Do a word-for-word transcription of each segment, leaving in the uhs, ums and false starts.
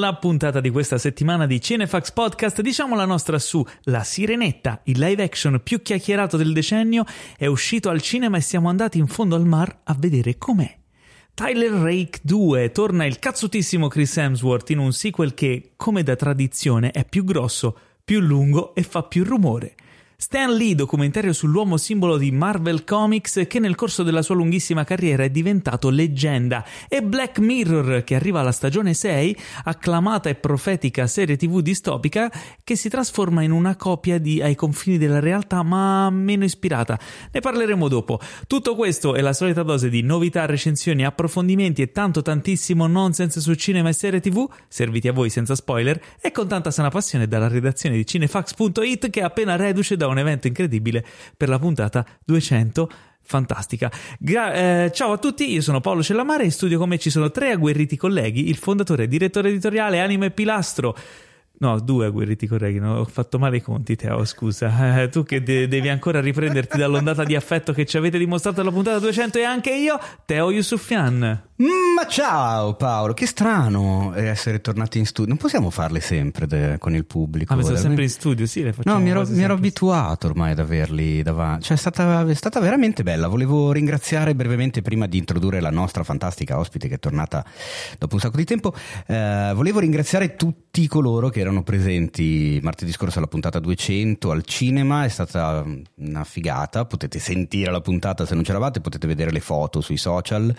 Nella puntata di questa settimana di Cinefax Podcast diciamo la nostra su La Sirenetta, il live action più chiacchierato del decennio, è uscito al cinema e siamo andati in fondo al mar a vedere com'è. Tyler Rake due, torna il cazzutissimo Chris Hemsworth in un sequel che, come da tradizione, è più grosso, più lungo e fa più rumore. Stan Lee, documentario sull'uomo simbolo di Marvel Comics che nel corso della sua lunghissima carriera è diventato leggenda, e Black Mirror che arriva alla stagione sei, acclamata e profetica serie tv distopica che si trasforma in una copia di Ai confini della realtà ma meno ispirata. Ne parleremo dopo. Tutto questo è la solita dose di novità, recensioni, approfondimenti e tanto tantissimo nonsense su cinema e serie tv, serviti a voi senza spoiler e con tanta sana passione dalla redazione di cinefax punto it che è appena reduce da un evento incredibile per la puntata duecento. Fantastica. Gra- eh, ciao a tutti, io sono Paolo Cellamare e in studio con me ci sono tre agguerriti colleghi, il fondatore e direttore editoriale Anima e Pilastro. No, due agguerriti colleghi, no? Ho fatto male i conti, Teo, scusa. Eh, tu che de- devi ancora riprenderti dall'ondata di affetto che ci avete dimostrato alla puntata duecento, e anche io, Teo Yusufian. Ma ciao Paolo, che strano essere tornati in studio. Non possiamo farle sempre de- con il pubblico. Ah, ma sono sempre in studio, sì, le facciamo. No, mi ero, mi ero abituato ormai ad averli davanti. Cioè è stata, è stata veramente bella. Volevo ringraziare brevemente, prima di introdurre la nostra fantastica ospite che è tornata dopo un sacco di tempo, eh, volevo ringraziare tutti coloro che erano presenti martedì scorso alla puntata duecento al cinema. È stata una figata. Potete sentire la puntata se non c'eravate, potete vedere le foto sui social.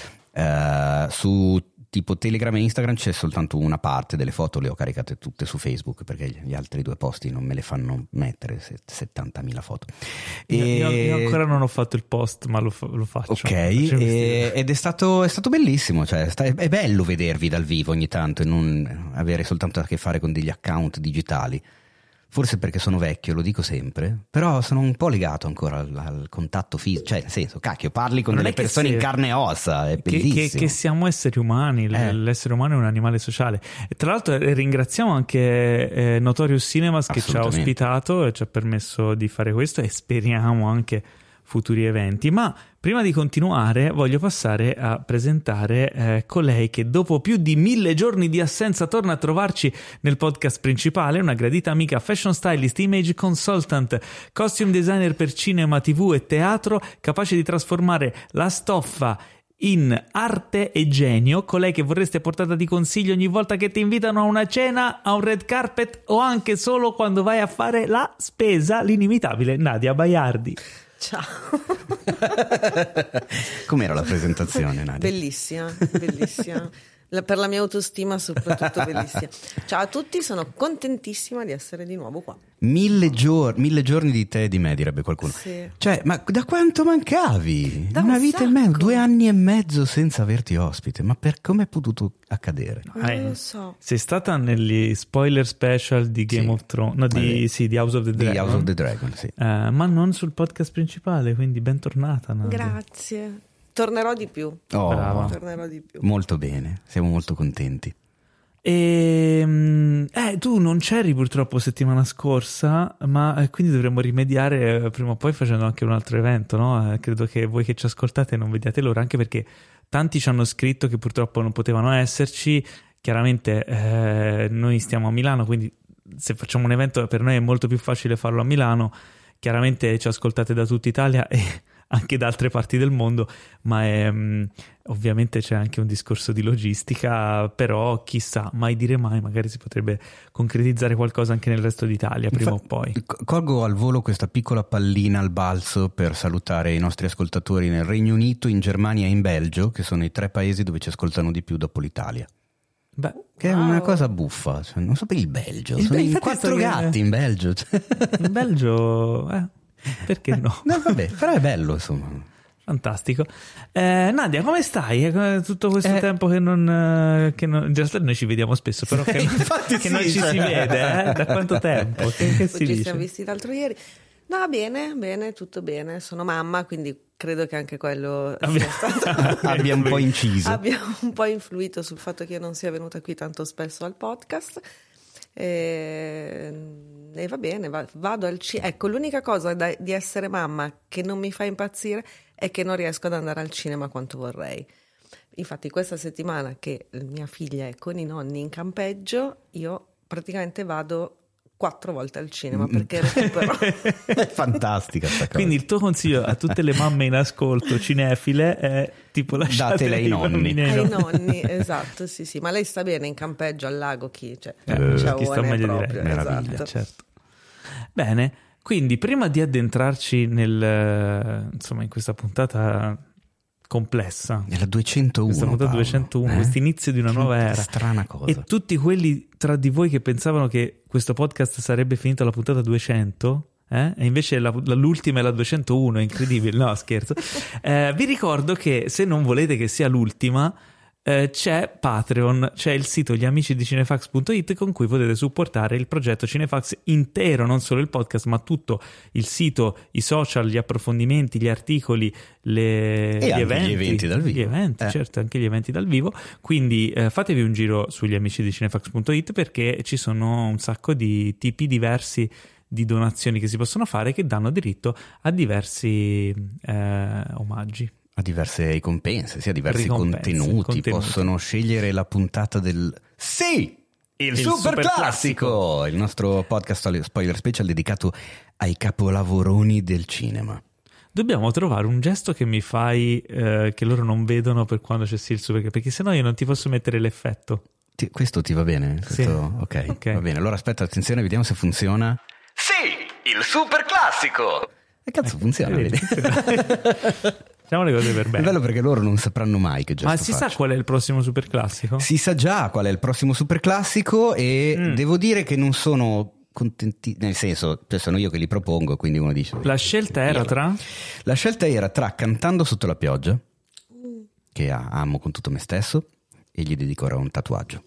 Uh, su tipo Telegram e Instagram c'è soltanto una parte delle foto, le ho caricate tutte su Facebook perché gli altri due posti non me le fanno mettere, settantamila foto. E... Io, io ancora non ho fatto il post, ma lo, fa- lo faccio. Ok, e, ed è stato, è stato bellissimo, cioè sta, è bello vedervi dal vivo ogni tanto e non avere soltanto a che fare con degli account digitali. Forse perché sono vecchio, lo dico sempre, però sono un po' legato ancora al, al contatto fisico, cioè nel senso, cacchio, parli con delle persone in carne e ossa, è bellissimo. Che, che, che siamo esseri umani, eh. L'essere umano è un animale sociale. E tra l'altro ringraziamo anche eh, Notorious Cinemas che ci ha ospitato e ci ha permesso di fare questo, e speriamo anche futuri eventi. Ma prima di continuare voglio passare a presentare eh, colei che dopo più di mille giorni di assenza torna a trovarci nel podcast principale, una gradita amica, fashion stylist, image consultant, costume designer per cinema, tv e teatro, capace di trasformare la stoffa in arte e genio, colei che vorreste portata di consiglio ogni volta che ti invitano a una cena, a un red carpet o anche solo quando vai a fare la spesa, l'inimitabile Nadia Baiardi. Ciao. Com'era la presentazione, Nadia? Bellissima, bellissima. La, per la mia autostima soprattutto bellissima. Ciao a tutti, sono contentissima di essere di nuovo qua. Mille, gior- mille giorni di te e di me, direbbe qualcuno. Sì. Cioè, ma da quanto mancavi? Da una un vita sacco. e mezzo, due anni e mezzo senza averti ospite. Ma per come è potuto accadere? Non Eh, lo so. Sei stata negli spoiler special di Game Sì. of Thrones, no, di, Eh, sì, di House of the Di Dragon. House of the Dragon, sì. Eh, ma non sul podcast principale, quindi bentornata, Nadia. Grazie. Tornerò di più. Oh, Brava. Tornerò di più. molto bene, siamo molto contenti. E, eh, tu non c'eri purtroppo settimana scorsa, ma eh, quindi dovremmo rimediare eh, prima o poi facendo anche un altro evento, no? Eh, credo che voi che ci ascoltate non vediate l'ora, anche perché tanti ci hanno scritto che purtroppo non potevano esserci. Chiaramente eh, noi stiamo a Milano, quindi se facciamo un evento per noi è molto più facile farlo a Milano. Chiaramente ci ascoltate da tutta Italia e anche da altre parti del mondo, ma è, mh, ovviamente c'è anche un discorso di logistica, però chissà, mai dire mai, magari si potrebbe concretizzare qualcosa anche nel resto d'Italia prima Infa- o poi. Colgo al volo questa piccola pallina al balzo per salutare i nostri ascoltatori nel Regno Unito, in Germania e in Belgio, che sono i tre paesi dove ci ascoltano di più dopo l'Italia. Beh, Che Wow. è una cosa buffa, cioè, non so per il Belgio, Il sono Be- in infatti quattro sto che- gatti in Belgio. cioè. in Belgio, eh, perché no? No, vabbè, però è bello, insomma. Fantastico. Eh, Nadia, come stai? Eh, Tutto questo Eh. tempo che non, eh, che non... In realtà noi ci vediamo spesso, però che, Infatti che sì, non ci cioè. si vede, eh? Da quanto tempo? Che, che si Ci dice? siamo visti l'altro ieri. No, bene, bene, tutto bene. Sono mamma, quindi credo che anche quello sia stato... Abbia un po' inciso. abbia un po' influito sul fatto che io non sia venuta qui tanto spesso al podcast. E, e va bene, va- vado al cinema. Ecco, l'unica cosa da- di essere mamma che non mi fa impazzire è che non riesco ad andare al cinema quanto vorrei. Infatti questa settimana che mia figlia è con i nonni in campeggio, io praticamente vado quattro volte al cinema perché recupero. È fantastica sta cosa. Quindi il tuo consiglio a tutte le mamme in ascolto cinefile è tipo lasciatele datele ai nonni. Ai nonni, esatto, sì sì, ma lei sta bene in campeggio al lago, chi cioè, eh, ciao, chi sta meglio proprio, di lei. Meraviglia, esatto. Certo. Bene, quindi prima di addentrarci nel insomma in questa puntata complessa, nella duecentouno, questa puntata Paolo, duecentouno, eh? questo inizio di una nuova era, strana cosa, e tutti quelli tra di voi che pensavano che questo podcast sarebbe finito alla puntata duecento, eh? E invece la, la, l'ultima è la duecentouno, è incredibile, no scherzo. Eh, vi ricordo che se non volete che sia l'ultima, eh, c'è Patreon, c'è il sito gli amici di cinefax punto it con cui potete supportare il progetto Cinefax intero, non solo il podcast ma tutto il sito, i social, gli approfondimenti, gli articoli, le, e gli, anche eventi, gli eventi dal vivo, gli eventi, eh. certo, anche gli eventi dal vivo. Quindi eh, fatevi un giro sugli amici di cinefax punto it perché ci sono un sacco di tipi diversi di donazioni che si possono fare che danno diritto a diversi eh, omaggi, a diverse ricompense, sì, a diversi Ricompense, contenuti. contenuti. Possono scegliere la puntata del sì, il, Il super, super classico, classico. il nostro podcast spoiler special dedicato ai capolavoroni del cinema. Dobbiamo trovare un gesto che mi fai eh, che loro non vedono per quando c'è sì il super, perché sennò io non ti posso mettere l'effetto. Ti, questo ti va bene? Questo, Sì. okay, Ok. va bene. Allora aspetta, attenzione, vediamo se funziona. Sì, il super classico. E cazzo, funziona, Vedi? vedi? Facciamo le cose per È bene. bello perché loro non sapranno mai che gesto Ma si faccio. sa qual è il prossimo super classico? Si sa già qual è il prossimo super classico e Mm. devo dire che non sono contenti, nel senso, cioè sono io che li propongo, quindi uno dice... La scelta era tra? La scelta era tra Cantando sotto la pioggia, che amo con tutto me stesso, e gli dedico ora un tatuaggio.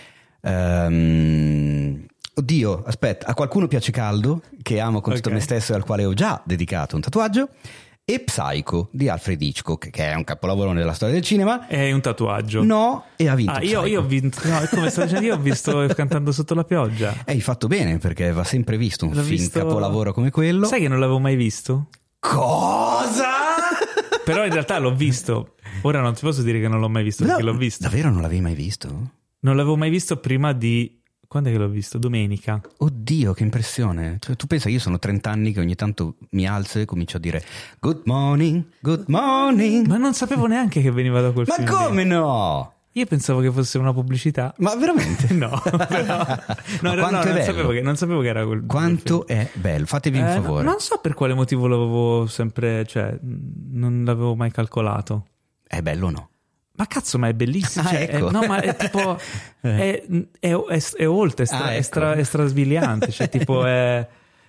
Ehm, oddio, aspetta, a qualcuno piace Caldo, che amo con tutto Ok. me stesso e al quale ho già dedicato un tatuaggio, e Psycho di Alfred Hitchcock, che è un capolavoro della storia del cinema. È un tatuaggio. No, e ha vinto Ah, io, Psycho. io ho vinto. No, è come sto dicendo, io ho visto Cantando sotto la pioggia. E hai fatto bene, perché va sempre visto un L'ho film visto- capolavoro come quello. Sai che non l'avevo mai visto? Cosa? Però in realtà l'ho visto. Ora non ti posso dire che non l'ho mai visto perché No, l'ho visto. Davvero non l'avevi mai visto? Non l'avevo mai visto prima di... Quando è che l'ho visto? Domenica. Oddio, che impressione. Cioè, tu pensa, io sono trenta anni che ogni tanto mi alzo e comincio a dire good morning, good morning. Ma non sapevo neanche che veniva da quel Ma film. come lì. no? Io pensavo che fosse una pubblicità. Ma veramente? No, però... Ma no, no, quanto no, è non, bello. sapevo che, non sapevo che era quel Quanto quel film. è bello, fatevi un Eh, no, favore. non so per quale motivo l'avevo sempre, cioè, non l'avevo mai calcolato. È bello o no? Ma cazzo, ma è bellissimo. Ah, cioè, ecco. è, no, ma è tipo. Eh. è, è, è, è oltre, è, stra, Ah, è, ecco. stra, è strasvigliante. Cioè, tipo, è.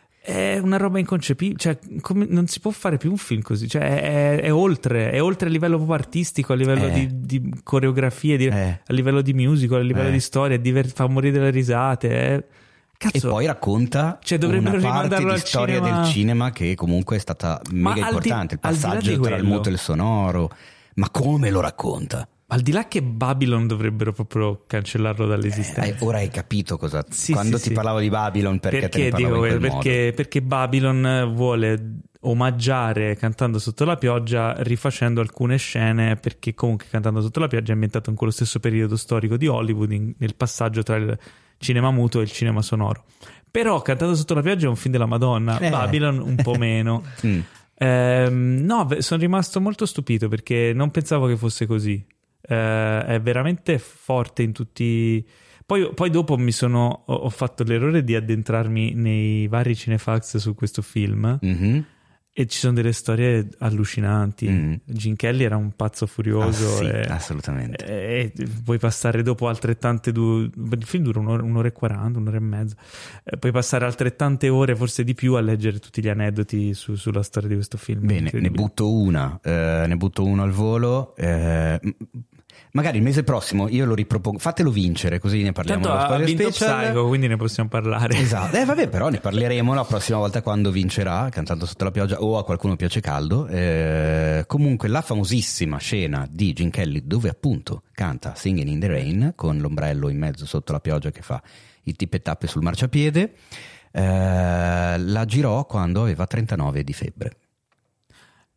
È una roba inconcepibile. Cioè, come, non si può fare più un film così. Cioè, è, è oltre, è oltre a livello proprio artistico, a livello Eh. di, di coreografie, di, Eh. a livello di musical, a livello Eh. di storia, diver- fa morire dalle risate. È... Cazzo. E poi racconta Cioè, dovrebbero una parte rimandarlo di al storia cinema. del cinema che comunque è stata Ma mega al di- importante. Il al di là passaggio di tra il quello- muto e il sonoro. Ma come lo racconta? Al di là che Babylon dovrebbero proprio cancellarlo dall'esistenza. Eh, ora hai capito cosa... Sì, Quando sì, ti sì. parlavo di Babylon, perché, te ne parlavo dico in quel quello? modo? Perché, perché Babylon vuole omaggiare Cantando sotto la pioggia rifacendo alcune scene, perché comunque Cantando sotto la pioggia è ambientato in quello stesso periodo storico di Hollywood, in- nel passaggio tra il cinema muto e il cinema sonoro. Però Cantando sotto la pioggia è un film della Madonna, Eh. Babylon un po' meno. Mm. Ehm, no, beh, sono rimasto molto stupito perché non pensavo che fosse così. Eh, è veramente forte in tutti. Poi, poi dopo mi sono ho, ho fatto l'errore di addentrarmi nei vari cinefax su questo film Mhm. e ci sono delle storie allucinanti. Mm. Gene Kelly era un pazzo furioso. Ah, sì, e, assolutamente. e puoi passare dopo altrettante due. Il film dura un'ora, un'ora e quaranta, un'ora e mezza. Eh, puoi passare altrettante ore, forse di più, a leggere tutti gli aneddoti su- sulla storia di questo film. Bene, ne Incredibile. butto una, eh, ne butto uno al volo. eh, m- magari il mese prossimo io lo ripropongo, fatelo vincere, così ne parliamo Tanto nello ha spoiler vinto special. Psycho, quindi ne possiamo parlare. Esatto, eh, vabbè, però ne parleremo la prossima volta quando vincerà Cantando sotto la pioggia o a qualcuno piace Caldo. Eh, comunque la famosissima scena di Gene Kelly dove appunto canta Singing in the Rain con l'ombrello in mezzo sotto la pioggia che fa il tip e tappe sul marciapiede, eh, la girò quando aveva trentanove di febbre.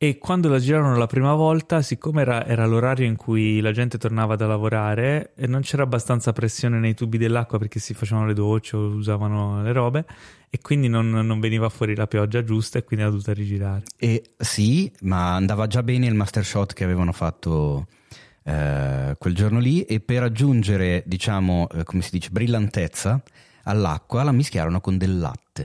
e quando la girarono la prima volta, siccome era, era l'orario in cui la gente tornava da lavorare e non c'era abbastanza pressione nei tubi dell'acqua perché si facevano le docce o usavano le robe, e quindi non, non veniva fuori la pioggia giusta e quindi ha dovuto rigirare. E sì, ma andava già bene il master shot che avevano fatto eh, quel giorno lì, e per aggiungere, diciamo, eh, come si dice, brillantezza all'acqua la mischiarono con del latte.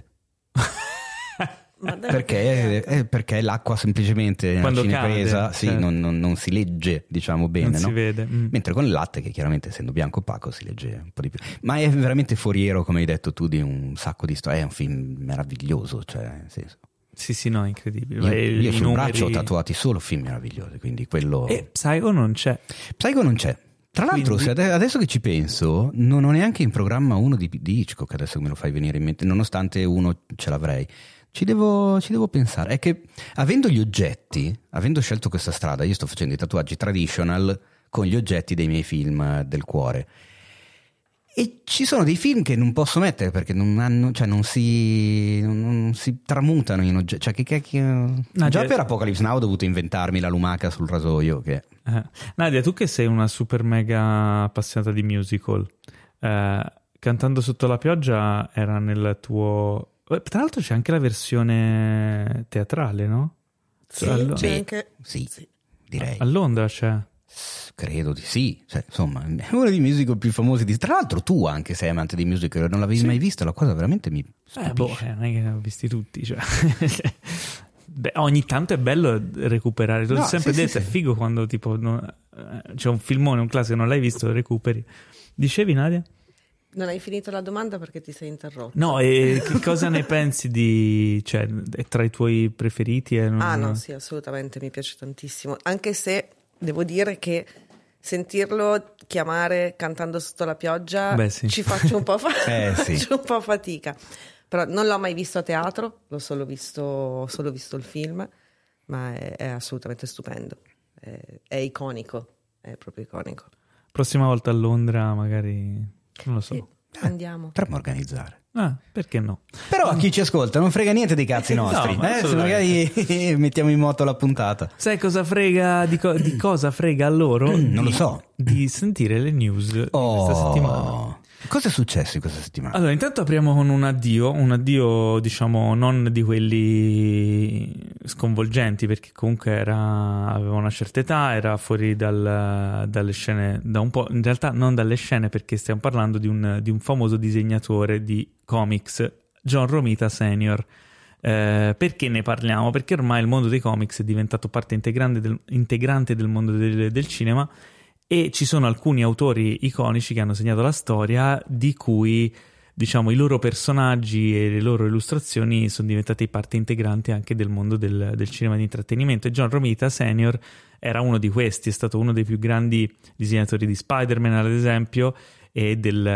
Ma dai, Perché, eh, perché l'acqua semplicemente Quando nella cinepresa cade, sì, certo. non, non- non si legge, diciamo bene, Non no? si vede. Mm. Mentre con il latte, che chiaramente essendo bianco opaco, si legge un po' di più. Ma è veramente foriero, come hai detto tu, di un sacco di storie. È un film meraviglioso, cioè, nel senso. Sì, sì, no, incredibile. Io, E io i sul numeri- braccio ho tatuati solo film meravigliosi, quindi quello... E Psycho non c'è. Psycho non c'è. Tra l'altro, Quindi- se ade- adesso che ci penso, non ho neanche in programma uno di, di Hitchcock, adesso che me lo fai venire in mente, nonostante uno ce l'avrei. Ci devo, ci devo pensare. È che avendo gli oggetti, avendo scelto questa strada, io sto facendo i tatuaggi traditional con gli oggetti dei miei film del cuore. E ci sono dei film che non posso mettere perché non hanno, cioè non si, non, non si tramutano in oggetti. Cioè, che cacchio. Nadia- Già per Apocalypse Now ho dovuto inventarmi la lumaca sul rasoio. Che... Eh. Nadia, tu che sei una super mega appassionata di musical, eh, Cantando sotto la pioggia era nel tuo... eh, Tra l'altro c'è anche la versione teatrale, no? Sì, Allo- c'è Sì, anche... sì, sì. direi. A Londra c'è. Credo di sì, cioè, insomma, è uno dei musical più famosi di... Tra l'altro tu anche sei amante di musical, non l'avevi Sì. mai vista, la cosa veramente mi Eh, boh, stupisce. eh, non è che ne ho visti tutti, cioè. Beh, ogni tanto è bello recuperare. L'ho No, sempre sì, detto, sì, è sì. figo quando tipo no- eh, c'è un filmone, un classico, non l'hai visto, lo recuperi. Dicevi, Nadia? Non hai finito la domanda perché ti sei interrotto. No, e che cosa ne pensi di... cioè, è tra i tuoi preferiti? E non... Ah no, sì, assolutamente, mi piace tantissimo. Anche se devo dire che sentirlo chiamare Cantando sotto la pioggia Beh, sì. ci faccio un po' fa- Eh, sì. faccio un po' fatica. Però non l'ho mai visto a teatro, l'ho solo visto, ho solo visto il film, ma è, è assolutamente stupendo. È, è iconico, è proprio iconico. Prossima volta a Londra magari... non lo so. Sì, andiamo. Potremmo organizzare. Ah, perché no? Però a chi ci ascolta non frega niente dei cazzi nostri, No, ma eh, se assolutamente. magari mettiamo in moto la puntata. Sai cosa frega di, co- di cosa frega a loro? Mm, non Di- lo so. Di sentire le news di questa settimana. Cosa è successo in questa settimana? Allora, intanto apriamo con un addio, un addio diciamo non di quelli sconvolgenti, perché comunque era, aveva una certa età, era fuori dal- dalle scene, da un po', in realtà non dalle scene, perché stiamo parlando di un, di un famoso disegnatore di comics, John Romita Senior. Eh, perché ne parliamo? Perché ormai il mondo dei comics è diventato parte integrante del, integrante del mondo del, del cinema, e ci sono alcuni autori iconici che hanno segnato la storia, di cui diciamo i loro personaggi e le loro illustrazioni sono diventate parte integrante anche del mondo del, del cinema di intrattenimento. E John Romita Senior era uno di questi, è stato uno dei più grandi disegnatori di Spider-Man, ad esempio, e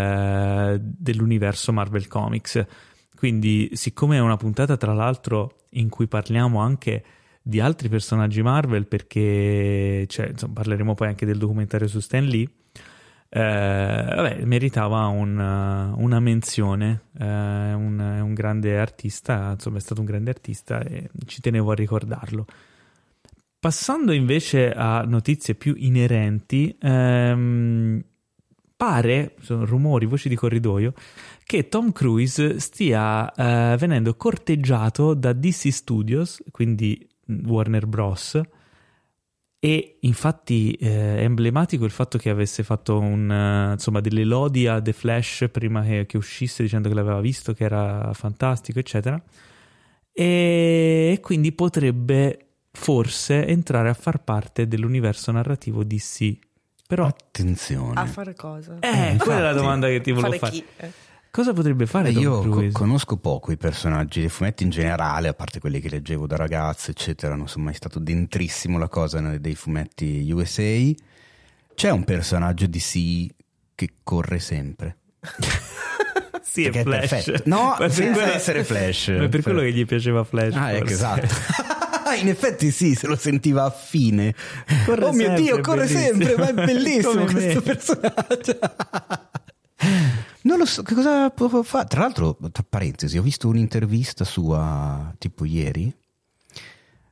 del, dell'universo Marvel Comics. Quindi, siccome è una puntata tra l'altro in cui parliamo anche di altri personaggi Marvel, perché cioè, insomma, parleremo poi anche del documentario su Stan Lee, eh, vabbè, meritava un, una menzione. Eh, un, è un grande artista, insomma è stato un grande artista e ci tenevo a ricordarlo. Passando invece a notizie più inerenti, ehm, pare, sono rumori, voci di corridoio, che Tom Cruise stia eh, venendo corteggiato da D C Studios, quindi Warner Bros. E infatti eh, è emblematico il fatto che avesse fatto un, uh, insomma, delle lodi a The Flash prima che, che uscisse, dicendo che l'aveva visto, che era fantastico, eccetera. E quindi potrebbe forse entrare a far parte dell'universo narrativo D C. Però Attenzione. A fare cosa? eh, Eh, quella è la infatti. domanda che ti volevo Fare fare. chi? Eh. Cosa potrebbe fare Beh, Tom io co- Cruise? conosco poco i personaggi dei fumetti in generale, a parte quelli che leggevo da ragazzo, eccetera. Non sono mai stato dentrissimo la cosa nei- dei fumetti U S A. C'è un personaggio D C che corre sempre. Sì, Perché è è Flash. perfetto. No, Ma per senza quello- essere Flash. Ma è per quello che gli piaceva Flash. Ah, ecco, forse. esatto. In effetti sì, se lo sentiva affine. Corre oh mio sempre, Dio, corre bellissimo. sempre, ma è bellissimo Come questo me. personaggio. Non lo so, che cosa può fare? Tra l'altro, tra parentesi, ho visto un'intervista sua tipo ieri,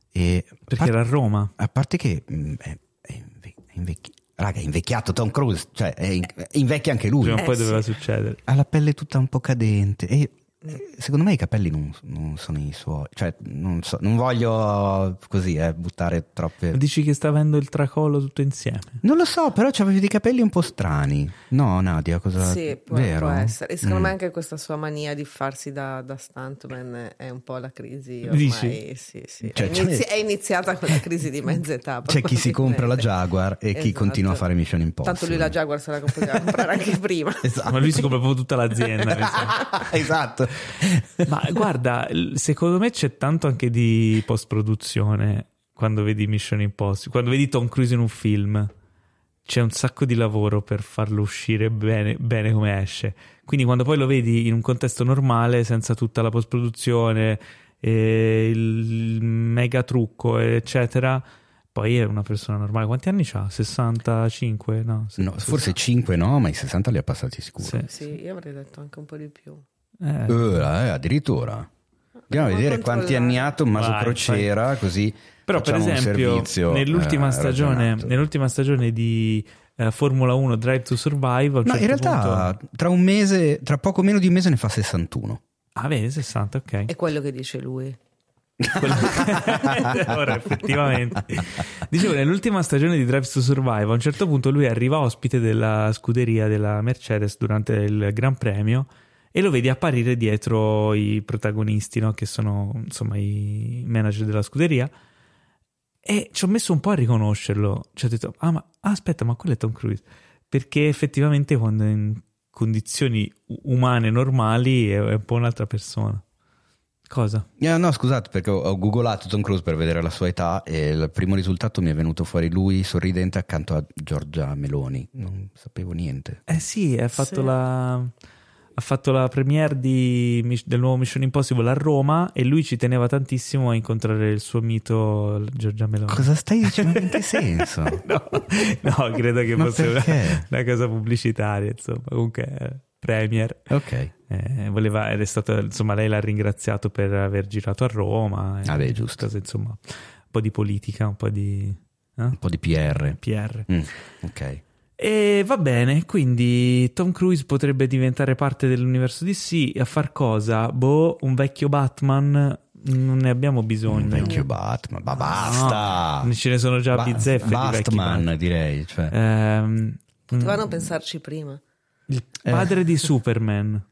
E Perché part- era a Roma. A parte che mh, è, è, inve- è invecchi- raga, è invecchiato Tom Cruise, cioè è in- invecchia anche lui. Prima o Eh, poi sì. doveva succedere. Ha la pelle tutta un po' cadente e eh, secondo me i capelli non, non sono i suoi, cioè non, so, non voglio così eh, buttare troppe. Dici che sta avendo il tracollo tutto insieme? Non lo so, però c'avevi dei capelli un po' strani. No, Nadia, cosa? Sì, può, Vero? può essere. E secondo Mm. me anche questa sua mania di farsi da, da stuntman è un po' la crisi ormai. Dici? Sì, sì. Cioè, è, inizi- c'è- è iniziata con la crisi di mezza età. C'è chi si compra la Jaguar e chi Esatto. continua a fare Mission Impossible. Tanto lui la Jaguar se la poteva comprare anche prima. Esatto. Ma lui si compra proprio tutta l'azienda. mi sa. Esatto. Ma guarda, l- secondo me c'è tanto anche di post-produzione quando vedi Mission Impossible, quando vedi Tom Cruise in un film. C'è un sacco di lavoro per farlo uscire bene, bene come esce. Quindi quando poi lo vedi in un contesto normale, senza tutta la post-produzione, e il mega trucco, eccetera, poi è una persona normale. Quanti anni ha? sessantacinque? No, No, forse cinque no, ma i sessanta li ha passati sicuro. Sì. Sì, io avrei detto anche un po' di più. Eh, Eh, eh, addirittura. Andiamo a Ma vedere quanti anni ha Tommaso Vai, Crociera, così Però per facciamo un esempio servizio, nell'ultima, eh, stagione, ragionato. nell'ultima stagione di eh, Formula uno Drive to Survive, a un No, certo in realtà punto... tra un mese, tra poco meno di un mese ne fa sessantuno. Ah, vedi, sessanta, ok. È quello che dice lui. Quello- Ora effettivamente dicevo, nell'ultima stagione di Drive to Survive a un certo punto lui arriva ospite della scuderia della Mercedes durante il Gran Premio e lo vedi apparire dietro i protagonisti, no? Che sono insomma i manager della scuderia, e ci ho messo un po' a riconoscerlo. Cioè ho detto, ah ma ah, aspetta, ma quello è Tom Cruise, perché effettivamente quando è in condizioni umane normali è, è un po' un'altra persona. Cosa? Eh, no, scusate, perché ho, ho googolato Tom Cruise per vedere la sua età e il primo risultato mi è venuto fuori lui sorridente accanto a Giorgia Meloni. Non sapevo niente. Eh sì, ha fatto Sì. la ha fatto la premiere di, del nuovo Mission Impossible a Roma e lui ci teneva tantissimo a incontrare il suo mito Giorgia Meloni. Cosa stai dicendo? In che senso? No, no, credo che Ma fosse una, perché? una cosa pubblicitaria, insomma. Comunque eh, premier. Ok. Eh, voleva, ed è stato, insomma, lei l'ha ringraziato per aver girato a Roma. Ah, beh, giusto. Cose, insomma, un po' di politica, un po' di eh? Un po' di P R. P R. Mm, ok. E va bene, quindi Tom Cruise potrebbe diventare parte dell'universo D C. A far cosa? Boh, un vecchio Batman non ne abbiamo bisogno. Un vecchio Batman, ma basta! No, ce ne sono già Ba- bizzeffe di vecchi Batman, Batman. direi. Cioè. Ehm, Potevano mm, pensarci prima. il padre di Superman.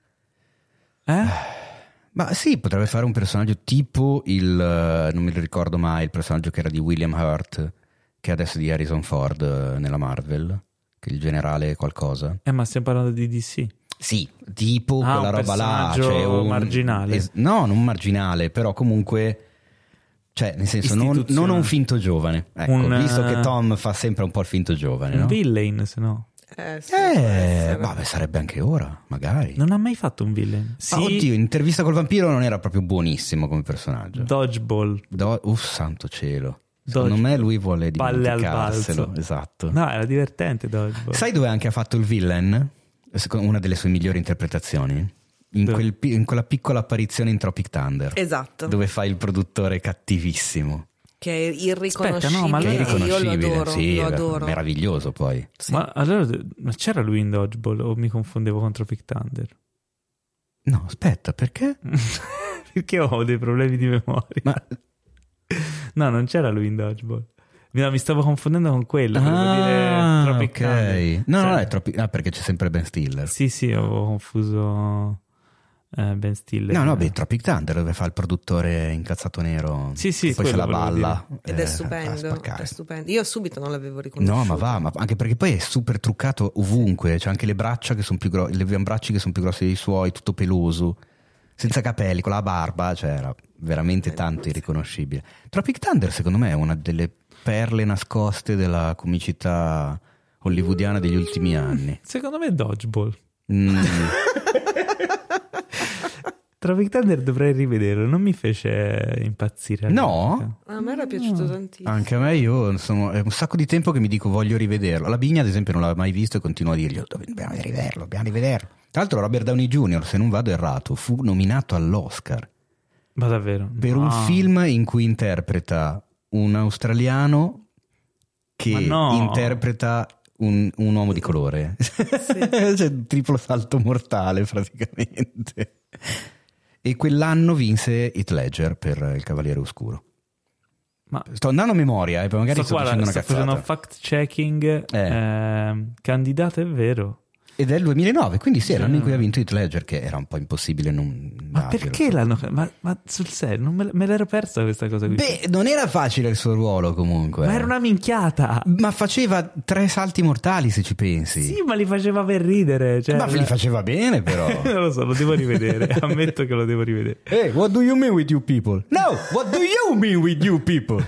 Eh? Ma sì, potrebbe fare un personaggio tipo il, eh, non me lo ricordo mai, il personaggio che era di William Hurt, che adesso è di Harrison Ford eh, nella Marvel, che è il generale qualcosa. Eh, ma stiamo parlando di D C. Sì, tipo Ah, quella un roba là. personaggio Cioè un, marginale. es- no, non marginale, però comunque... Cioè, nel senso, non, Istituzione. non un finto giovane. Ecco, Un, visto eh, che Tom fa sempre un po' il finto giovane, Un no? villain, se no. Eh, sì, può essere. Eh, vabbè, sarebbe anche ora, magari. Non ha mai fatto un villain. Sì, Ah, oddio, in intervista col vampiro non era proprio buonissimo come personaggio. Dodgeball. Do- Uff, santo cielo. Secondo Dodge- me lui vuole palle al dimenticarselo. balzo. Esatto. No, era divertente Dodgeball. Sai dove anche ha fatto il villain? Secondo una delle sue migliori interpretazioni? In, Dove? quel pi- in quella piccola apparizione in Tropic Thunder. Esatto. Dove fa il produttore cattivissimo. Che è irriconoscibile. Aspetta, no, ma Che è allora- Io lo irriconoscibile. adoro, sì, lo è adoro. meraviglioso poi. Sì. Ma allora ma c'era lui in Dodgeball o mi confondevo con Tropic Thunder? No, aspetta, perché? Perché ho dei problemi di memoria. Ma... No, non c'era lui in Dodgeball. No, mi stavo confondendo con quello. Volevo dire Ah, Tropic ok. Thunder. No, Cioè, no, è troppi... ah, perché c'è sempre Ben Stiller. Sì, sì, avevo confuso eh, Ben Stiller. No, no, beh, Tropic Thunder dove fa il produttore incazzato nero. Sì, sì, che poi se quello la volevo balla. Ed eh, è fa stupendo, spaccare. è stupendo. Io subito non l'avevo riconosciuto. No, ma va, ma anche perché poi è super truccato ovunque. C'è anche le braccia che sono più grosse, le avambracci che sono più grosse dei suoi, tutto peloso, senza capelli, con la barba, cioè era veramente tanto irriconoscibile. Tropic Thunder secondo me è una delle perle nascoste della comicità hollywoodiana degli ultimi anni. Secondo me è Dodgeball. Mm. Tropic Thunder dovrei rivederlo, non mi fece impazzire. No? all'epoca. A me era piaciuto tantissimo. Anche a me, io sono, è un sacco di tempo che mi dico voglio rivederlo. La Bigna ad esempio non l'ha mai visto e continua a dirgli dobbiamo rivederlo, dobbiamo rivederlo. Tra l'altro Robert Downey junior, se non vado errato, fu nominato all'Oscar Ma davvero? per No. un film in cui interpreta un australiano che no. interpreta un, un uomo di colore. Sì. C'è un triplo salto mortale praticamente. E quell'anno vinse Heath Ledger per Il Cavaliere Oscuro. Ma sto andando a memoria, e poi magari sto, sto, facendo una sto cazzata. facendo fact checking. Eh. Eh, candidato, è vero. Ed è il duemilanove, quindi sì, è Sì. l'anno in cui ha vinto Heath Ledger, che era un po' impossibile non Ma darglielo. perché l'hanno ma, ma sul serio, non me, me l'ero persa questa cosa qui. Beh, non era facile il suo ruolo comunque. Ma era una minchiata. Ma faceva tre salti mortali, se ci pensi. Sì, ma li faceva per ridere. Cioè, Ma li faceva bene, però. non lo so, lo devo rivedere. Ammetto che lo devo rivedere. Hey, what do you mean with you people? No, what do you mean with you people?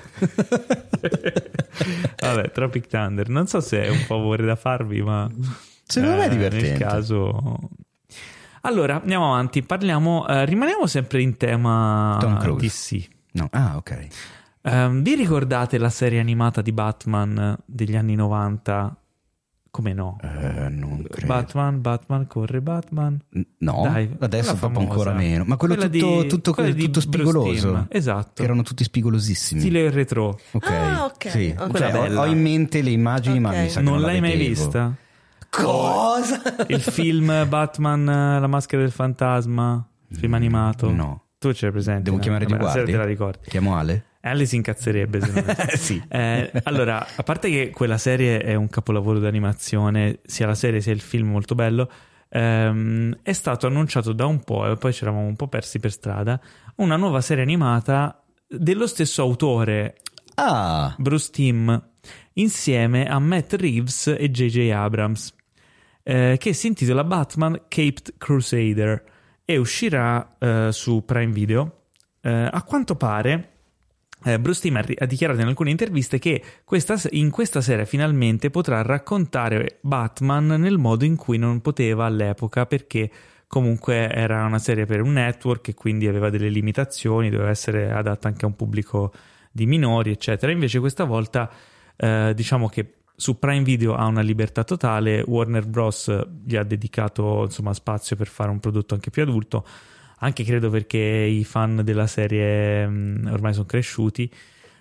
Vabbè, Tropic Thunder. Non so se è un favore da farvi, ma secondo me è eh, divertente. Nel caso. Allora, andiamo avanti. Parliamo, eh, rimaniamo sempre in tema Tom Cruise. D C. No. Ah, ok. Um, vi ricordate la serie animata di Batman degli anni novanta? Come no? Eh, non credo. Batman, Batman, corre Batman. N- No, Dai, adesso quella proprio famosa. ancora meno. Ma quello Quella tutto, di- tutto, quella di tutto Bruce spigoloso. Timm. Esatto. Erano tutti spigolosissimi. Stile retro. Ok. Ah, ok, Sì. ok. Cioè, ho, Bella. ho in mente le immagini, ma Ok. mi sa che Non non la l'hai mai vedevo. vista? Cosa? Il film Batman, La maschera del fantasma, film animato. No. Tu c'eri presente? Devo no? chiamare di Vabbè, la guardia? serie te la ricordi. Chiamo Ale? Ale si incazzerebbe se non Sì. Eh, allora, a parte che quella serie è un capolavoro d'animazione, sia la serie sia il film molto bello, ehm, è stato annunciato da un po', e poi ci eravamo un po' persi per strada, una nuova serie animata dello stesso autore, Ah, Bruce Timm, insieme a Matt Reeves e J J Abrams, eh, che si intitola Batman Caped Crusader e uscirà eh, su Prime Video. Eh, a quanto pare eh, Bruce Timm ha, ri- ha dichiarato in alcune interviste che questa, se- in questa serie finalmente potrà raccontare Batman nel modo in cui non poteva all'epoca, perché comunque era una serie per un network e quindi aveva delle limitazioni, doveva essere adatta anche a un pubblico di minori, eccetera. Invece questa volta eh, diciamo che su Prime Video ha una libertà totale, Warner Bros. Gli ha dedicato insomma spazio per fare un prodotto anche più adulto, anche credo perché i fan della serie mh, ormai sono cresciuti,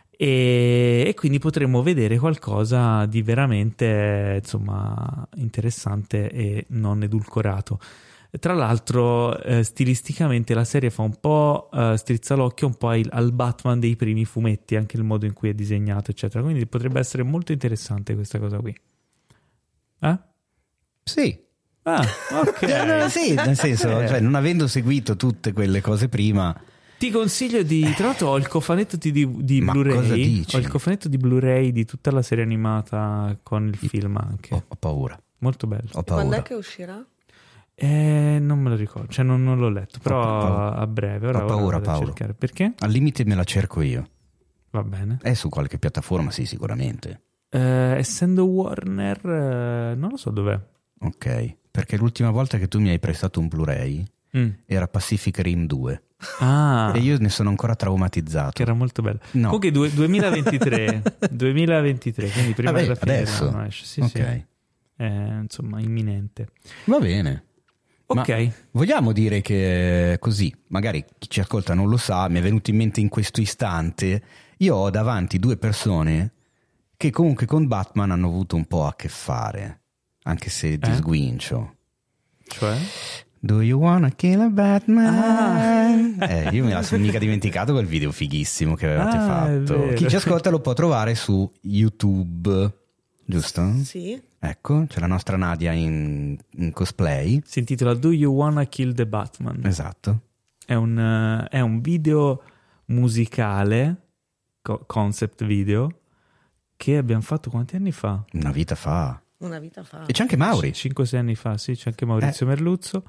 e, e quindi potremo vedere qualcosa di veramente insomma interessante e non edulcorato. Tra l'altro eh, stilisticamente la serie fa un po' eh, strizza l'occhio un po' ai- al Batman dei primi fumetti, anche il modo in cui è disegnato eccetera, quindi potrebbe essere molto interessante questa cosa qui. Eh? sì. Ah, ok. Eh, no, sì, nel senso, Eh. cioè, non avendo seguito tutte quelle cose prima, Ti consiglio di. Tra l'altro, ho il cofanetto di, di, di Ma cosa Blu-ray. dici? Ho il cofanetto di Blu-ray di tutta la serie animata con il film anche. ho, ho paura. Molto bello. Ho Quando paura. è che uscirà? Eh, non me lo ricordo, cioè non, non l'ho letto, però Ho paura. a breve. Ora, Ho paura, ora vado a Paolo. cercare. Perché? Al limite me la cerco io. Va bene. È su qualche piattaforma, sì, sicuramente. Eh, essendo Warner, eh, non lo so dov'è. Ok, perché l'ultima volta che tu mi hai prestato un Blu-ray Mm. era Pacific Rim due Ah, e io ne sono ancora traumatizzato. che era molto bello. No. Comunque due- duemilaventitré, duemilaventitré, quindi prima Vabbè, della fine adesso. dell'anno esce. Sì, Ok. sì. Eh, insomma, imminente. Va bene. Ma Ok. vogliamo dire che così, magari chi ci ascolta non lo sa, mi è venuto in mente in questo istante, io ho davanti due persone che comunque con Batman hanno avuto un po' a che fare, anche se di Eh? sguincio. Cioè? Do you wanna kill a Batman? Ah. Eh, io me la sono mica dimenticato quel video fighissimo che avevate Ah, è fatto. vero. Chi ci ascolta lo può trovare su YouTube, giusto? Sì. Ecco, c'è la nostra Nadia in, in cosplay. Si intitola Do You Wanna Kill the Batman? Esatto. È un, eh, è un video musicale, co- concept video, che abbiamo fatto quanti anni fa? Una vita fa. Una vita fa. E c'è anche Mauri. cinque sei anni fa, sì, c'è anche Maurizio Eh. Merluzzo.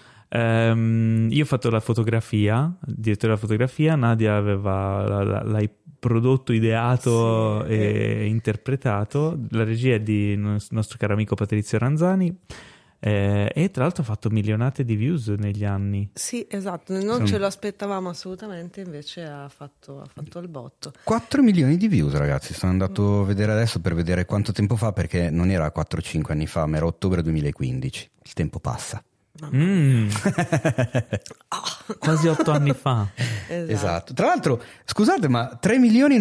Ehm, io ho fatto la fotografia, direttore della fotografia, Nadia aveva la- la- l'hai prodotto, ideato Sì. e interpretato. La regia è di nos- nostro caro amico Patrizio Ranzani, eh, e tra l'altro ha fatto milionate di views negli anni. Sì, esatto, non Sono- ce lo aspettavamo assolutamente, invece ha fatto, ha fatto il botto. quattro milioni di views, ragazzi. Sono andato a vedere adesso per vedere quanto tempo fa, perché non era quattro cinque anni fa, ma era ottobre duemilaquindici. Il tempo passa. Mm. Oh. Quasi otto anni fa. Esatto. Esatto. Tra l'altro, scusate, ma tre milioni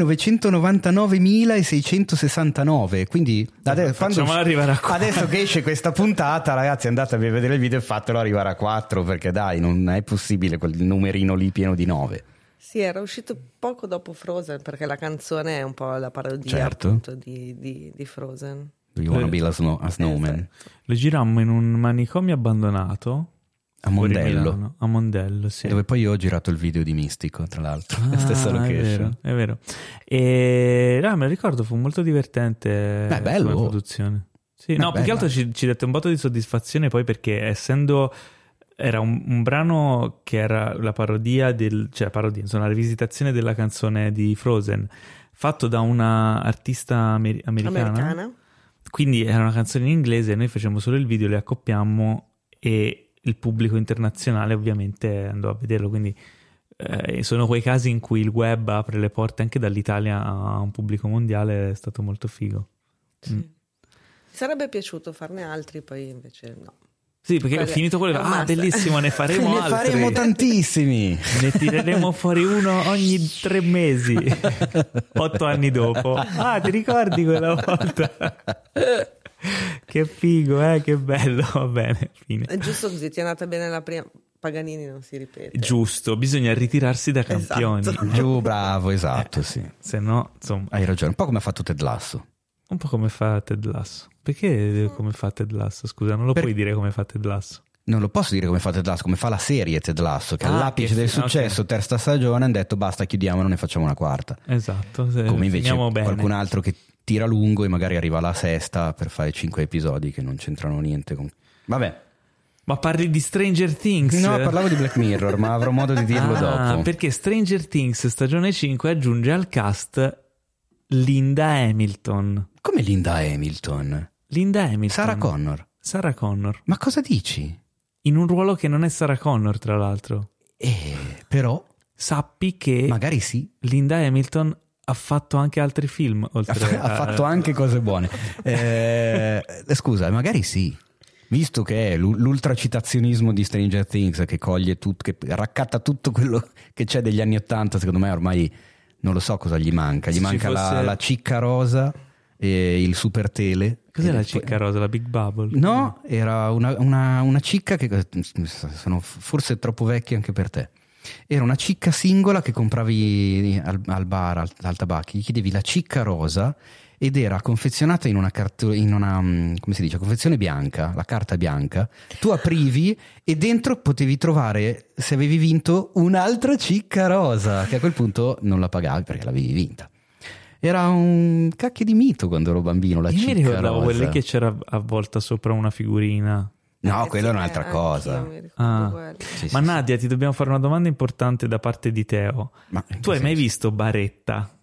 novecentonovantanovemilaseicentosessantanove, quindi adesso, quando, arrivare a quattro. adesso che esce questa puntata, ragazzi, andatevi a vedere il video e fatelo arrivare a quattro, perché dai, non è possibile quel numerino lì pieno di nove. Sì, era uscito poco dopo Frozen, perché la canzone è un po' la parodia, certo, appunto di, di, di Frozen. Do you wanna be a, snow, a snowman? Esatto. Lo girammo in un manicomio abbandonato a Mondello, Milano, a Mondello, sì. Dove poi io ho girato il video di Mistico, tra l'altro. Ah, la stessa è location. vero, è vero. E no, me lo ricordo, fu molto divertente. Beh, bello. Come produzione. Sì, Beh, no, più che bella. altro ci, ci dette un botto di soddisfazione poi, perché essendo era un, un brano che era la parodia del, cioè parodia, insomma, la rivisitazione della canzone di Frozen, fatto da una artista amer- americana. Americana. Quindi era una canzone in inglese, noi facciamo solo il video, le accoppiammo e il pubblico internazionale ovviamente andò a vederlo, quindi eh, sono quei casi in cui il web apre le porte anche dall'Italia a un pubblico mondiale, è stato molto figo. Sì. Mm. Mi sarebbe piaciuto farne altri, poi invece no. Sì, perché Quello ho finito quello, è un ah must. bellissimo, ne faremo ne altri. faremo tantissimi. Ne tireremo fuori uno ogni tre mesi, otto anni dopo. Ah, ti ricordi quella volta? Che figo, eh, che bello, va bene, fine. È giusto così, ti è andata bene la prima, Paganini non si ripete. Giusto, bisogna ritirarsi da campioni. Esatto. Giù, bravo, esatto, sì. Se no, insomma, Hai ragione, un po' come ha fatto Ted Lasso. un po' come fa Ted Lasso. Perché come fa Ted Lasso? Scusa, non lo Per- puoi dire come fa Ted Lasso. Non lo posso dire come fa Ted Lasso, come fa la serie Ted Lasso, che Ah, all'apice che del fi- successo, ok. terza stagione, hanno detto basta, chiudiamo, non ne facciamo una quarta. Esatto, se Come invece finiamo bene. qualcun altro che tira lungo e magari arriva alla sesta per fare cinque episodi che non c'entrano niente con... Vabbè. Ma parli di Stranger Things? No, parlavo di Black Mirror, ma avrò modo di dirlo Ah, dopo. perché Stranger Things stagione cinque aggiunge al cast Linda Hamilton. Come Linda Hamilton? Linda Hamilton. Sarah Connor. Sarah Connor. Ma cosa dici? In un ruolo che non è Sarah Connor, tra l'altro. Eh, però, Sappi che magari sì. Linda Hamilton ha fatto anche altri film. Oltre Ha a- fatto anche cose buone. Eh, scusa, magari sì. Visto che è l'u- l'ultracitazionismo di Stranger Things che coglie tutto, che raccatta tutto quello che c'è degli anni Ottanta, secondo me ormai non lo so cosa gli manca. Gli Se ci manca la, fosse- la cicca rosa e il super tele. Cos'è E la poi- cicca rosa, la Big Bubble? No, era una, una, una cicca che sono forse troppo vecchi anche per te. Era una cicca singola che compravi al, al bar, al, al tabacchi, gli chiedevi la cicca rosa ed era confezionata in una, carto, in una mm, come si dice, confezione bianca, la carta bianca. Tu aprivi e dentro potevi trovare, se avevi vinto, un'altra cicca rosa, che a quel punto non la pagavi perché l'avevi vinta. Era un cacchio di mito quando ero bambino, la Io cicca mi ricordavo rosa. quelle che c'era avvolta sopra una figurina. No, Eh, quella sì, è un'altra eh, cosa. anch'io mi ricordo Ah. quello. Sì, Ma sì, Nadia, ti dobbiamo fare una domanda importante da parte di Teo. Ma in Tu che hai mai senso? visto Baretta?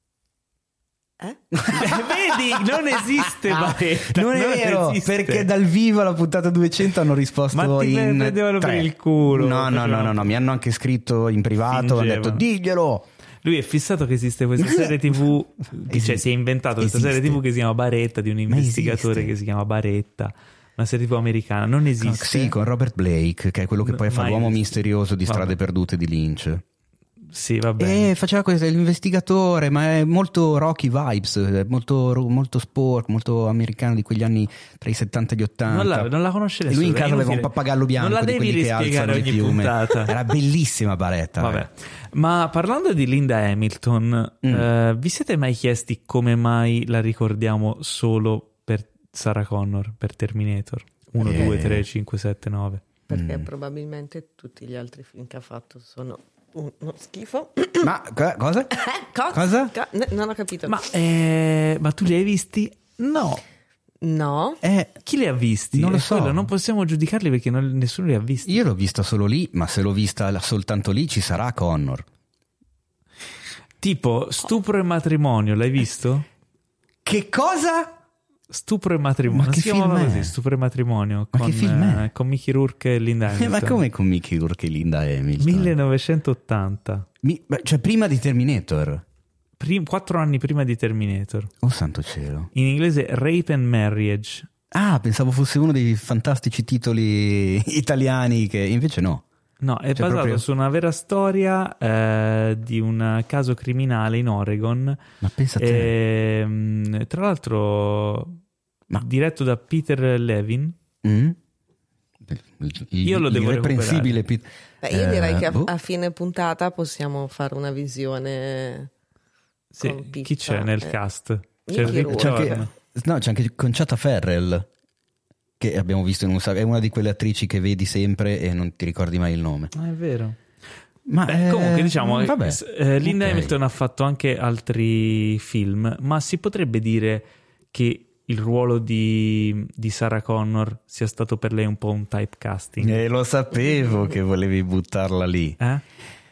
Eh? Vedi, non esiste Baretta. Non è vero, esiste. perché dal vivo alla puntata duecento hanno risposto Ma ti in prendevano per tre. il culo. No, no, no, no, no, mi hanno anche scritto in privato, hanno Fingeva. detto diglielo. Lui è fissato che esiste questa serie tivù, che, cioè si è inventato questa Esiste. serie tivù che si chiama Baretta, di un investigatore esiste. che si chiama Baretta, una serie tivù americana, non esiste. Sì, con Robert Blake, che è quello che poi fa Mai l'uomo visto. misterioso di Strade Vabbè. Perdute di Lynch. Sì, va bene. E faceva questo, è l'investigatore, ma è molto Rocky vibes, è molto, molto sport, molto americano di quegli anni tra i settanta e gli ottanta. Non la, non la conosce E nessuno. lui in è casa aveva un inutile. pappagallo bianco Non la di devi quelli che rispiegare alzano il ogni fiume. puntata. Era bellissima Baretta. Vabbè, raga. ma parlando di Linda Hamilton, Mm. eh, vi siete mai chiesti come mai la ricordiamo solo per Sarah Connor, per Terminator? uno, Eh. due, tre, cinque, sette, nove. Perché Mm. probabilmente tutti gli altri film che ha fatto sono uno schifo. Ma co- cosa? Eh, co- Cosa? co- n- non ho capito. Ma, eh, ma tu li hai visti? No. No. Eh, Chi li ha visti? Non lo È so. quello, non possiamo giudicarli perché non- nessuno li ha visti. io l'ho vista solo lì, ma se l'ho vista soltanto lì ci sarà Connor. Tipo Stupro e matrimonio, l'hai visto? Che cosa? Stupro e matrimonio. Ma che si chiamava film è? così, Stupro e matrimonio. Ma con, che film è? eh, con Mickey Rourke e Linda Eh, Hamilton. ma come con Mickey Rourke e Linda Hamilton? millenovecentottanta. Mi- beh, cioè prima di Terminator. Prim- quattro anni prima di Terminator. Oh santo cielo. In inglese Rape and Marriage. Ah, pensavo fosse uno dei fantastici titoli italiani che invece no. No, è Cioè, basato proprio- su una vera storia eh, di un caso criminale in Oregon. Ma pensa a te. Ehm, tra l'altro Ma- diretto da Peter Levin. Mm? Io lo devo L'irreprensibile Pit- Beh, io direi Eh, che a, boh. a fine puntata possiamo fare una visione Sì, con chi pizza c'è nel e- cast? C'è Mickey Rick Rourke. C'è Jordan. anche, no, c'è anche Conciata Ferrell, che abbiamo visto in un sacco. È una di quelle attrici che vedi sempre e non ti ricordi mai il nome. Ah, è vero. Ma Beh, eh, comunque diciamo, vabbè. eh, Linda Ok. Hamilton ha fatto anche altri film, ma si potrebbe dire che il ruolo di, di Sarah Connor sia stato per lei un po' un typecasting. Eh, lo sapevo che volevi buttarla lì. Eh?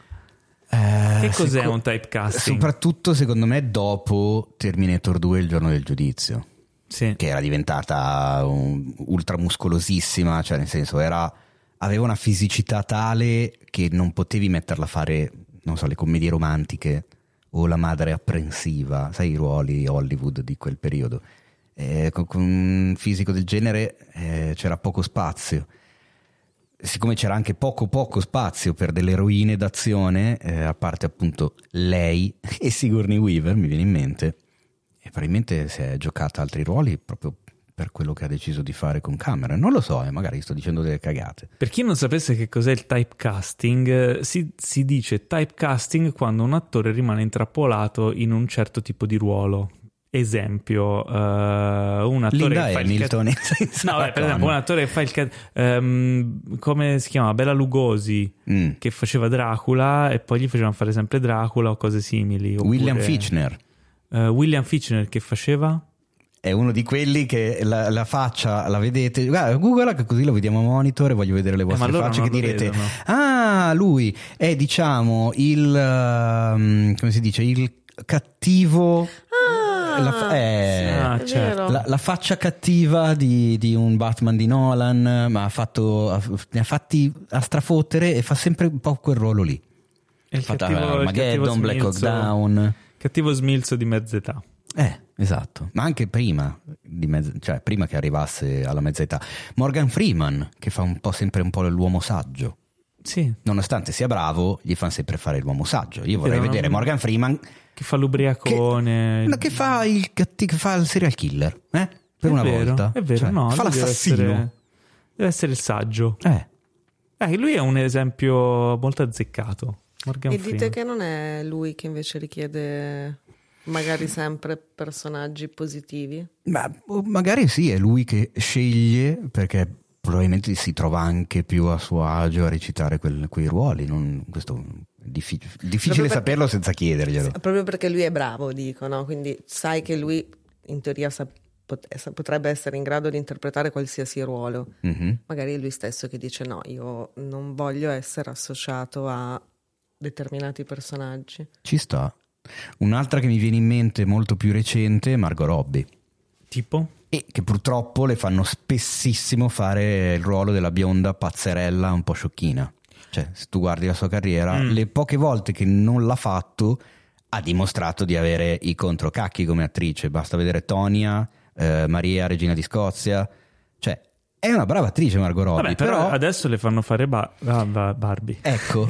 Eh, Che cos'è sicu- un typecasting? Soprattutto secondo me dopo Terminator due, il giorno del giudizio, Sì. che era diventata un- ultramuscolosissima, cioè nel senso era, aveva una fisicità tale che non potevi metterla a fare, non so, le commedie romantiche o la madre apprensiva, sai i ruoli Hollywood di quel periodo. Eh, con, con un fisico del genere eh, c'era poco spazio. Siccome c'era anche poco poco spazio per delle eroine d'azione, eh, a parte appunto lei e Sigourney Weaver, mi viene in mente, e probabilmente si è giocata altri ruoli proprio per quello che ha deciso di fare con Cameron. Non lo so, eh, magari sto dicendo delle cagate. Per chi non sapesse che cos'è il typecasting, eh, si, si dice typecasting quando un attore rimane intrappolato in un certo tipo di ruolo. Esempio, eh, un attore Linda che fa Hamilton il in cat- senza no, beh, per Connor. esempio, un attore che fa il cat- ehm, come si chiama? Bela Lugosi, Mm. che faceva Dracula e poi gli facevano fare sempre Dracula o cose simili. Oppure, William Fichtner eh, William Fichtner che faceva? è uno di quelli che la, la faccia la vedete, guarda, Google che così lo vediamo a monitor e voglio vedere le Eh, ma vostre loro facce non che lo direte vedono. ah, lui è diciamo il um, come si dice, il cattivo. Ah, La fa- eh, sì, Ah, è certo. vero. La, la faccia cattiva di, di un Batman di Nolan, ma ha fatto, ha- ne ha fatti a strafottere e fa sempre un po' quel ruolo lì. È il Fatta cattivo, il Armageddon, cattivo Black Hawk smilzo- Down. cattivo smilzo di mezza età. Eh, esatto, ma anche prima di mezza, cioè prima che arrivasse alla mezza età. Morgan Freeman, che fa un po' sempre un po' l'uomo saggio. Sì, Nonostante sia bravo, gli fanno sempre fare l'uomo saggio. Io vorrei Però vedere non- Morgan Freeman che fa l'ubriacone. che, che fa il catti- che fa il serial killer, eh? Per È una vero, volta. È vero, Cioè, no, fa lui deve l'assassino. essere, deve essere il saggio. Eh. Eh, lui è un esempio molto azzeccato. Morgan E dite Freeman. che non è lui che invece richiede magari sempre personaggi positivi? Ma oh, magari sì, è lui che sceglie perché probabilmente si trova anche più a suo agio a recitare quel- quei ruoli. Non, questo è diffi- difficile perché- saperlo senza chiederglielo. Proprio perché lui è bravo, dico, no? Quindi sai che lui in teoria sa- pot- sa- potrebbe essere in grado di interpretare qualsiasi ruolo. Mhm. Magari è lui stesso che dice no, io non voglio essere associato a determinati personaggi. Ci sta. Un'altra che mi viene in mente molto più recente è Margot Robbie. Tipo? E che purtroppo le fanno spessissimo fare il ruolo della bionda pazzerella un po' sciocchina. Cioè, se tu guardi la sua carriera, Mm. le poche volte che non l'ha fatto ha dimostrato di avere i controcacchi come attrice. Basta vedere Tonya, eh, Maria, regina di Scozia. Cioè, è una brava attrice Margot Robbie. Vabbè, però, però, adesso le fanno fare ba- ah, ba- Barbie. ecco,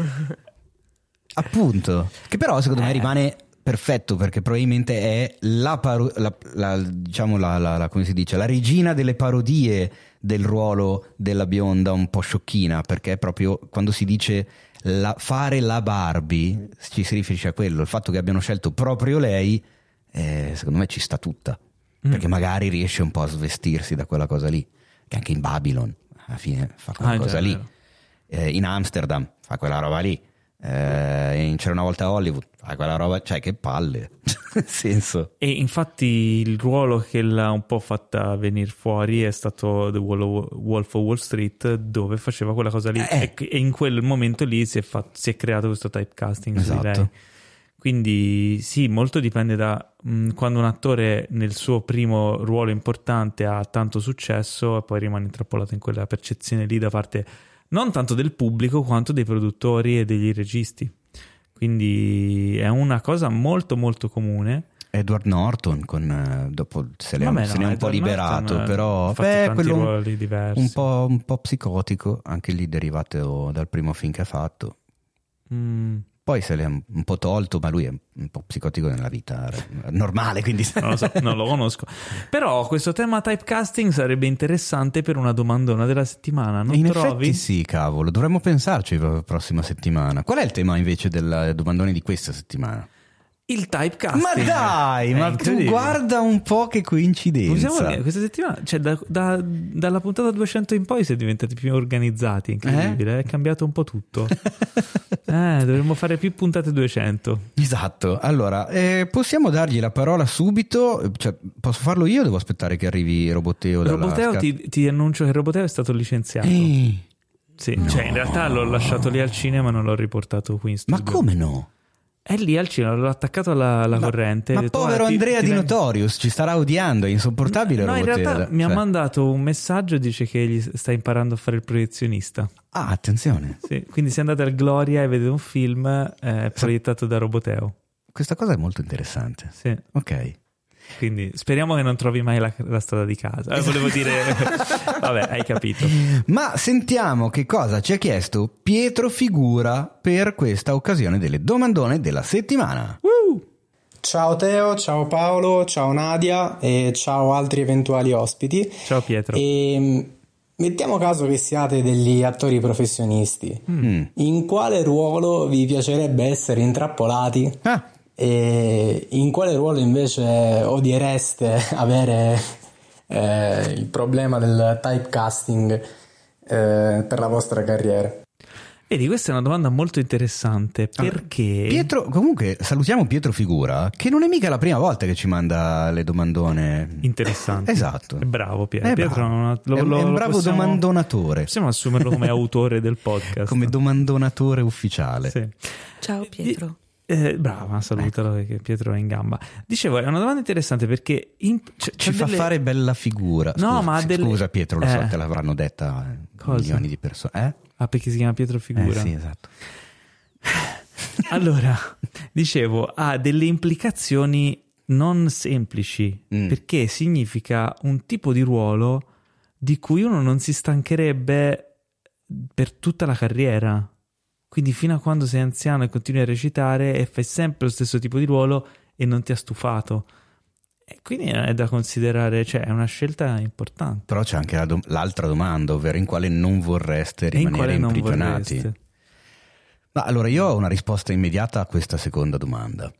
appunto, che però secondo me rimane perfetto perché probabilmente è la, paro- la, la diciamo la, la, la come si dice, la regina delle parodie del ruolo della bionda un po' sciocchina, perché proprio quando si dice la, fare la Barbie ci si riferisce a quello, il fatto che abbiano scelto proprio lei, eh, secondo me ci sta tutta, perché magari riesce un po' a svestirsi da quella cosa lì, che anche in Babylon alla fine fa quella Ah, cosa già, lì, vero. eh, in Amsterdam fa quella roba lì, eh, in C'era una volta a Hollywood fa quella roba, cioè che palle nel senso. E infatti il ruolo che l'ha un po' fatta venire fuori è stato The Wall- Wolf of Wall Street, dove faceva quella cosa lì. Eh. E, e in quel momento lì si è, fatto, si è creato questo typecasting su di lei. Esatto. Quindi sì, molto dipende da mh, quando un attore nel suo primo ruolo importante ha tanto successo e poi rimane intrappolato in quella percezione lì da parte non tanto del pubblico quanto dei produttori e degli registi. Quindi è una cosa molto molto comune. Edward Norton con, eh, dopo se, le, Vabbè, se no, ne è un Edward po' liberato, Norton, però ha fatto beh, tanti quello ruoli diversi. un po', un po' psicotico, anche lì derivato dal primo film che ha fatto. Mm. Poi se l'è un, un po' tolto, ma lui è un po' psicotico nella vita normale, quindi non lo so, non lo conosco. Però questo tema typecasting sarebbe interessante per una domandona della settimana, non in trovi? effetti sì, cavolo, dovremmo pensarci la prossima settimana. Qual è il tema invece del domandone di questa settimana? Il typecasting. Ma dai, È ma tu incredibile. guarda un po' che coincidenza. Possiamo dire, questa settimana, cioè da, da- dalla puntata duecento in poi si è diventati più organizzati, incredibile, è cambiato un po' tutto. eh, dovremmo fare più puntate duecento. Esatto, allora eh, possiamo dargli la parola subito, cioè, posso farlo io o devo aspettare che arrivi Roboteo dalla Roboteo, sca- ti, ti annuncio che Roboteo è stato licenziato. Eh, Sì, cioè in realtà l'ho lasciato lì al cinema, non l'ho riportato qui in ma studio. come no? È lì al cinema, l'ho attaccato alla, alla Ma- corrente. Ma ho detto, povero "Ah, ti- Andrea ti di vengo-" Notorious ci starà odiando, è insopportabile No, in Roboteo. realtà mi ha Cioè- mandato un messaggio e dice che gli sta imparando a fare il proiezionista. Ah, attenzione, Sì, quindi se andate al Gloria e vedete un film eh, proiettato da Roboteo. questa cosa è molto interessante. Sì, Ok. quindi speriamo che non trovi mai la, la strada di casa. Eh, volevo dire, vabbè, hai capito. Ma sentiamo che cosa ci ha chiesto Pietro Figura per questa occasione delle domandone della settimana. Uh! Ciao Teo, ciao Paolo, ciao Nadia e ciao altri eventuali ospiti. Ciao Pietro. E mettiamo caso che siate degli attori professionisti. Mm. In quale ruolo vi piacerebbe essere intrappolati? Ah, E in quale ruolo invece odiereste avere eh, il problema del typecasting eh, per la vostra carriera? Vedi, questa è una domanda molto interessante perché... Pietro, comunque salutiamo Pietro Figura, che non è mica la prima volta che ci manda le domandone. Interessante. Esatto. È bravo Pietro. È Pietro bravo. non ha- lo- È un- lo- è un lo bravo possiamo- domandonatore. Possiamo assumerlo come autore del podcast. Come domandonatore ufficiale. Sì. Ciao Pietro. Eh, brava, salutalo Ecco. che Pietro è in gamba. Dicevo, è una domanda interessante perché in- c'è- Ci c'è fa delle- fare bella figura. No, Scusa, ma sì, delle- scusa Pietro, lo so, Eh. te l'avranno detta eh, Cosa? milioni di persone. Eh? Ah, perché si chiama Pietro Figura. Eh sì, esatto. Allora, dicevo, ha delle implicazioni non semplici, Mm. perché significa un tipo di ruolo di cui uno non si stancherebbe per tutta la carriera. Quindi fino a quando sei anziano e continui a recitare e fai sempre lo stesso tipo di ruolo e non ti ha stufato. E quindi è da considerare, cioè è una scelta importante. Però c'è anche la dom- l'altra domanda, ovvero in quale non vorreste E in rimanere quale non imprigionati. vorreste? Ma allora io ho una risposta immediata a questa seconda domanda,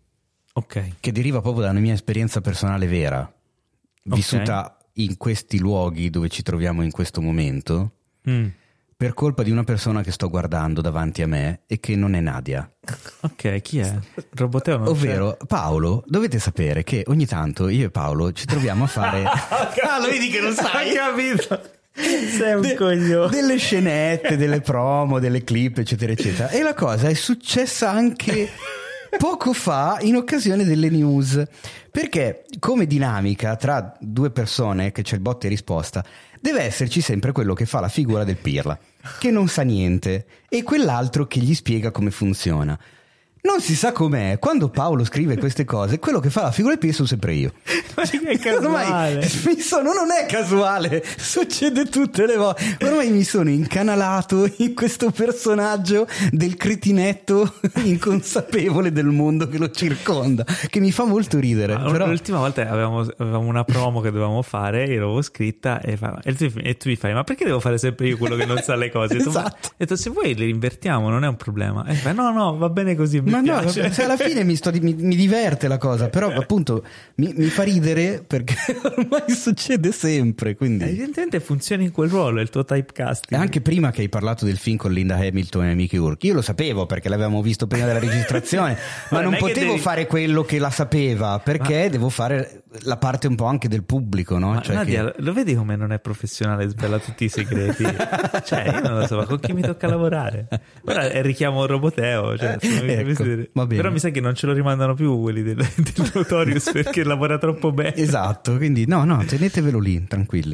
Ok. che deriva proprio da una mia esperienza personale vera, vissuta in questi luoghi dove ci troviamo in questo momento, Mm. per colpa di una persona che sto guardando davanti a me e che non è Nadia. Ok, chi è? Roboteo non c'è? Ovvero Paolo, dovete sapere che ogni tanto io e Paolo ci troviamo a fare ah, lo vedi che non sai? Hai capito? Sei un De- coglione. delle scenette, delle promo, delle clip, eccetera, eccetera. E la cosa è successa anche poco fa in occasione delle news, perché come dinamica tra due persone che c'è il botta e risposta deve esserci sempre quello che fa la figura del pirla, che non sa niente, e quell'altro che gli spiega come funziona. Non si sa com'è, quando Paolo scrive queste cose, quello che fa la figura del pirla sono sempre io. Ma che è Ormai casuale. mi sono, non è casuale, succede tutte le volte. Ormai mi sono incanalato in questo personaggio del cretinetto inconsapevole del mondo che lo circonda, che mi fa molto ridere. Ah, Però... L'ultima volta avevamo, avevamo una promo che dovevamo fare, io l'avevo scritta e, fa, e, tu, e tu mi fai: ma perché devo fare sempre io quello che non sa le cose? Ho detto, Esatto. "Ma-" ho detto, se vuoi le invertiamo, non è un problema. E fai: no, no, va bene così. Mi Ma no, piace." cioè, alla fine mi, sto, mi, mi diverte la cosa, però appunto mi, mi fa ridere perché ormai succede sempre. Quindi... Evidentemente funziona in quel ruolo, è il tuo typecasting. Anche prima che hai parlato del film con Linda Hamilton e Mickey Rourke, io lo sapevo perché l'avevamo visto prima della registrazione, ma Ma non non è che potevo devi- fare quello che la sapeva, perché devo fare la parte un po' anche del pubblico, no? Ma Cioè Nadia, che... lo vedi come non è professionale, svela tutti i segreti? Cioè, io non lo so, ma con chi mi tocca lavorare? Ora è richiamo Roboteo, cioè, Ecco, va bene. però mi sa che non ce lo rimandano più quelli del, del Notorious perché lavora troppo bene. Esatto, quindi no, no, tenetevelo lì, tranquilli.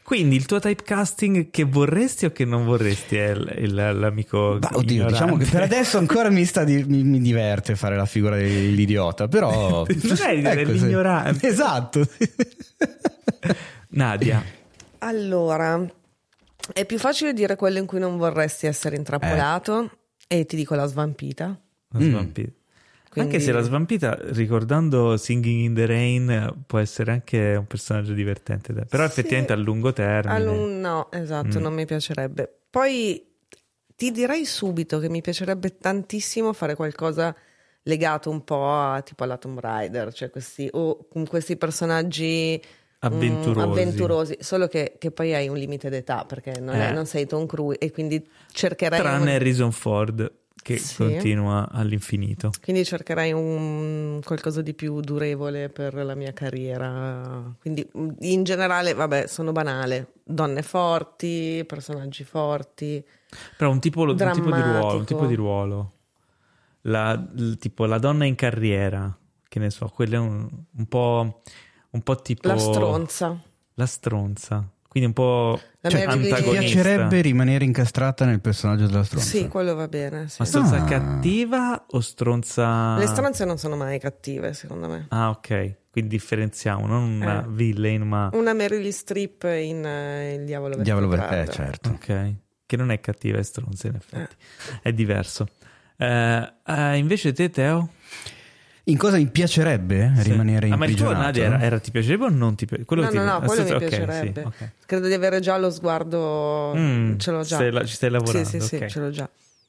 Quindi il tuo typecasting che vorresti o che non vorresti è il, il, l'amico bah, oddio, ignorante. diciamo che per adesso ancora mi, sta di, mi, mi diverte fare la figura dell'idiota, però non è ecco, l'ignorante. Esatto. Nadia. Allora, è più facile dire quello in cui non vorresti essere intrappolato Eh. e ti dico la svampita. La Mm. svampita. Quindi- Anche se la svampita, ricordando Singing in the Rain, può essere anche un personaggio divertente, dai. Però Sì. effettivamente a lungo termine. A lun- no, esatto, Mm. non mi piacerebbe. Poi ti direi subito che mi piacerebbe tantissimo fare qualcosa legato un po' a tipo alla Tomb Raider, cioè questi o con questi personaggi mm, Avventurosi. avventurosi, solo che, che poi hai un limite d'età perché non, è- Eh. non sei Tom Cruise e quindi cercherai Tranne un, Harrison Ford, che Sì. continua all'infinito. quindi cercherai un qualcosa di più durevole per la mia carriera. Quindi mm, in generale, vabbè, sono banale, donne forti, personaggi forti. Però un tipo, un tipo di ruolo, un Drammatico. tipo di ruolo. La, l- tipo la donna in carriera, che ne so, quello è un, un po' un po' tipo La stronza. La stronza. Quindi un po' La Cioè, Mary ti Jane. antagonista. piacerebbe rimanere incastrata nel personaggio della stronza? Sì, quello va bene. sì. Ma stronza Ah. cattiva o stronza... Le stronze non sono mai cattive, secondo me. Ah, ok. Quindi differenziamo, non una Eh. villain, ma... Una Meryl Streep in eh, Il diavolo veste Diavolo ver- Prada. eh, certo. Ok. Che non è cattiva, è stronza in effetti. È diverso. Eh, eh, invece te, Teo? In cosa mi piacerebbe Sì. rimanere Ah, ma il tuo, imprigionato? Nadia, era, era- ti piaceva o non ti piaceva? No, no, no, quello mi ok, piacerebbe. sì, ok. Credo di avere già lo sguardo. Mm, ce l'ho già. stai la- ci stai lavorando, Sì, sì, ok. sì, ce l'ho già.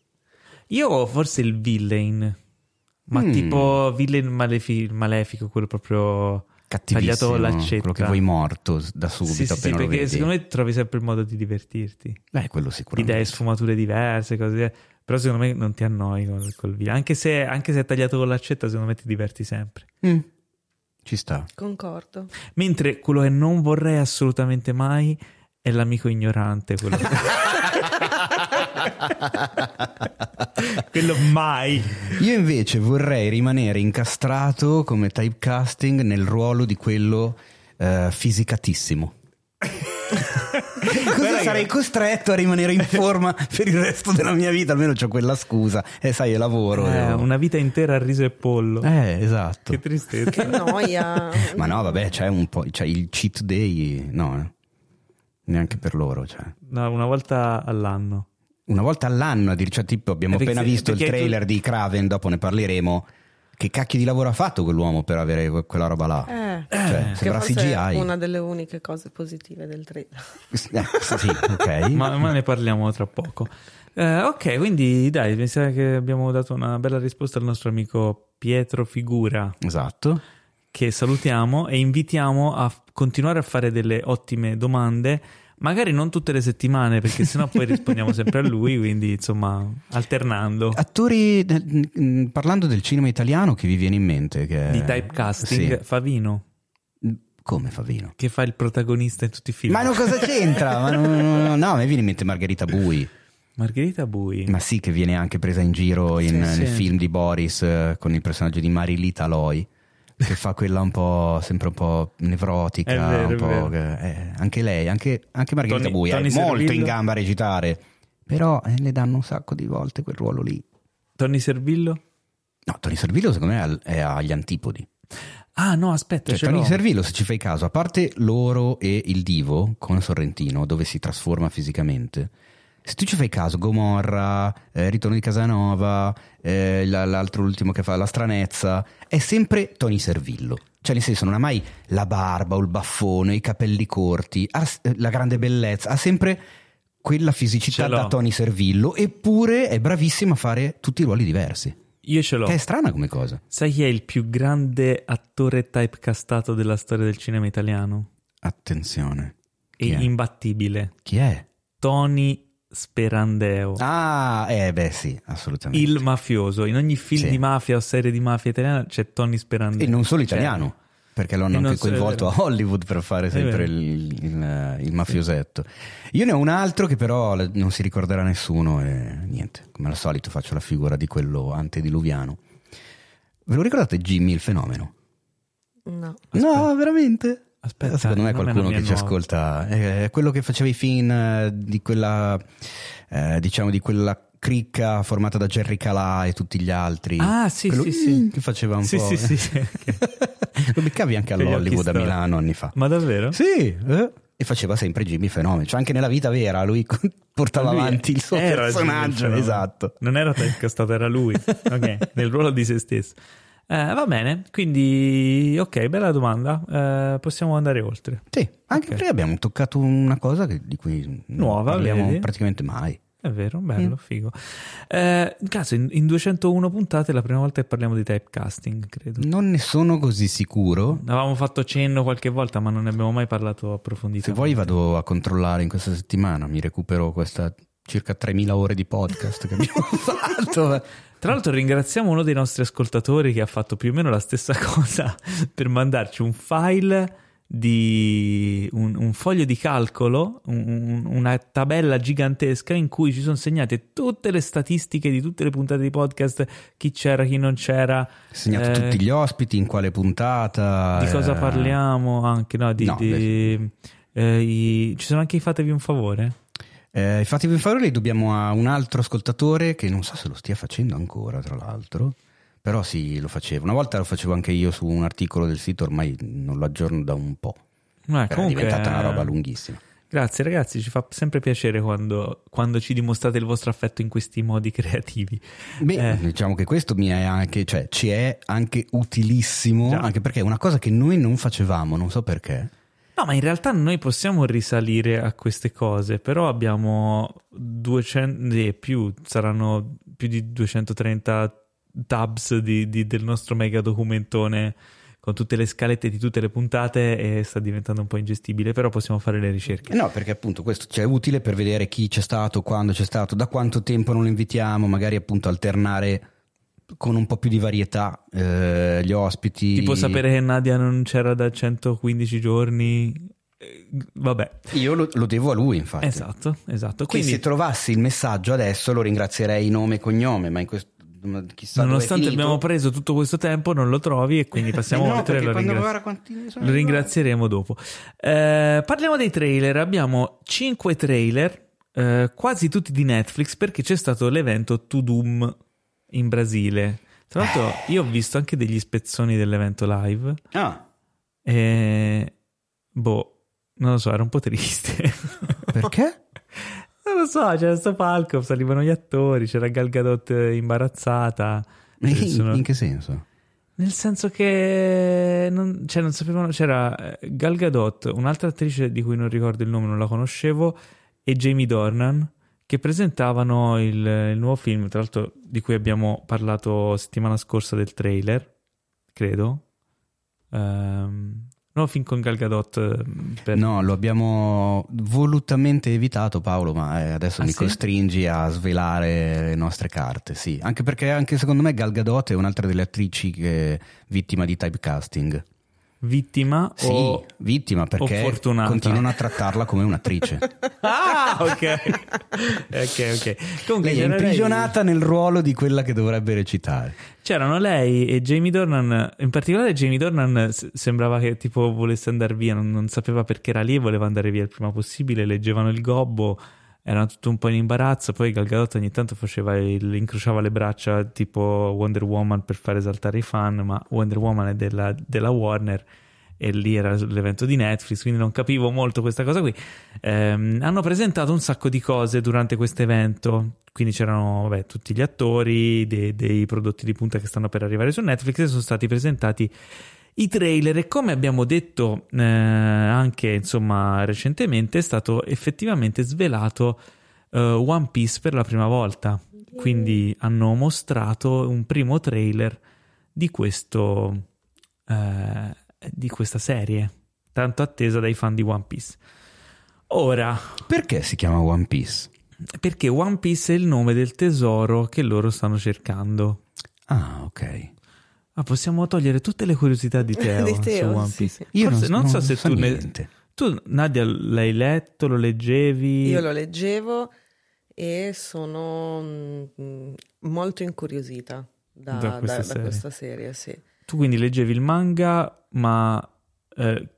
Io ho forse il villain, ma Mm. tipo villain malefi- malefico, quello proprio Cattivissimo, tagliato l'accetta. quello che vuoi morto s- da subito Sì, sì, sì, appena lo perché vedi. secondo me trovi sempre il modo di divertirti. Eh, quello sicuramente. Idee, sfumature diverse, cose. Però secondo me non ti annoi col, col villain. Anche se, anche se è tagliato con l'accetta, secondo me ti diverti sempre. Mm. Ci sta. Concordo. Mentre quello che non vorrei assolutamente mai è l'amico ignorante. Quello, quello mai. Io invece vorrei rimanere incastrato come typecasting nel ruolo di quello eh, fisicatissimo. Così sarei costretto a rimanere in forma per il resto della mia vita, almeno c'ho quella scusa. E sai, io lavoro. Eh, devo- una vita intera a riso e pollo. Eh, esatto. Che tristezza. Che noia. Ma no, vabbè, c'è un po', c'è il cheat day, no, eh. Neanche per loro, cioè. No, una volta all'anno. Una volta all'anno, addirittura, tipo, abbiamo Eh, perché- appena visto il perché tu- trailer di Kraven, dopo ne parleremo. Che cacchio di lavoro ha fatto quell'uomo per avere que- quella roba là? Eh, Cioè, che sembra forse C G è I. una delle uniche cose positive del trailer. Eh, sì, ok. Ma, ma ne parliamo tra poco. Eh, ok, quindi dai, mi sa che abbiamo dato una bella risposta al nostro amico Pietro Figura, Esatto. che salutiamo e invitiamo a f- continuare a fare delle ottime domande. Magari non tutte le settimane, perché sennò poi rispondiamo sempre a lui, quindi insomma alternando. Attori, eh, mm, parlando del cinema italiano, che vi viene in mente? Che... Di typecasting, Sì. Favino, Come Favino? che fa il protagonista in tutti i film. Ma no, cosa c'entra? Ma no, no, no, no, a me viene in mente Margherita Bui. Margherita Bui. Ma sì, che viene anche presa in giro in- Sì, nel sì. film di Boris eh, con il personaggio di Marilita Loi, che fa quella un po' sempre un po' nevrotica, È vero, un è po' vero. che- eh, anche lei, anche, anche Margherita Tony- Bui è Tony molto Servillo? in gamba a recitare, però eh, le danno un sacco di volte quel ruolo lì. Tony Servillo? No, Tony Servillo secondo me è al- è agli antipodi. Ah no, aspetta, Cioè, ce Tony l'ho. Servillo, se ci fai caso, a parte loro e il divo con Sorrentino, dove si trasforma fisicamente, se tu ci fai caso, Gomorra, eh, Ritorno di Casanova, eh, l- l'altro ultimo che fa La stranezza, è sempre Tony Servillo. Cioè, nel senso, non ha mai la barba o il baffone, i capelli corti, ha s- la grande bellezza, ha sempre quella fisicità Ce l'ho. da Tony Servillo, eppure è bravissimo a fare tutti i ruoli diversi. Io ce l'ho. Che è strana come cosa. Sai chi è il più grande attore typecastato della storia del cinema italiano? Attenzione. E Chi è? imbattibile. Chi è? Tony Sperandeo. Ah, eh beh sì, assolutamente. Il mafioso. In ogni film Sì. di mafia o serie di mafia italiana c'è Tony Sperandeo. E non solo Cioè, italiano, perché lo E hanno non anche so- è coinvolto vero. a Hollywood per fare È sempre vero. il, il- il mafiosetto. Io ne ho un altro che però le- non si ricorderà nessuno e niente, come al solito faccio la figura di quello antediluviano. Ve lo ricordate Jimmy il fenomeno? No. No, veramente? Aspetta, secondo me non è qualcuno una che mia ci nuova. ascolta è quello che faceva i film eh, di quella eh, diciamo di quella cricca formata da Jerry Calà e tutti gli altri. Ah, sì, quello sì, sì. che faceva un Sì, po'. sì, sì, sì. Lo beccavi anche Per gli occhi all'Hollywood a storti. Milano anni fa. Ma davvero? Sì, eh? E faceva sempre Jimmy Fenomeno, cioè anche nella vita vera lui portava Lui avanti il suo era personaggio, Jimmy esatto. Non era typecastato, era lui, ok, nel ruolo di se stesso. Eh, va bene, quindi ok, bella domanda. Eh, possiamo andare oltre. Sì, anche Ok. perché abbiamo toccato una cosa che- di cui non Nuova, parliamo vedi? praticamente mai. È vero, bello, Mm. figo. Eh, in caso, in, in duecentouno puntate è la prima volta che parliamo di typecasting, credo. Non ne sono così sicuro. Avevamo fatto cenno qualche volta, ma non ne abbiamo mai parlato Se approfonditamente. vuoi vado a controllare in questa settimana, mi recupero questa circa tremila ore di podcast che abbiamo fatto. Tra l'altro ringraziamo uno dei nostri ascoltatori che ha fatto più o meno la stessa cosa per mandarci un file di un, un foglio di calcolo, un- una tabella gigantesca in cui ci sono segnate tutte le statistiche di tutte le puntate di podcast, chi c'era, chi non c'era, Segnato eh, tutti gli ospiti, in quale puntata. di cosa eh, parliamo, anche no, di, no, di- eh, i- ci sono anche i fatevi un favore. Eh, infatti per favore li dobbiamo a un altro ascoltatore che non so se lo stia facendo ancora, tra l'altro, però sì, lo facevo. Una volta lo facevo anche io su un articolo del sito, ormai non lo aggiorno da un po'. Ma Era comunque, diventata una eh, roba lunghissima. Grazie ragazzi, ci fa sempre piacere quando, quando ci dimostrate il vostro affetto in questi modi creativi. Beh, Eh. diciamo che questo mi è anche, cioè, ci è anche utilissimo, Già. anche perché è una cosa che noi non facevamo, non so perché. No, ma in realtà noi possiamo risalire a queste cose, però abbiamo duecento e più, saranno più di duecentotrenta tabs di, di- del nostro mega documentone con tutte le scalette di tutte le puntate e sta diventando un po' ingestibile, però possiamo fare le ricerche. No, perché appunto questo ci è utile per vedere chi c'è stato, quando c'è stato, da quanto tempo non lo invitiamo, magari appunto alternare con un po' più di varietà eh, gli ospiti. Tipo sapere che Nadia non c'era da centoquindici giorni, eh, vabbè. Io lo, lo devo a lui, infatti. Esatto, esatto. Quindi Quindi se trovassi il messaggio adesso lo ringrazierei nome e cognome, ma in questo chissà nonostante dove è finito. abbiamo preso tutto questo tempo non lo trovi e quindi passiamo Eh no, oltre e perché lo, quando ringrazi- guarda quanti ne sono lo ringrazieremo dopo. Eh, parliamo dei trailer. Abbiamo cinque trailer, eh, quasi tutti di Netflix, perché c'è stato l'evento To Doom in Brasile. Tra l'altro io ho visto anche degli spezzoni dell'evento live Ah, e boh, non lo so, era un po' triste. perché? Non lo so, c'era sto palco, salivano gli attori, c'era Gal Gadot imbarazzata. In, Sono- in che senso? Nel senso che non, cioè non sapevano, c'era eh, Gal Gadot, un'altra attrice di cui non ricordo il nome, non la conoscevo, e Jamie Dornan, che presentavano il, il nuovo film, tra l'altro di cui abbiamo parlato settimana scorsa del trailer, credo. Ehm, nuovo film con Gal Gadot. eh, Per... No, lo abbiamo volutamente evitato, Paolo, ma eh, adesso Ah, mi sì? costringi a svelare le nostre carte, sì. Anche perché anche secondo me Gal Gadot è un'altra delle attrici che è vittima di typecasting. Vittima Sì, o... vittima perché o fortunata? continuano a trattarla come un'attrice. Ah, ok. ok, ok. Comunque Lei è c'era imprigionata nel ruolo di quella che dovrebbe recitare. C'erano lei e Jamie Dornan, in particolare Jamie Dornan s- sembrava che tipo volesse andare via, non, non sapeva perché era lì e voleva andare via il prima possibile, leggevano il gobbo, erano tutto un po' in imbarazzo, poi Gal Gadot ogni tanto faceva il, incrociava le braccia tipo Wonder Woman per far esaltare i fan, ma Wonder Woman è della, della Warner e lì era l'evento di Netflix, quindi non capivo molto questa cosa qui. Ehm, hanno presentato un sacco di cose durante questo evento, quindi c'erano vabbè, tutti gli attori dei, dei prodotti di punta che stanno per arrivare su Netflix e sono stati presentati i trailer e come abbiamo detto eh, anche insomma recentemente è stato effettivamente svelato eh, One Piece per la prima volta, quindi hanno mostrato un primo trailer di questo eh, di questa serie tanto attesa dai fan di One Piece. Ora, Perché si chiama One Piece? perché One Piece è il nome del tesoro che loro stanno cercando. Ah, ok. Ah, possiamo togliere tutte le curiosità di Teo, Di Teo, su One sì, Piece. sì. Io Forse, non- non, so non se so tu ne... niente. Tu, Nadia, l'hai letto, lo leggevi? Io lo leggevo e sono mm, molto incuriosita da, Da questa da- da serie. questa serie, sì. Tu quindi leggevi il manga, ma eh,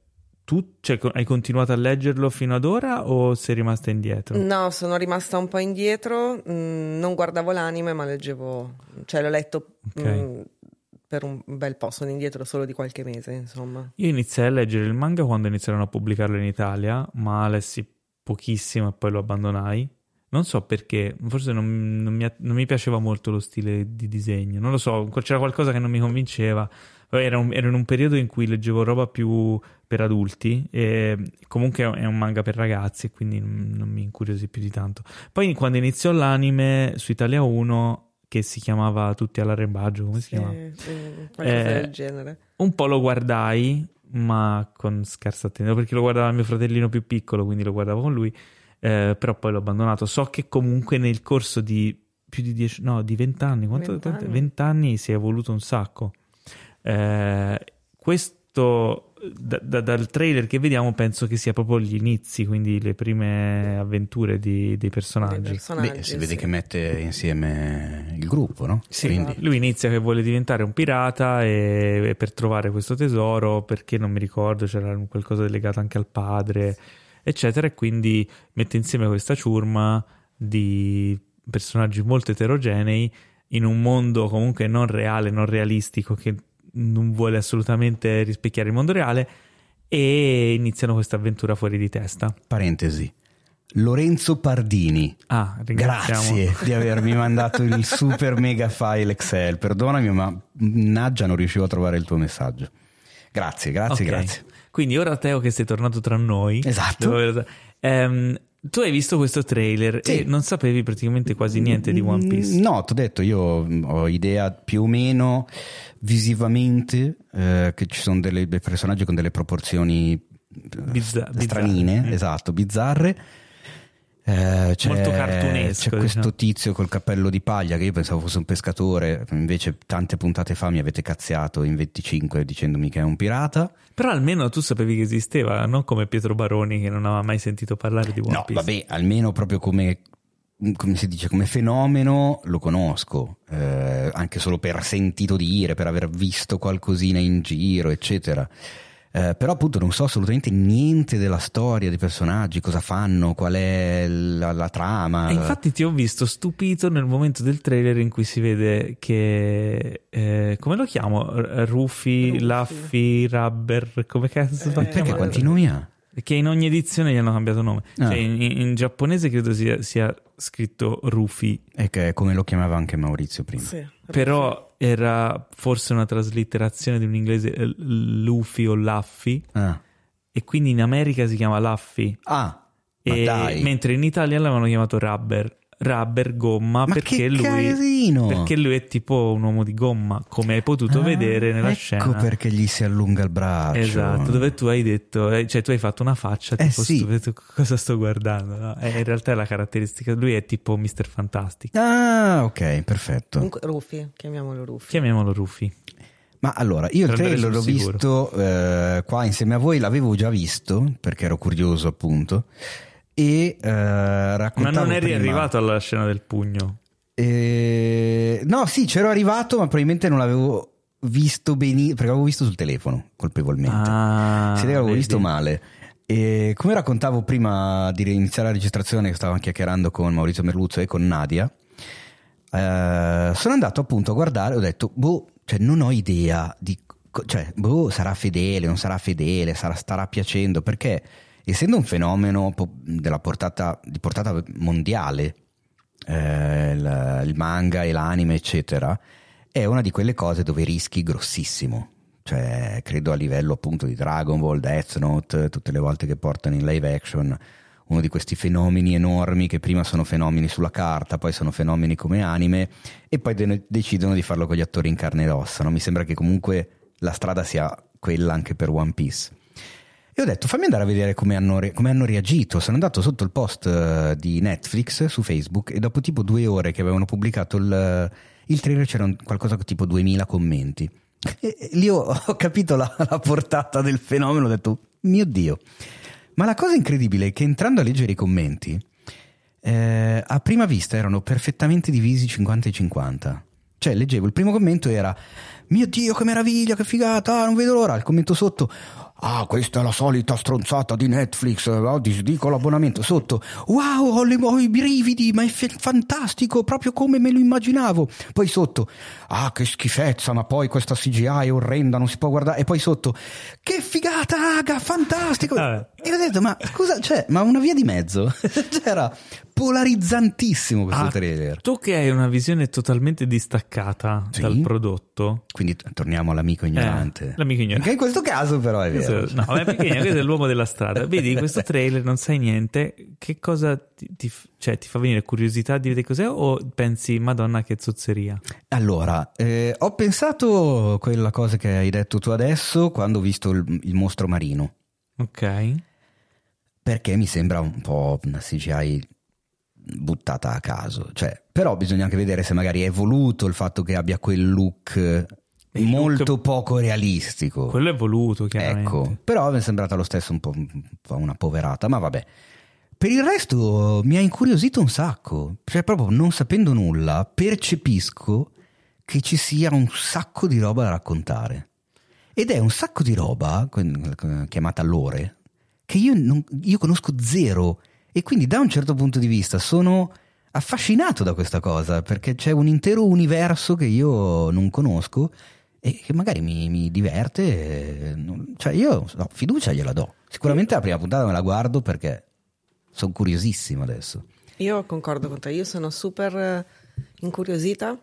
tu cioè, hai continuato a leggerlo fino ad ora o sei rimasta indietro? No, sono rimasta un po' indietro, mh, non guardavo l'anime ma leggevo, cioè l'ho letto Okay. mh, per un bel po', sono indietro solo di qualche mese, insomma. Io iniziai a leggere il manga quando iniziarono a pubblicarlo in Italia, ma lessi pochissimo e poi lo abbandonai. Non so perché, forse non, non mi, non mi piaceva molto lo stile di disegno, non lo so, c'era qualcosa che non mi convinceva. Poi Era, un- ero in un periodo in cui leggevo roba più per adulti e comunque è un manga per ragazzi, quindi non, non mi incuriosì più di tanto. Poi quando iniziò l'anime su Italia uno, che si chiamava Tutti all'arrembaggio, come si Sì, chiama? mh, qualcosa Eh, del genere. Un po' lo guardai, ma con scarsa attenzione, perché lo guardava mio fratellino più piccolo, quindi lo guardavo con lui, eh, però poi l'ho abbandonato. So che comunque nel corso di più di dieci, no, di vent'anni, quanto, Vent'anni. quanto- vent'anni si è evoluto un sacco. Eh, questo da- da- dal trailer che vediamo penso che sia proprio gli inizi, quindi le prime avventure di- dei Dei personaggi. personaggi, Beh, si vede sì. che mette insieme il gruppo, no? Sì, Quindi lui inizia che vuole diventare un pirata e, e per trovare questo tesoro, perché non mi ricordo, c'era qualcosa legato anche al padre, eccetera, e quindi mette insieme questa ciurma di personaggi molto eterogenei in un mondo comunque non reale, non realistico, che non vuole assolutamente rispecchiare il mondo reale, e iniziano questa avventura fuori di testa. parentesi. Lorenzo Pardini. Ah, ringraziamo. Grazie di avermi mandato il super mega file Excel. Perdonami, ma mannaggia non riuscivo a trovare il tuo messaggio. Grazie, grazie, Ok. grazie. Quindi ora Teo che sei tornato tra noi, Esatto. devo- ehm, tu hai visto questo trailer Sì. e non sapevi praticamente quasi niente di One Piece. Mm, No, ti ho detto, io ho idea più o meno visivamente eh, che ci sono delle- dei personaggi con delle proporzioni eh, Bizza- stranine, bizzarre. Mm. esatto, bizzarre. Eh, c'è, Molto cartunesco, c'è questo diciamo. tizio col cappello di paglia che io pensavo fosse un pescatore, invece tante puntate fa mi avete cazziato in venticinque dicendomi che è un pirata. Però almeno tu sapevi che esisteva, non come Pietro Baroni che non aveva mai sentito parlare di One No, Piece. vabbè, almeno proprio come, come si dice, come fenomeno lo conosco, eh, anche solo per sentito dire, per aver visto qualcosina in giro, eccetera. Eh, però appunto non so assolutamente niente della storia dei personaggi, cosa fanno, qual è la, la trama. E infatti ti ho visto stupito nel momento del trailer in cui si vede che eh, come lo chiamo? R- Rufy, Rufy. Luffy, Rubber, come cazzo Eh, fa? Perché chiama- quanti nomi ha? Che in ogni edizione gli hanno cambiato nome. Ah. Cioè, in, in giapponese credo sia, sia scritto Rufy, È che è come lo chiamava anche Maurizio prima. Sì, però era forse una traslitterazione di un inglese eh, Luffy o Luffy, Ah, e quindi in America si chiama Luffy. ah ma E dai. mentre in Italia l'avevano chiamato Rubber, Rubber gomma, Ma perché che lui casino! perché lui è tipo un uomo di gomma, come hai potuto Ah, vedere nella ecco scena. perché gli si allunga il braccio. Esatto, dove tu hai detto, eh, cioè tu hai fatto una faccia Eh tipo sì. stupido, cosa sto guardando? No? E in realtà è la caratteristica, lui è tipo mister Fantastic. Ah, ok, perfetto. Comunque, Rufy, chiamiamolo Rufy. Chiamiamolo Rufy. Ma allora, io il Per andare trailer l'ho sul sicuro. visto eh, qua insieme a voi, l'avevo già visto perché ero curioso appunto e eh, Ma raccontavo non eri prima- arrivato alla scena del pugno. Eh, no, sì, c'ero arrivato, ma probabilmente non l'avevo visto benissimo perché l'avevo visto sul telefono, colpevolmente. Ah, si vede che l'avevo vedi. visto male. E come raccontavo prima di iniziare la registrazione, che stavamo chiacchierando con Maurizio Merluzzo e con Nadia, eh, sono andato appunto a guardare, ho detto, boh, cioè non ho idea di, co- cioè, boh, sarà fedele, non sarà fedele, sarà, starà piacendo, perché essendo un fenomeno po- della portata, di portata mondiale, eh, il, il manga e l'anime eccetera, è una di quelle cose dove rischi grossissimo, cioè credo a livello appunto di Dragon Ball, Death Note, tutte le volte che portano in live action uno di questi fenomeni enormi che prima sono fenomeni sulla carta, poi sono fenomeni come anime e poi de- decidono di farlo con gli attori in carne ed ossa, no? Mi sembra che comunque la strada sia quella anche per One Piece. E ho detto fammi andare a vedere come hanno, re- come hanno reagito. Sono andato sotto il post eh, di Netflix su Facebook e dopo tipo due ore che avevano pubblicato il, il trailer c'era un- qualcosa tipo duemila commenti. E, e lì ho, ho capito la, la portata del fenomeno, ho detto mio Dio. Ma la cosa incredibile è che entrando a leggere i commenti eh, a prima vista erano perfettamente divisi cinquanta e cinquanta. Cioè leggevo il primo commento era mio Dio che meraviglia, che figata, ah, non vedo l'ora. Il commento sotto, ah, questa è la solita stronzata di Netflix, oh, disdico l'abbonamento. Sotto, wow, ho, le, ho i brividi, ma è f- fantastico, proprio come me lo immaginavo. Poi sotto, ah, che schifezza, ma poi questa C G I è orrenda, non si può guardare. E poi sotto, che figata, aga, fantastico. Ah. E ho detto, ma scusa, cioè, ma una via di mezzo? C'era polarizzantissimo questo Ah, trailer. tu che hai una visione totalmente distaccata Sì. dal prodotto. Quindi t- torniamo all'amico ignorante. Eh, l'amico ignorante. Che in questo caso però è vero. Questo- no, è perché questo è l'uomo della strada. Vedi questo trailer, non sai niente, che cosa ti, ti, cioè, ti fa venire curiosità di vedere cos'è, o pensi madonna che zozzeria? Allora, eh, ho pensato quella cosa che hai detto tu adesso quando ho visto il, il mostro marino, Ok. perché mi sembra un po' una C G I buttata a caso, cioè, però bisogna anche vedere se magari è voluto il fatto che abbia quel look Il molto look- poco realistico. Quello è voluto, chiaramente. Ecco, però mi è sembrata lo stesso un po', un po' una poverata, ma vabbè. Per il resto mi ha incuriosito un sacco, cioè proprio non sapendo nulla percepisco che ci sia un sacco di roba da raccontare, ed è un sacco di roba que- chiamata lore che io, non, io conosco zero, e quindi da un certo punto di vista sono affascinato da questa cosa, perché c'è un intero universo che io non conosco e che magari mi, mi diverte, eh, non- cioè io no, fiducia gliela do, sicuramente la prima puntata me la guardo perché sono curiosissimo adesso. Io concordo con te, io sono super eh, incuriosita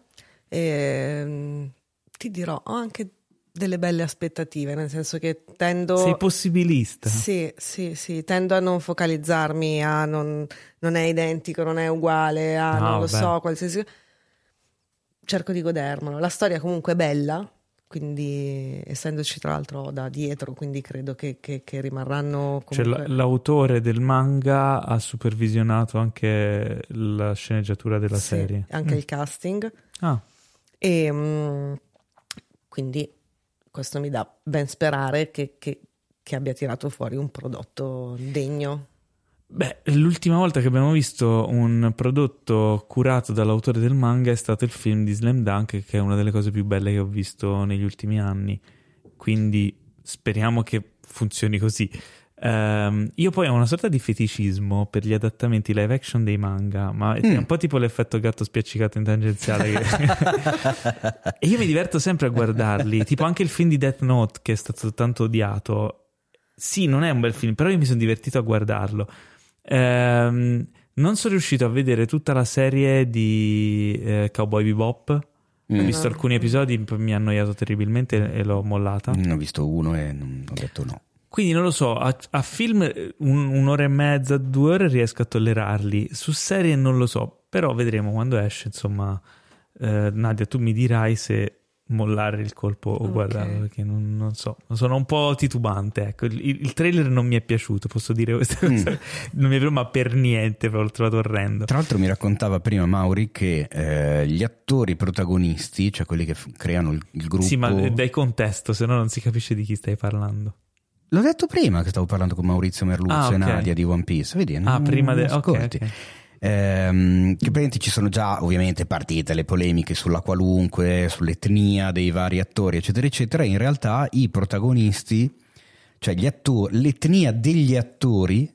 e mm, ti dirò, ho anche delle belle aspettative, nel senso che tendo... Sei possibilista. Sì, sì, sì, tendo a non focalizzarmi a non, non è identico, non è uguale, a No, non lo beh. so, qualsiasi... Cerco di godermelo. La storia comunque è bella, quindi essendoci tra l'altro da dietro, quindi credo che, che, che rimarranno Cioè, comunque... l- l'autore del manga ha supervisionato anche la sceneggiatura della Sì, serie. anche Mm. il casting. Ah, E mm, quindi questo mi dà ben sperare che, che- che abbia tirato fuori un prodotto degno. beh, l'ultima volta che abbiamo visto un prodotto curato dall'autore del manga è stato il film di Slam Dunk, che è una delle cose più belle che ho visto negli ultimi anni. Quindi speriamo che funzioni così. Ehm, io poi ho una sorta di feticismo per gli adattamenti live action dei manga, ma è Mm. un po' tipo l'effetto gatto spiaccicato in tangenziale. che- e io mi diverto sempre a guardarli, tipo anche il film di Death Note che è stato tanto odiato. Sì, non è un bel film, però io mi sono divertito a guardarlo. Ehm, non sono riuscito a vedere tutta la serie di eh, Cowboy Bebop. Ho Mm. visto No. alcuni episodi, poi mi ha annoiato terribilmente e l'ho mollata. Ne ho visto uno e non- ho detto no. Quindi non lo so, a, a film eh, un- un'ora e mezza, due ore riesco a tollerarli, su serie non lo so, però vedremo quando esce, insomma. Eh, Nadia, tu mi dirai se mollare il colpo o Ok. guardarlo, perché non, non so, sono un po' titubante, ecco. Il, il trailer non mi è piaciuto, posso dire questa Mm. cosa, non mi è piaciuto, ma per niente, l'ho trovato orrendo. Tra l'altro mi raccontava prima Mauri che eh, gli attori protagonisti, cioè quelli che f- creano il, il gruppo... Sì, ma dai contesto, se no non si capisce di chi stai parlando. L'ho detto prima che stavo parlando con Maurizio Merluzzo Ah, e ok. Nadia di One Piece, vedi? Ah, non- prima non de- ok, ascolti. ok. Ehm, che praticamente ci sono già ovviamente partite le polemiche sulla qualunque, sull'etnia dei vari attori eccetera eccetera. In realtà i protagonisti, cioè gli attori, l'etnia degli attori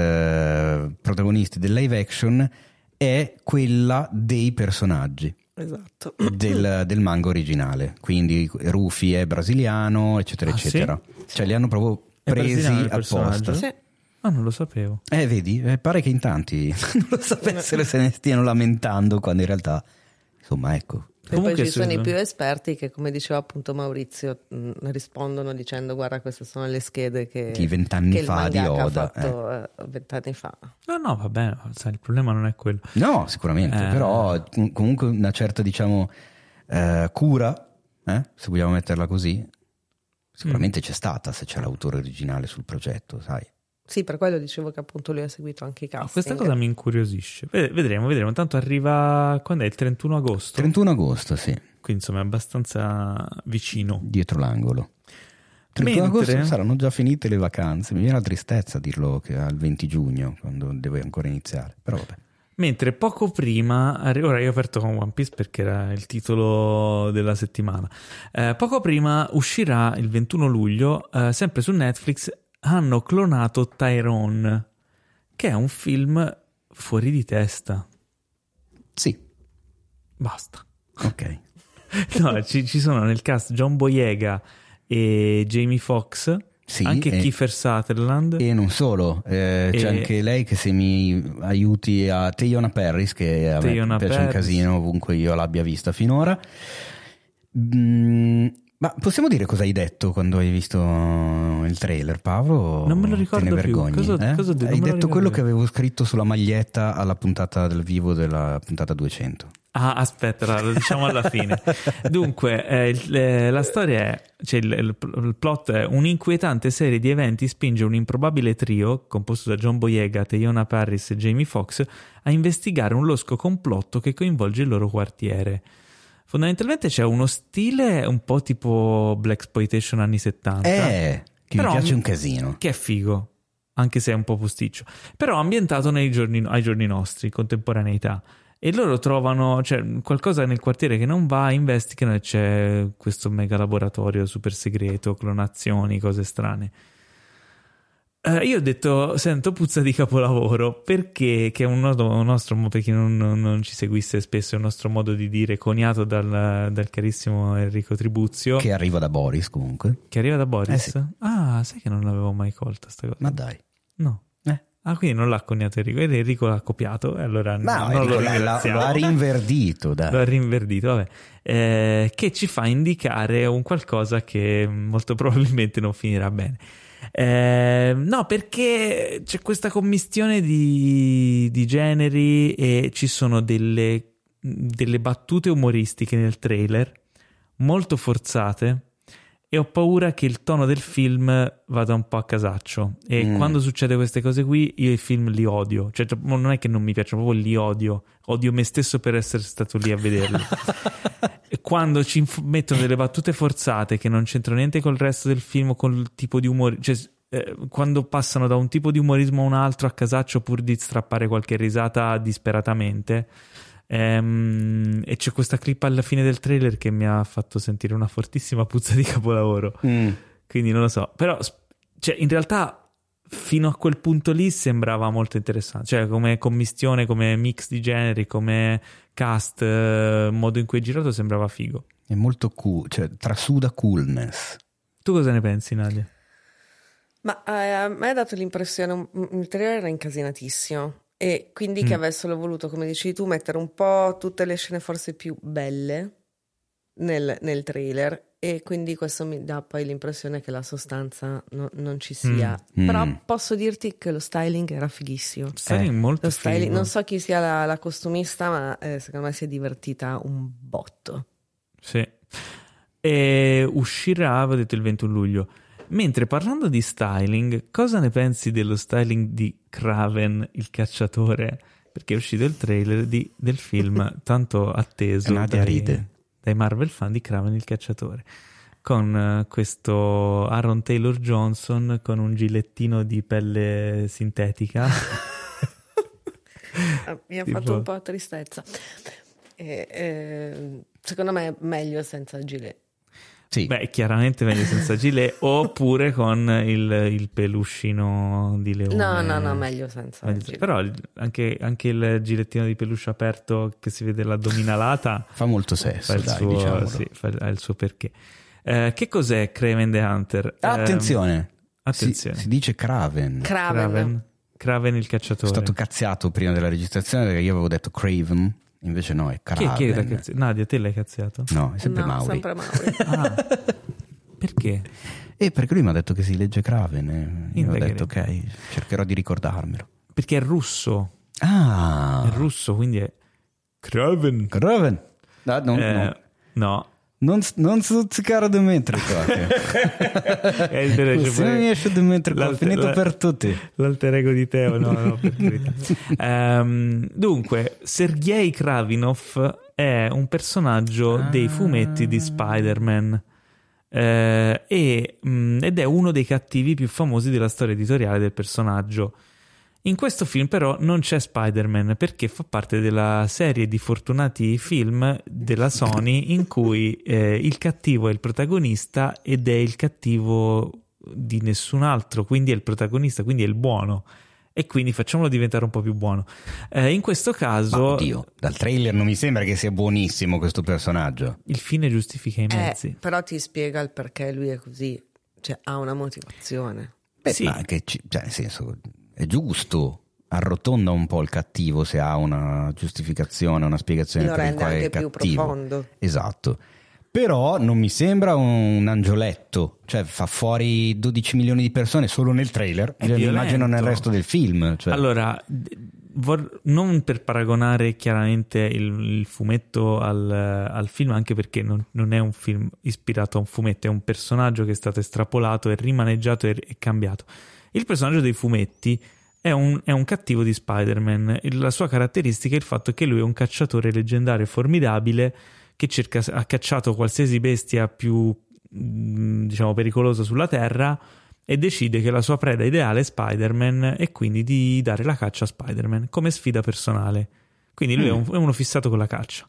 eh, protagonisti del live action è quella dei personaggi Esatto. del, del manga originale, quindi Rufy è brasiliano eccetera Ah, sì? eccetera, cioè li hanno proprio È presi brasiliano il apposta. personaggio? Sì. Ah, non lo sapevo. Eh, vedi, eh, pare che in tanti non lo sapessero e se ne stiano lamentando, quando in realtà, insomma, ecco. E Comunque poi ci sono se- i più esperti che, come diceva appunto Maurizio, mh, rispondono dicendo guarda, queste sono le schede che, Di vent'anni che il fa di mangaka Oda, ha fatto eh, vent'anni fa. No, no, va bene, sai, il problema non è quello. No, sicuramente, Eh. però com- comunque una certa, diciamo, eh, cura, eh, se vogliamo metterla così, sicuramente c'è stata se c'è l'autore originale sul progetto, sai. Sì, per quello dicevo che appunto lui ha seguito anche i No, casting. questa cosa mi incuriosisce. Ved- Vedremo, vedremo. Tanto arriva quando è il trentuno agosto. trentuno agosto, sì, Quindi insomma è abbastanza vicino. dietro l'angolo. trentuno Mentre- agosto saranno già finite le vacanze, mi viene la tristezza dirlo che al venti giugno, quando devo ancora iniziare, però vabbè. Mentre poco prima, ora io ho aperto con One Piece perché era il titolo della settimana, eh, poco prima uscirà il ventuno luglio, eh, sempre su Netflix, hanno clonato Tyrone, che è un film fuori di testa. Sì. Basta. Ok. No, ci, ci sono nel cast John Boyega e Jamie Foxx. Sì, anche e, Kiefer Sutherland e non solo, eh, e... c'è anche lei che se mi aiuti a Teyonah Parris, che a Teyonah me piace Parris. un casino ovunque io l'abbia vista finora. Mm, ma possiamo dire cosa hai detto quando hai visto il trailer, Paolo? Non me lo ricordo Te ne più. vergogni, Cosa, eh? cosa ho detto? Hai Non me lo detto quello ricordo che avevo scritto sulla maglietta alla puntata del vivo della puntata duecento. Ah, aspetta, lo diciamo alla fine. Dunque, eh, il- eh, la storia è, cioè il, il- il plot è: un'inquietante serie di eventi spinge un improbabile trio, composto da John Boyega, Teyonah Parris e Jamie Foxx, a investigare un losco complotto che coinvolge il loro quartiere. Fondamentalmente c'è uno stile un po' tipo blaxploitation anni settanta. Eh, che Però mi piace mi- un casino. Che è figo, anche se è un po' posticcio, però ambientato nei giorni, ai giorni nostri, contemporaneità. E loro trovano, cioè, qualcosa nel quartiere che non va, investigano e c'è questo mega laboratorio super segreto, clonazioni, cose strane. Eh, io ho detto, sento puzza di capolavoro, perché che è un, nodo, un nostro, per chi non, non- non ci seguisse spesso, è un nostro modo di dire, coniato dal, dal carissimo Enrico Tribuzio, che, Che arriva da Boris comunque. arriva da Boris. Eh sì. Ah, sai che non l'avevo mai colta sta cosa? Ma dai. No. Eh. Ah, quindi non l'ha coniato Enrico, ed Enrico l'ha copiato, e allora Ma non lo Enrico l'ha- l'ha- ringraziamo. lo ha rinverdito, dai. Lo ha rinverdito, vabbè. Eh, che ci fa indicare un qualcosa che molto probabilmente non finirà bene. Eh, no, perché c'è questa commistione di, di generi e ci sono delle, delle battute umoristiche nel trailer molto forzate, e ho paura che il tono del film vada un po' a casaccio, e Mm. quando succede queste cose qui io i film li odio, cioè non è che non mi piacciono, proprio li odio, odio me stesso per essere stato lì a vederli. E quando ci inf- mettono delle battute forzate che non c'entrano niente col resto del film, col tipo di umore, cioè eh, quando passano da un tipo di umorismo a un altro a casaccio pur di strappare qualche risata disperatamente. Ehm, e c'è questa clip alla fine del trailer che mi ha fatto sentire una fortissima puzza di capolavoro. Mm. Quindi non lo so, però sp- cioè, in realtà fino a quel punto lì sembrava molto interessante, cioè come commistione, come mix di generi, come cast, eh, modo in cui è girato sembrava figo. È molto cool, cioè trasuda coolness. Tu cosa ne pensi, Nadia? Ma eh, a me ha dato l'impressione, un- il trailer era incasinatissimo, e quindi che Mm. avessero voluto, come dici tu, mettere un po' tutte le scene forse più belle nel, nel trailer, e quindi questo mi dà poi l'impressione che la sostanza no- non ci sia. Mm. Però Mm. posso dirti che lo styling era fighissimo. Styling molto Lo styling, figo. non so chi sia la, la costumista, ma eh, secondo me si è divertita un botto. Sì. E uscirà, avevo detto, il ventuno luglio. Mentre parlando di styling, cosa ne pensi dello styling di Kraven, il cacciatore? Perché è uscito il trailer di- del film tanto atteso Nadia dai, ride. dai Marvel fan di Kraven, il cacciatore, con eh, questo Aaron Taylor Johnson con un gilettino di pelle sintetica. Ah, mi ha Tipo- fatto un po' tristezza. E, eh, secondo me è meglio senza gilet. Sì. Beh, chiaramente meglio senza gilet, oppure con il, il peluscino di leone. No, no, no, meglio senza Meglio- gilet. Però il- anche, anche il gilettino di peluche aperto che si vede l'addominalata Fa molto sesso, fa il dai, suo, diciamolo. sì, fa il- ha il suo perché. Eh, che cos'è Kraven the Hunter? Attenzione, Ehm, attenzione. Si, si dice Kraven. Kraven. Kraven, Kraven il Sono cacciatore. stato cazziato prima della registrazione perché io avevo detto Craven, invece no, è Chi è, Kraven. chi è che l'ha cazziato? Nadia, te l'hai cazziato? No, è sempre No, Mauri. sempre Mauri. Ah, perché? Eh, perché lui mi ha detto che si legge Kraven. E io ho Indagare. detto ok, cercherò di ricordarmelo. Perché è russo. Ah, È russo, quindi è Kraven. Kraven. No, no, Eh, no. no. Non, non stuzzicare di mentre qua. che- È vero, c'è Se pure- non esce di mentre qua, l'alter- finito la- per tutti. L'alter ego di Teo, no, no, per carità. Ehm, dunque, Sergei Kravinov è un personaggio Ah. dei fumetti di Spider-Man, eh, e, mh, ed è uno dei cattivi più famosi della storia editoriale del personaggio. In questo film però non c'è Spider-Man perché fa parte della serie di fortunati film della Sony in cui eh, il cattivo è il protagonista ed è il cattivo di nessun altro, quindi è il protagonista, quindi è il buono. E quindi facciamolo diventare un po' più buono. Eh, in questo caso... Ma oddio, dal trailer non mi sembra che sia buonissimo questo personaggio. Il fine giustifica i mezzi. Eh, però ti spiega il perché lui è così, cioè ha una motivazione. Beh, sì. ma anche, cioè, nel senso, è giusto, arrotonda un po' il cattivo se ha una giustificazione, una spiegazione Lo per il rende quale anche è più cattivo. profondo. Esatto. Però non mi sembra un angioletto, cioè fa fuori dodici milioni di persone solo nel trailer, È cioè, mi violento. immagino nel resto del film. Cioè. Allora, vor- non per paragonare chiaramente il, il fumetto al, al film, anche perché non, non è un film ispirato a un fumetto, è un personaggio che è stato estrapolato e rimaneggiato e, e cambiato. Il personaggio dei fumetti è un, è un cattivo di Spider-Man. La sua caratteristica è il fatto che lui è un cacciatore leggendario formidabile che cerca, ha cacciato qualsiasi bestia più, diciamo, pericolosa sulla Terra e decide che la sua preda ideale è Spider-Man e quindi di dare la caccia a Spider-Man come sfida personale. Quindi lui mm. è, un, è uno fissato con la caccia.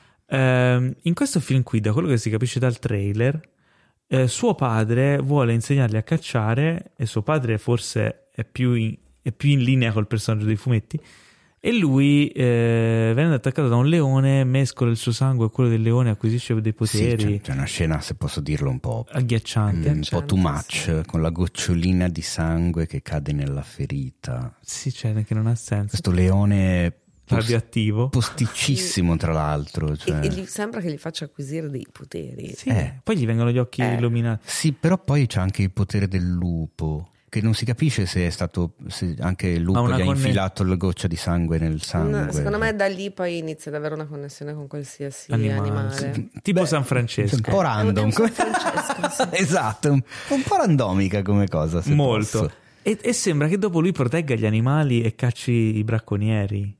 Eh, in questo film qui, da quello che si capisce dal trailer, eh, suo padre vuole insegnargli a cacciare e suo padre forse è più in, è più in linea col personaggio dei fumetti. E lui, eh, venendo attaccato da un leone, mescola il suo sangue a quello del leone, acquisisce dei poteri. Sì, c'è, c'è una scena, se posso dirlo, un po' agghiacciante, un po' too much, sì. Con la gocciolina di sangue che cade nella ferita. Sì, c'è, che non ha senso. Questo leone post- radioattivo, posticissimo, tra l'altro. Cioè. E, e gli sembra che gli faccia acquisire dei poteri. Sì, eh. poi gli vengono gli occhi eh. illuminati. Sì, però poi c'è anche il potere del lupo. Che non si capisce se è stato se anche il lupo gli ha conne... infilato la goccia di sangue nel sangue. No, secondo me da lì poi inizia ad avere una connessione con qualsiasi animale, animale. Sì. Tipo Beh, San Francesco, un po' random. È un San Francesco, sì. Esatto, un, un po' randomica come cosa. Se molto. E, e sembra che dopo lui protegga gli animali e cacci i bracconieri.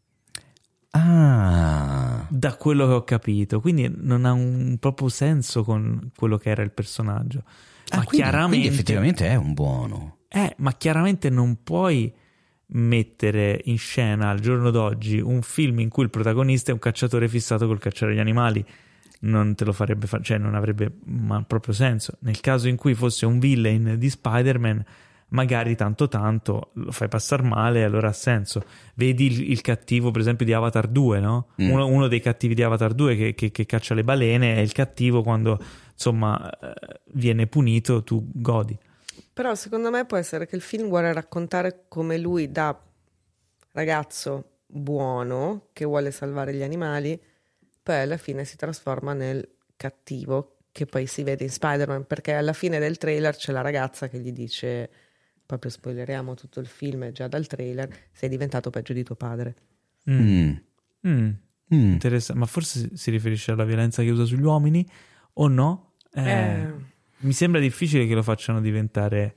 Ah, da quello che ho capito, quindi non ha un proprio senso con quello che era il personaggio. Ah, ma quindi, chiaramente quindi effettivamente è un buono. Eh, ma chiaramente non puoi mettere in scena al giorno d'oggi un film in cui il protagonista è un cacciatore fissato col cacciare gli animali. Non te lo farebbe fare, cioè non avrebbe ma proprio senso. Nel caso in cui fosse un villain di Spider-Man, magari tanto tanto lo fai passare male, allora ha senso. Vedi il, il cattivo, per esempio, di Avatar due, no? Mm. Uno, uno dei cattivi di Avatar due che, che, che caccia le balene è il cattivo quando, insomma, eh, viene punito, tu godi. Però secondo me può essere che il film vuole raccontare come lui, da ragazzo buono che vuole salvare gli animali, poi alla fine si trasforma nel cattivo che poi si vede in Spider-Man, perché alla fine del trailer c'è la ragazza che gli dice, proprio spoileriamo tutto il film già dal trailer, sei diventato peggio di tuo padre. Mm. Mm. Mm. Interessante, ma forse si riferisce alla violenza che usa sugli uomini o no? Eh... Eh. Mi sembra difficile che lo facciano diventare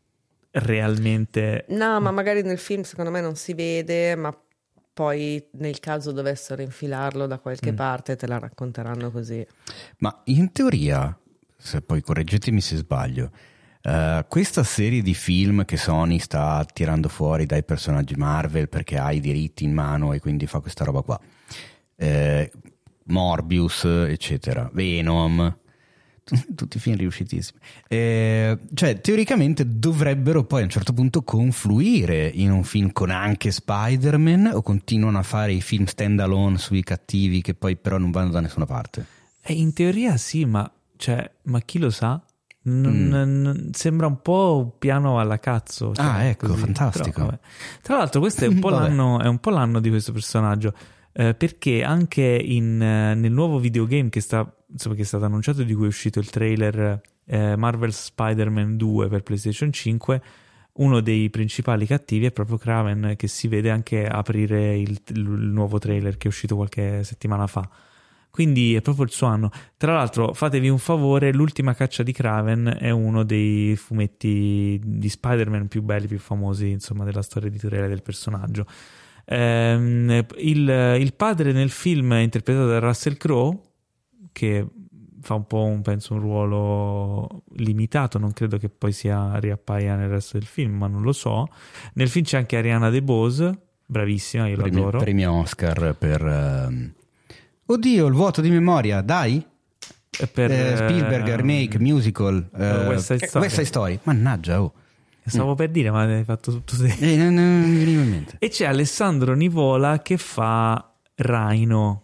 realmente... No, ma magari nel film secondo me non si vede, ma poi nel caso dovessero infilarlo da qualche mm. parte te la racconteranno così. Ma in teoria, se poi correggetemi se sbaglio, uh, questa serie di film che Sony sta tirando fuori dai personaggi Marvel perché ha i diritti in mano e quindi fa questa roba qua, eh, Morbius eccetera, Venom... tutti film riuscitissimi, eh, cioè teoricamente dovrebbero poi a un certo punto confluire in un film con anche Spider-Man, o continuano a fare i film stand alone sui cattivi che poi però non vanno da nessuna parte? Eh, in teoria sì, ma, cioè, ma chi lo sa? Non, mm. non, sembra un po' un piano alla cazzo, cioè, ah ecco così. Fantastico. Però, tra l'altro questo è un po' l'anno, è un po' l'anno di questo personaggio, eh, perché anche in, eh, nel nuovo videogame che sta insomma che è stato annunciato, di cui è uscito il trailer, eh, Marvel's Spider-Man due per PlayStation cinque, uno dei principali cattivi è proprio Kraven, che si vede anche aprire il, il nuovo trailer che è uscito qualche settimana fa. Quindi è proprio il suo anno. Tra l'altro, fatevi un favore, l'ultima caccia di Kraven è uno dei fumetti di Spider-Man più belli, più famosi, insomma, della storia editoriale del personaggio. Ehm, il, il padre nel film è interpretato da Russell Crowe, che fa un po' un, penso un ruolo limitato, non credo che poi sia riappaia nel resto del film, ma non lo so. Nel film c'è anche Ariana DeBose, bravissima, io Premio, l'adoro. premio Oscar per uh... oddio, il vuoto di memoria, dai. Per eh, Spielberg, eh, remake, musical, uh, West Side Story. West Side Story. Mannaggia, oh. Stavo mm. per dire, ma hai fatto tutto te. Eh, non, non mi veniva in mente. E c'è Alessandro Nivola che fa Rhino,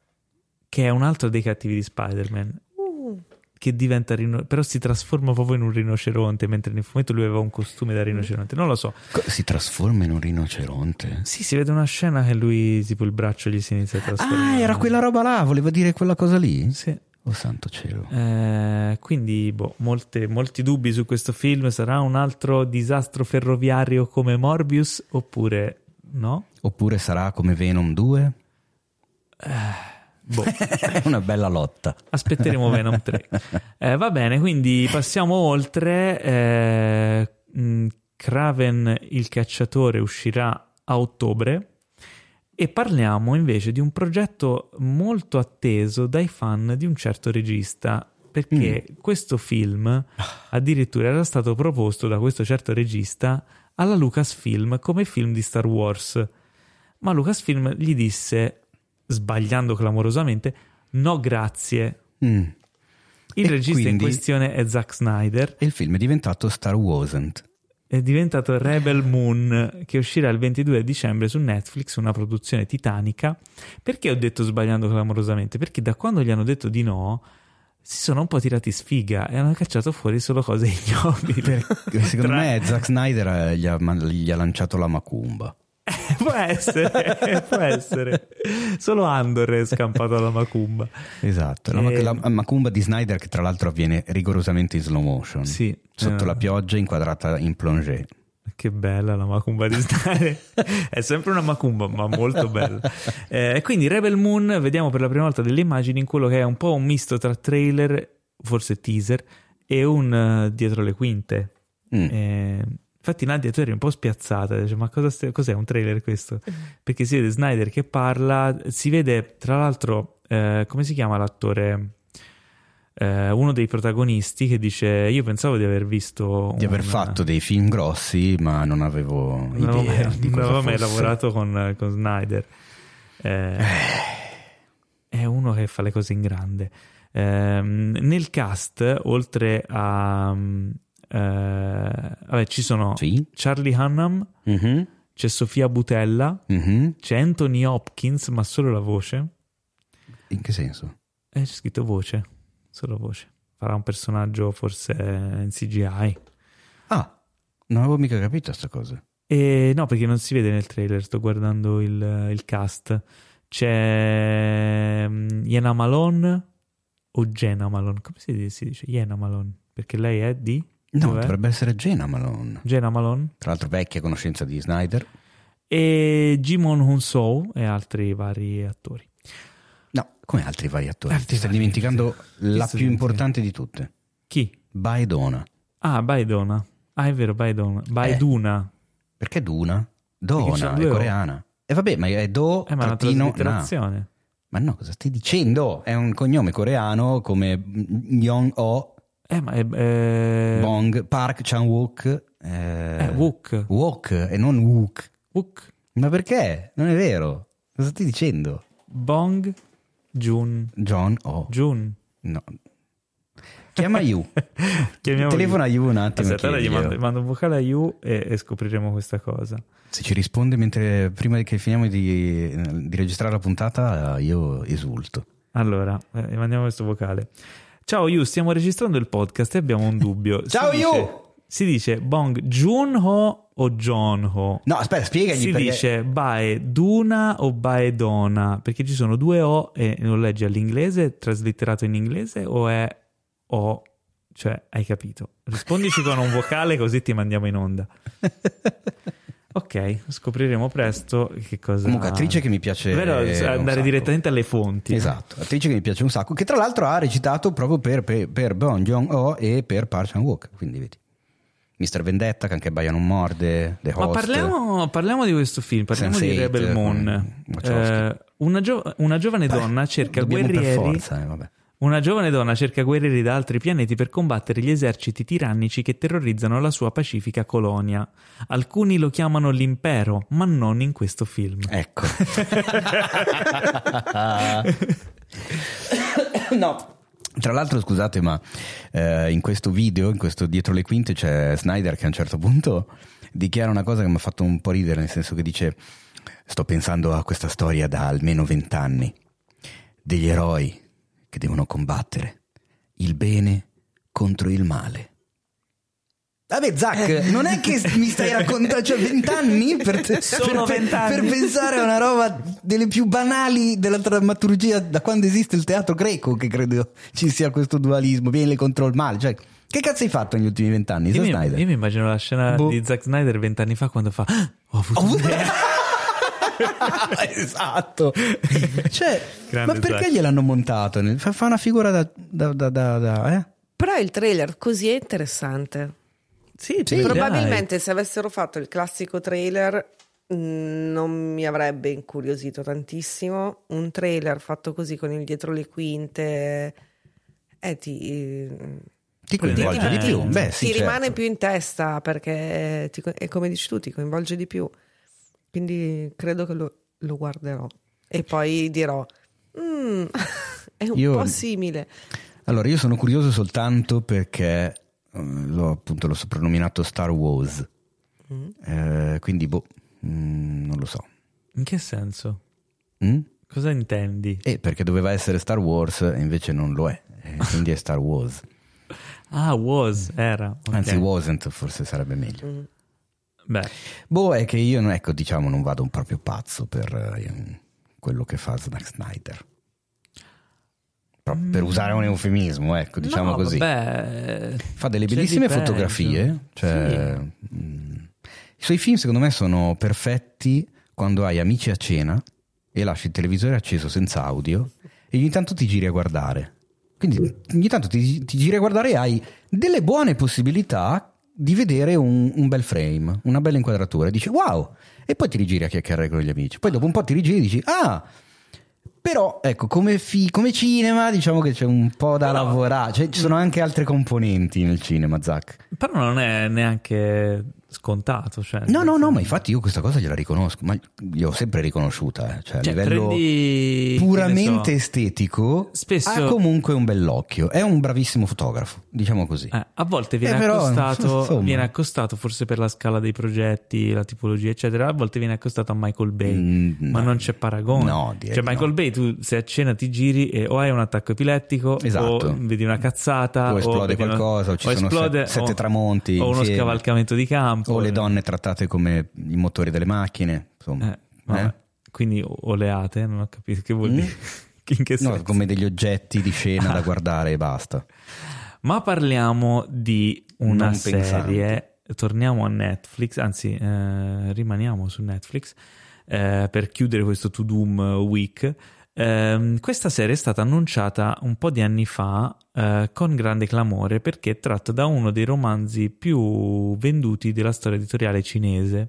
che è un altro dei cattivi di Spider-Man, uh. che diventa rino- però si trasforma proprio in un rinoceronte, mentre nel fumetto lui aveva un costume da rinoceronte, non lo so. Si trasforma in un rinoceronte? Sì, si vede una scena che lui tipo il braccio gli si inizia a trasformare. Ah, era quella roba là, voleva dire quella cosa lì? Sì. Oh santo cielo. Eh, quindi boh, molte, molti dubbi su questo film. Sarà un altro disastro ferroviario come Morbius oppure no? Oppure sarà come Venom due? Eh, boh. È una bella lotta. Aspetteremo Venom tre. Eh, va bene, quindi passiamo oltre. eh, mh, Kraven il cacciatore uscirà a ottobre. E parliamo invece di un progetto molto atteso dai fan di un certo regista, perché mm. questo film addirittura era stato proposto da questo certo regista alla Lucasfilm come film di Star Wars, ma Lucasfilm gli disse, sbagliando clamorosamente, no grazie. Mm. Il e regista quindi... in questione è Zack Snyder. E il film è diventato Star Wasn't. È diventato Rebel Moon, che uscirà il ventidue dicembre su Netflix, una produzione titanica. Perché ho detto sbagliando clamorosamente? Perché da quando gli hanno detto di no si sono un po' tirati sfiga e hanno cacciato fuori solo cose ignobili. Perché, secondo Tra... me Zack Snyder gli ha, gli ha lanciato la macumba. può essere, può essere. Solo Andor è scampato alla macumba. Esatto, e... la, la macumba di Snyder che tra l'altro avviene rigorosamente in slow motion. Sì. Sotto eh... la pioggia inquadrata in plongée. Che bella la macumba di Snyder. È sempre una macumba, ma molto bella. E eh, quindi Rebel Moon, vediamo per la prima volta delle immagini in quello che è un po' un misto tra trailer, forse teaser, e un uh, dietro le quinte. Mm. Eh, Infatti Nadia, tu eri un po' spiazzata, dice, ma cosa st- cos'è un trailer questo? Perché si vede Snyder che parla, si vede tra l'altro, eh, come si chiama l'attore? Eh, uno dei protagonisti che dice, io pensavo di aver visto... Di un... aver fatto dei film grossi, ma non avevo idea non avevo, di cosa non avevo mai fosse. lavorato con, con Snyder. Eh, è uno che fa le cose in grande. Eh, nel cast, oltre a... Uh, vabbè, ci sono sì. Charlie Hunnam, mm-hmm. c'è Sofia Butella, mm-hmm. c'è Anthony Hopkins, ma solo la voce. In che senso? Eh, c'è scritto voce, solo voce. Farà un personaggio forse in C G I. Ah, non avevo mica capito sta cosa. E no, perché non si vede nel trailer, sto guardando il, il cast. C'è um, Jena Malone o Jenna Malone, come si dice? Si dice Jena Malone, perché lei è di... No, Dov'è? Dovrebbe essere Jena Malone. Jena Malone. Tra l'altro vecchia conoscenza di Snyder. E Jimon Hunso e altri vari attori. No, come altri vari attori? Altri Ti stai vari dimenticando attori. la più importante di tutte. Chi? Baedona. Ah, Baedona. Ah, è vero, Baedona. Baeduna. Eh, perché Duna? Dona, è due coreana. E eh, vabbè, ma è Do, eh, ma è una traslitterazione. Na. Ma no, cosa stai dicendo? È un cognome coreano come Yong-ho. Eh, ma è... Eh... Bong, Park Chan-wook. Eh, eh, Wook. Wook e non Wook. Wook. Ma perché? Non è vero. Cosa stai dicendo? Bong Joon. John O. Joon. No. Chiama Yu. Telefona a Yu un attimo. Aspetta, allora gli mando, mando un vocale a Yu e, e scopriremo questa cosa. Se ci risponde mentre prima che finiamo di, di registrare la puntata, io esulto. Allora, eh, mandiamo questo vocale. Ciao Yu, stiamo registrando il podcast e abbiamo un dubbio. Ciao si Yu! Dice, si dice Bong Joon-ho o John-ho? No, aspetta, spiegagli si perché... dice Baeduna o Baedona? Perché ci sono due O e lo leggi all'inglese, traslitterato in inglese, o è O? Cioè, hai capito? Rispondici con un vocale così ti mandiamo in onda. Ok, scopriremo presto che cosa... Comunque, attrice che mi piace... Vero, andare direttamente alle fonti. Esatto, attrice che mi piace un sacco, che tra l'altro ha recitato proprio per, per, per Bong Joon-ho e per Park Chan-wook, quindi vedi. mister Vendetta, che anche Baia non morde, The Host. Ma parliamo, parliamo di questo film, parliamo sense di Rebel Moon. Eh, una, gio- una giovane donna cerca dobbiamo guerrieri... per forza, eh, vabbè. Una giovane donna cerca guerrieri da altri pianeti per combattere gli eserciti tirannici che terrorizzano la sua pacifica colonia. Alcuni lo chiamano l'impero, ma non in questo film. Ecco. No. Tra l'altro, scusate, ma eh, in questo video, in questo dietro le quinte, c'è Snyder che a un certo punto dichiara una cosa che mi ha fatto un po' ridere, nel senso che dice: sto pensando a questa storia da almeno vent'anni, degli eroi che devono combattere il bene contro il male. Vabbè, Zach, non è che mi stai raccontando, cioè vent'anni per, te, Solo per, vent'anni. per pensare a una roba delle più banali della drammaturgia da quando esiste il teatro greco, che credo ci sia questo dualismo, bene contro il male, cioè che cazzo hai fatto negli ultimi vent'anni? Io mi, Snyder? io mi immagino la scena Boh. di Zack Snyder vent'anni fa quando fa "Ah, ho avuto Ho- un'idea". Esatto, cioè, Grande ma perché Zack. gliel'hanno montato? Fa, fa una figura da, da, da, da, da eh? Però il trailer così è interessante. Sì, Sì, dai. Probabilmente se avessero fatto il classico trailer mh, non mi avrebbe incuriosito tantissimo. Un trailer fatto così con il dietro le quinte eh, ti, Ti coinvolge Eh, di più? Beh, sì, ti certo. rimane più in testa perché ti, è come dici tu, ti coinvolge di più. Quindi credo che lo, lo guarderò e poi dirò "Mm, è un Io- po' simile". Allora, io sono curioso soltanto perché eh, l'ho appunto l'ho soprannominato Star Wars. Mm. Eh, quindi boh, mm, non lo so. In che senso? Mm? Cosa intendi? Eh, perché doveva essere Star Wars e invece non lo è, eh, quindi è Star Wars. Ah, was, era. ok. Anzi, wasn't forse sarebbe meglio. Mm. Beh, Boh, è che io, ecco, diciamo, non vado proprio pazzo per eh, quello che fa Zack Snyder. Pro- per usare un eufemismo, ecco, diciamo no, così. vabbè, Fa delle c'è bellissime di peggio. fotografie, cioè, mm, i suoi film secondo me sono perfetti quando hai amici a cena e lasci il televisore acceso senza audio e ogni tanto ti giri a guardare. Quindi ogni tanto ti, ti giri a guardare e hai delle buone possibilità di vedere un, un bel frame, una bella inquadratura, e dici wow, e poi ti rigiri a chiacchierare con gli amici, poi dopo un po' ti rigiri e dici ah, però ecco, come, fi- come cinema diciamo che c'è un po' da Però- lavorare, cioè, ci sono anche altre componenti nel cinema, Zach. però non è neanche scontato. Cioè, No, no, no, ma infatti io questa cosa gliela riconosco, ma gli ho sempre riconosciuta, eh. Cioè, Cioè, a livello prendi, puramente che ne so, estetico, Spesso- ha comunque un bell'occhio, è un bravissimo fotografo, diciamo così. Eh, a volte viene Eh, però, accostato insomma. viene accostato forse per la scala dei progetti, la tipologia eccetera, a volte viene accostato a Michael Bay, Mm, ma no. non c'è paragone. No, direi cioè di Michael no. Bay, tu se a cena ti giri e o hai un attacco epilettico Esatto. o vedi una cazzata O esplode vedi una- qualcosa, o ci sono esplode, se- sette o- tramonti o uno insieme. scavalcamento di campo O le donne trattate come i motori delle macchine, insomma. eh, vabbè. Eh? Quindi o- oleate, non ho capito che vuol Mm? dire. In che No, senso? come degli oggetti di scena da guardare e basta. Ma parliamo di una Non serie, pensante. torniamo a Netflix, anzi eh, rimaniamo su Netflix eh, per chiudere questo To Doom Week. Eh, questa serie è stata annunciata un po' di anni fa eh, con grande clamore perché è tratta da uno dei romanzi più venduti della storia editoriale cinese.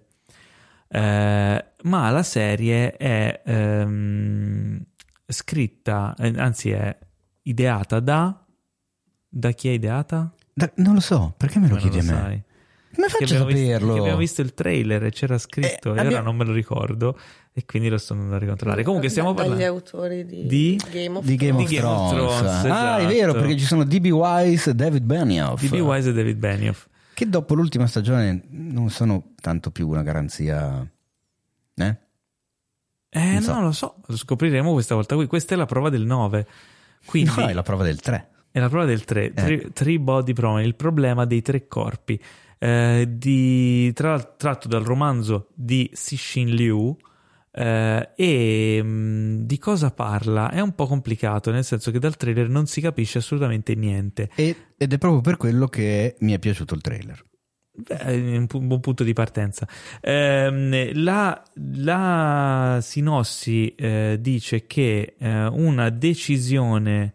Eh, ma la serie è ehm, scritta, eh, anzi è ideata da... Da chi è ideata? Da- non lo so, perché me lo Come chiedi a non lo me? sai? Come Perché faccio a abbiamo visto- saperlo? perché abbiamo visto il trailer e c'era scritto Eh, e ora abbiamo- non me lo ricordo e quindi lo sto andando a ricontrollare. Comunque stiamo Dagli parlando autori di, Di? Game of Di Game of Di Game of Thrones. Thrones, Ah, è esatto. vero, perché ci sono D B. Wise e David Benioff. di B. Wise e David Benioff. Che dopo l'ultima stagione non sono tanto più una garanzia. Eh? Eh, Non so. non lo so, lo scopriremo questa volta qui. Questa è la prova del nove. Quindi No, è la prova del tre. è la prova del tre. Eh. Three body problem, il problema dei tre corpi. Eh, di, tra, tratto dal romanzo di Cixin Liu. Eh, e mh, di cosa parla? È un po' complicato, nel senso che dal trailer non si capisce assolutamente niente. E- ed è proprio per quello che mi è piaciuto il trailer. Beh, è un, pu- un buon punto di partenza. Ehm, la, la sinossi eh, dice che eh, una decisione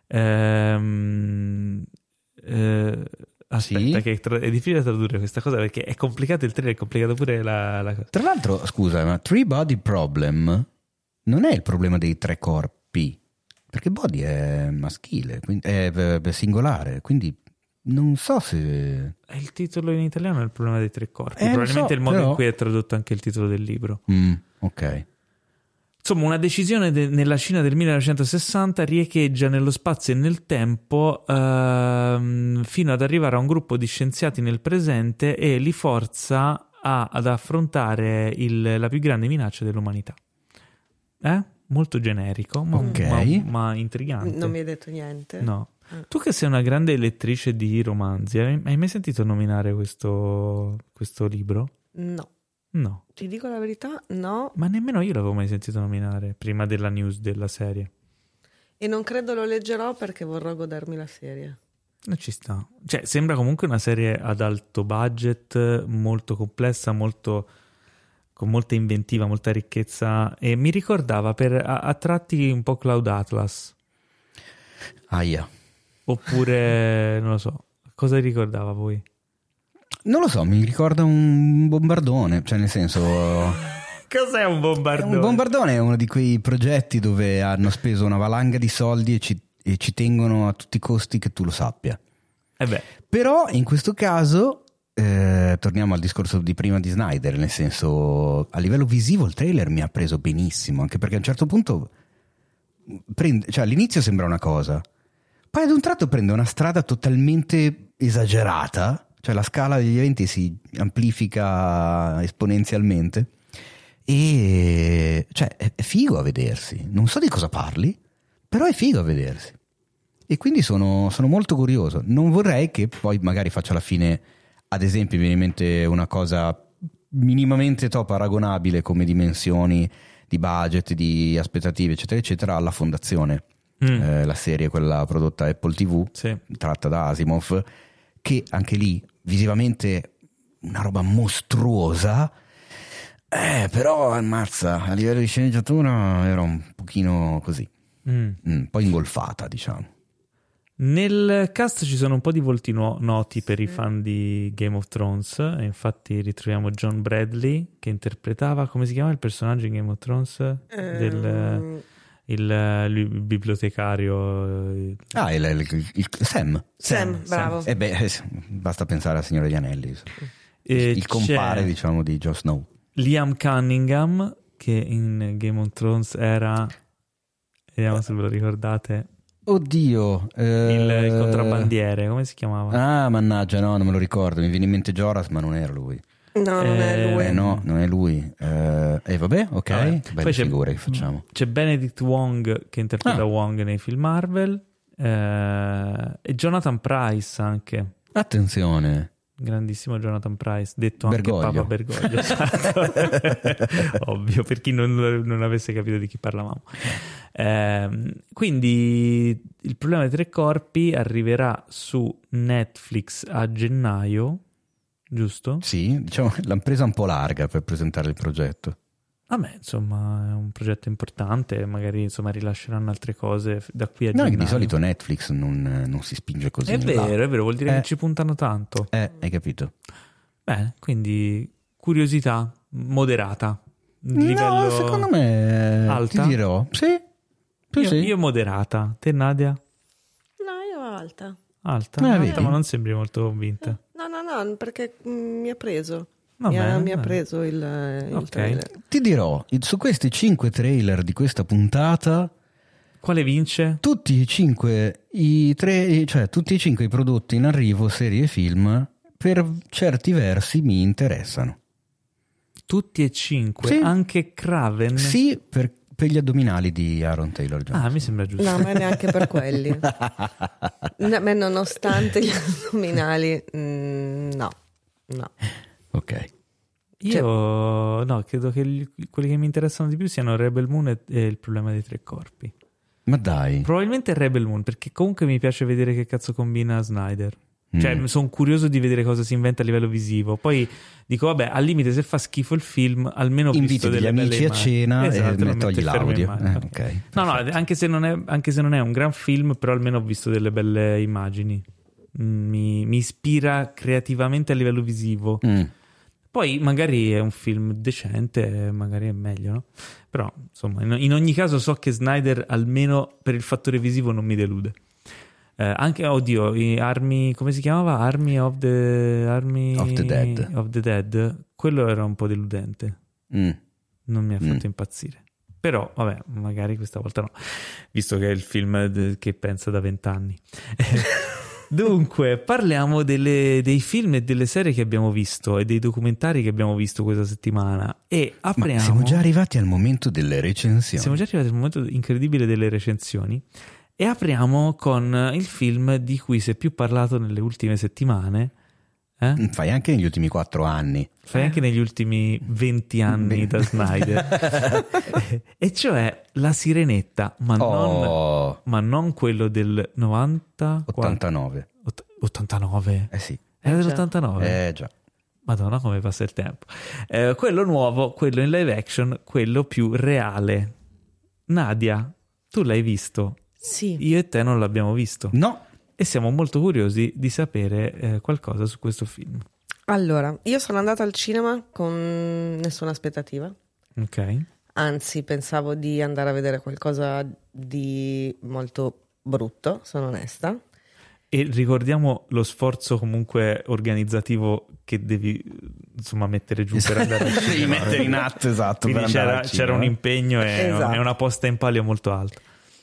ehm, eh, aspetta, Sì? che tra- è difficile da tradurre questa cosa perché è complicato il trailer, è complicato pure la, la cosa. Tra l'altro, scusa, ma Three Body Problem non è il problema dei tre corpi, perché Body è maschile, quindi è, è singolare, quindi non so se... È il titolo in italiano è il problema dei tre corpi, Eh, probabilmente so, il modo però... in cui è tradotto anche il titolo del libro. Mm, ok. Insomma, una decisione de- nella Cina del millenovecentosessanta riecheggia nello spazio e nel tempo ehm, fino ad arrivare a un gruppo di scienziati nel presente e li forza a- ad affrontare il- la più grande minaccia dell'umanità. Eh? Molto generico, ma, Ok. ma, ma intrigante. Non mi hai detto niente. No. Ah. Tu che sei una grande lettrice di romanzi, hai hai mai sentito nominare questo, questo libro? No. No. Ti dico la verità, no. Ma nemmeno io l'avevo mai sentito nominare prima della news della serie. E non credo lo leggerò perché vorrò godermi la serie. Non ci sta. Cioè, sembra comunque una serie ad alto budget, molto complessa, molto con molta inventiva, molta ricchezza, e mi ricordava per a, a tratti un po' Cloud Atlas. Aia. Oppure, non lo so, cosa vi ricordava voi? Non lo so, mi ricorda un bombardone, cioè nel senso... Cos'è un bombardone? Un bombardone è uno di quei progetti dove hanno speso una valanga di soldi e ci, e ci tengono a tutti i costi che tu lo sappia. Eh beh. Però in questo caso, eh, torniamo al discorso di prima di Snyder, nel senso a livello visivo il trailer mi ha preso benissimo, anche perché a un certo punto, prende, cioè all'inizio sembra una cosa, poi ad un tratto prende una strada totalmente esagerata, cioè la scala degli eventi si amplifica esponenzialmente e cioè è figo a vedersi, non so di cosa parli, però è figo a vedersi e quindi sono, sono molto curioso. Non vorrei che poi magari faccia alla fine, ad esempio mi viene in mente una cosa minimamente top paragonabile come dimensioni di budget, di aspettative eccetera eccetera alla Fondazione, mm. eh, la serie quella prodotta Apple tivù, sì. tratta da Asimov, che anche lì visivamente una roba mostruosa, eh, però ammazza, a livello di sceneggiatura era un pochino così, mm. un po' ingolfata diciamo. Nel cast ci sono un po' di volti no- noti per i fan di Game of Thrones, e infatti ritroviamo John Bradley che interpretava, come si chiama il personaggio in Game of Thrones? Um... Del, il, il bibliotecario. Ah, il, il, il, il Sam. Sam, Sam bravo. E eh beh, basta pensare al Signore degli Anelli. Il, il compare, diciamo, di Jon Snow. Liam Cunningham, che in Game of Thrones era, vediamo se ve lo ricordate. Oddio, eh... il, il contrabbandiere, come si chiamava? Ah, mannaggia, no, non me lo ricordo. Mi viene in mente Joras, ma non era lui. No, non eh, è lui. Eh, no, non è lui. E eh, vabbè, ok. Vabbè. Che belle figure che facciamo. C'è Benedict Wong che interpreta ah. Wong nei film Marvel, eh, e Jonathan Pryce anche. Attenzione. Grandissimo Jonathan Pryce, detto Bergoglio. anche Papa Bergoglio. Esatto. Ovvio, per chi non, non avesse capito di chi parlavamo. Eh, quindi il problema dei tre corpi arriverà su Netflix a gennaio. Giusto? Sì, diciamo l'hanno presa un po' larga per presentare il progetto. Vabbè, insomma, è un progetto importante, magari insomma rilasceranno altre cose da qui a no, gennaio. No, di solito Netflix non, non si spinge così. È vero, là. È vero, vuol dire eh, che ci puntano tanto. Eh, hai capito. Beh, quindi curiosità moderata. Livello no, secondo me alta? Ti dirò. Sì, sì, io, sì. io moderata. Te, Nadia? No, io alta. Alta? Eh, alta, ma non sembri molto convinta. No, no, no, perché mh, mi ha preso. Va mi, bene, ha, mi ha bene. preso il, il okay. trailer. Ti dirò, su questi cinque trailer di questa puntata, quale vince? Tutti i cinque i tre, cioè tutti e cinque i prodotti in arrivo, serie e film, per certi versi mi interessano. Tutti e cinque? Sì. Anche Kraven? Sì, per, per gli addominali di Aaron Taylor Johnson. Ah, mi sembra giusto. No, ma neanche per quelli. No, ma nonostante gli addominali, mm, no, no. Ok. Io Cioè- no, credo che gli- quelli che mi interessano di più siano Rebel Moon e, e il problema dei tre corpi. Ma dai. Probabilmente Rebel Moon, perché comunque mi piace vedere che cazzo combina Snyder. Cioè, Mm. sono curioso di vedere cosa si inventa a livello visivo. Poi dico, vabbè, al limite, se fa schifo il film, almeno ho Inviti visto degli delle belle amici a immagini. cena Esatto, e lo togli metto fermo in l'audio. mano. Eh, Ok. ok, No, no, perfetto. anche se, non è, anche se non è un gran film, però almeno ho visto delle belle immagini. Mm, Mi, mi ispira creativamente a livello visivo. Mm. Poi magari è un film decente, magari è meglio, no? Però insomma, in, in ogni caso so che Snyder almeno per il fattore visivo non mi delude. Eh, anche, oddio, i Army, come si chiamava? Army of the Army of the Dead. Of the Dead. Quello era un po' deludente. Mm. Non mi ha fatto Mm. impazzire. Però, vabbè, magari questa volta no, visto che è il film de- che pensa da vent'anni. Dunque, parliamo delle, dei film e delle serie che abbiamo visto e dei documentari che abbiamo visto questa settimana. E apriamo. Ma siamo già arrivati al momento delle recensioni. Siamo già arrivati al momento incredibile delle recensioni. E apriamo con il film di cui si è più parlato nelle ultime settimane. Eh? Fai anche negli ultimi quattro anni. Fai anche negli ultimi venti anni da Snyder. E cioè La Sirenetta, ma, Oh. non, ma non quello del novanta ottantanove. Ott- ottantanove? Eh sì. Era Eh già. dell'ottantanove? Eh già. Madonna, come passa il tempo. Eh, quello nuovo, quello in live action, quello più reale. Nadia, tu l'hai visto? Sì. Io e te non l'abbiamo visto. No. E siamo molto curiosi di sapere eh, qualcosa su questo film. Allora, io sono andata al cinema con nessuna aspettativa. Ok. Anzi, pensavo di andare a vedere qualcosa di molto brutto, sono onesta. E ricordiamo lo sforzo comunque organizzativo che devi insomma mettere giù per andare al Devi cinema. mettere in atto, esatto. Quindi per andare c'era, al cinema. c'era un impegno e Esatto. e una posta in palio molto alta.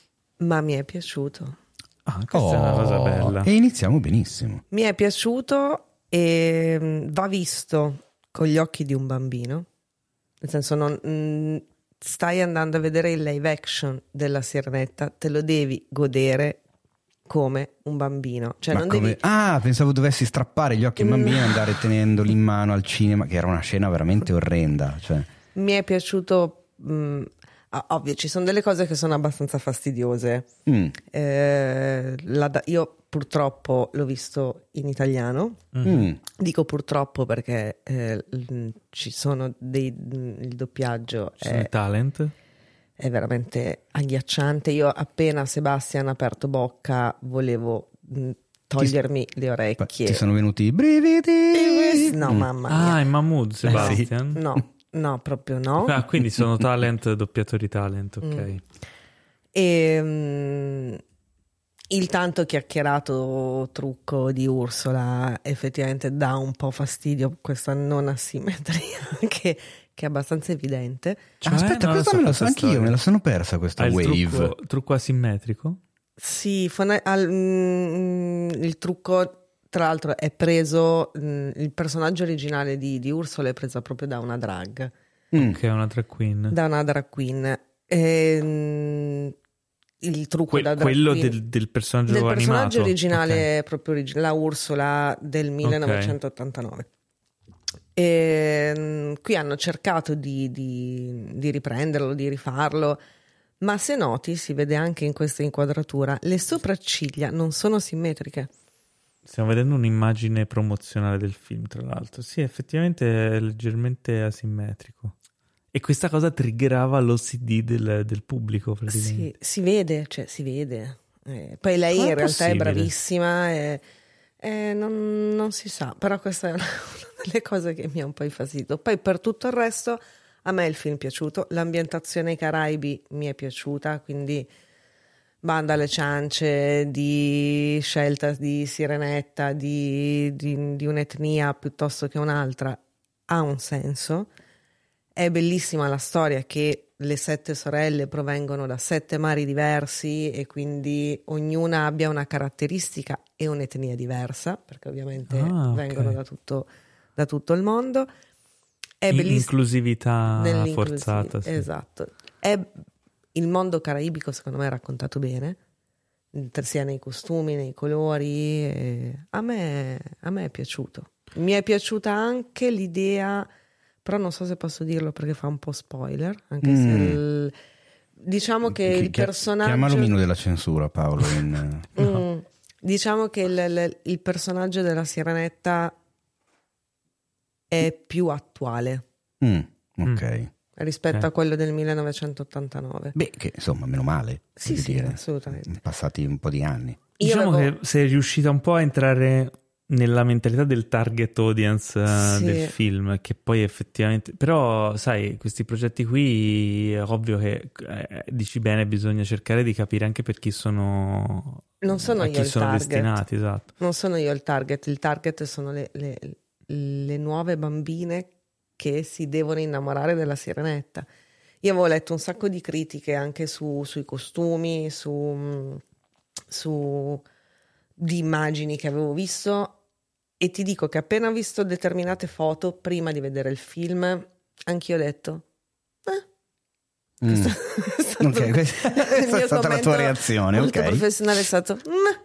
Ma mi è piaciuto. Ah, questa è una Oh, cosa bella. E iniziamo benissimo. Mi è piaciuto e mm, va visto con gli occhi di un bambino. Nel senso, non, mm, stai andando a vedere il live action della Sirenetta, te lo devi godere come un bambino. Cioè, Ma non come- devi... Ah, pensavo dovessi strappare gli occhi ai bambini e No. andare tenendoli in mano al cinema, che era una scena veramente orrenda. Cioè. Mi è piaciuto... mm, ah, ovvio, ci sono delle cose che sono abbastanza fastidiose. Mm. Eh, la da- io purtroppo l'ho visto in italiano. Mm. Dico purtroppo perché eh, l- ci sono dei il doppiaggio Ci sono è, i talent. è veramente agghiacciante. Io appena Sebastian ha aperto bocca volevo mh, togliermi le Beh, orecchie. ti sono venuti i brividi. No, Mm. mamma mia. Ah, in Mahmood, Sebastian. No, no, proprio no. Ah, quindi sono talent, doppiatori talent, ok. Mm. E mh, il tanto chiacchierato trucco di Ursula effettivamente dà un po' fastidio, questa non asimmetria che, che è abbastanza evidente. Cioè, Aspetta, non lo questa so me la questa so anch'io, storia. me la sono persa questa Ah, il wave. trucco, trucco asimmetrico? Sì, fona- al- mm, il trucco tra l'altro è preso, mm, il personaggio originale di, di Ursula è presa proprio da una drag, Mm. Che è una drag queen. da una drag queen. E, mm, il trucco Que- da drag quello queen- del, del personaggio del animato. personaggio originale, Ok. proprio origi- la Ursula del millenovecentottantanove. E, mm, qui hanno cercato di, di- di riprenderlo, di rifarlo, ma se noti, si vede anche in questa inquadratura, le sopracciglia non sono simmetriche. Stiamo vedendo un'immagine promozionale del film, tra l'altro. Sì, effettivamente è leggermente asimmetrico. E questa cosa triggerava l'O C D del, del pubblico, praticamente. Sì, si vede, cioè si vede. Eh, poi lei Com'è in realtà è possibile? bravissima e, e non, non si sa, però questa è una, una delle cose che mi ha un po' infastidito. Poi per tutto il resto a me il film è piaciuto, l'ambientazione ai Caraibi mi è piaciuta, quindi banda alle ciance di scelta di Sirenetta, di, di, di un'etnia piuttosto che un'altra, ha un senso. È bellissima la storia che le sette sorelle provengono da sette mari diversi e quindi ognuna abbia una caratteristica e un'etnia diversa, perché ovviamente Ah, ok. vengono da tutto, da tutto il mondo. È In- bellissima. inclusività Nell'inclusiv- forzata. Sì. Esatto. È il mondo caraibico, secondo me, è raccontato bene, sia nei costumi, nei colori. e A me, a me è piaciuto. Mi è piaciuta anche l'idea, però non so se posso dirlo perché fa un po' spoiler, anche se Mm. il- diciamo che Chi- il chi- personaggio... Chiamalo meno della censura, Paolo. in- Mm, diciamo che il, il- il personaggio della Sirenetta è più attuale Mm, ok. rispetto Ok. a quello del millenovecentottantanove. Beh, che insomma, meno male. Sì, voglio sì, dire. assolutamente. Passati un po' di anni. Io Diciamo avevo- che sei riuscita un po' a entrare nella mentalità del target audience uh, Sì. del film, che poi effettivamente, però sai, questi progetti qui è ovvio che eh, dici bene, bisogna cercare di capire anche per chi sono, Non sono a io chi il sono target. destinati, esatto. Non sono io il target, il target sono le, le- le nuove bambine che si devono innamorare della Sirenetta. Io avevo letto un sacco di critiche anche su- sui costumi, su, su di immagini che avevo visto, e ti dico che appena ho visto determinate foto prima di vedere il film, anch'io ho detto eh, Mm. È stato- Ok, questa il è mio stata la tua commento reazione, molto ok. professionale è stato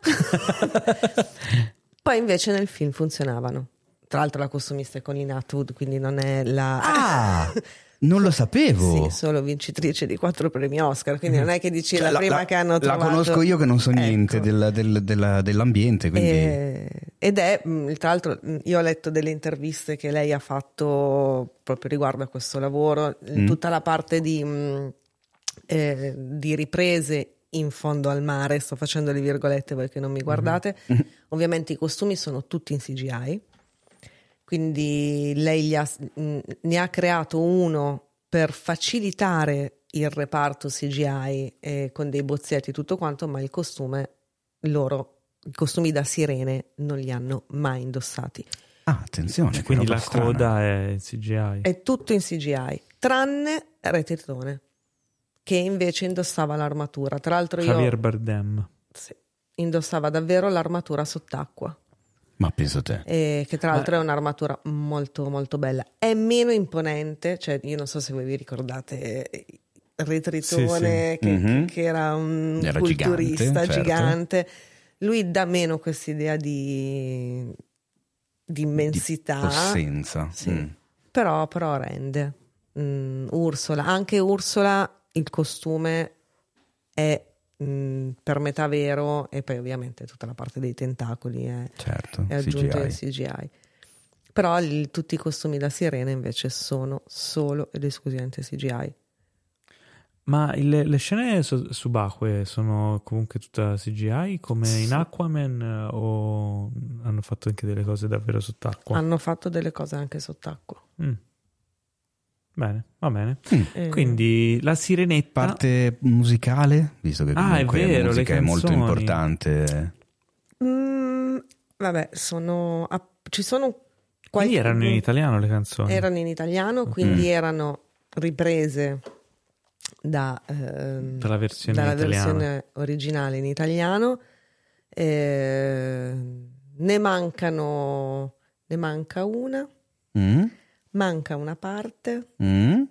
"Mm". Poi invece nel film funzionavano. Tra l'altro la costumista è Colleen Atwood, quindi non è la Ah, non lo sapevo. sì, solo vincitrice di quattro premi Oscar, quindi non è che dici Cioè, la, prima che hanno trovato. La conosco io che non so Ecco. niente del- del- della- dell'ambiente, quindi... E- ed è, mh, tra l'altro, mh, io ho letto delle interviste che lei ha fatto proprio riguardo a questo lavoro, Mm. tutta la parte di, mh, eh, di riprese in fondo al mare, sto facendo le virgolette voi che non mi guardate, ovviamente i costumi sono tutti in C G I, quindi lei gli ha- mh, ne ha creato uno per facilitare il reparto C G I eh, con dei bozzetti e tutto quanto, ma il costume loro, i costumi da sirene non li hanno mai indossati. Ah, attenzione, che Quindi roba la strana. coda è C G I. È tutto in C G I, tranne Re Tritone, che invece indossava l'armatura. Tra l'altro io Javier Bardem. sì, indossava davvero l'armatura sott'acqua. Ma penso te. E che tra l'altro è un'armatura molto molto bella, è meno imponente, cioè io non so se voi vi ricordate eh, Re Tritone, Sì, sì. Che, Mhm. che era un Era culturista gigante, certo. gigante, lui dà meno quest'idea di, di immensità, Di possenza. sì. Mm. però, però rende. Mm, Ursula, anche Ursula il costume è mm, per metà vero, e poi ovviamente tutta la parte dei tentacoli è, Certo, e aggiunge il C G I. C G I. Però il- tutti i costumi da sirena invece sono solo ed esclusivamente C G I. Ma il- le scene su- subacquee sono comunque tutta C G I come Sì. in Aquaman, eh, o hanno fatto anche delle cose davvero sott'acqua? Hanno fatto delle cose anche sott'acqua. Mm. Bene, va bene. Eh, Quindi la sirenetta. Parte musicale, visto che Ah, è comunque vero, la le musica è molto canzoni. importante. mm, vabbè, sono ah, ci sono Quindi qualche- erano in italiano le canzoni. erano in italiano, quindi Mm. erano riprese da, ehm, Dalla versione dalla italiana. versione originale in italiano. Eh, ne mancano ne manca una, Mm? manca una parte Mm?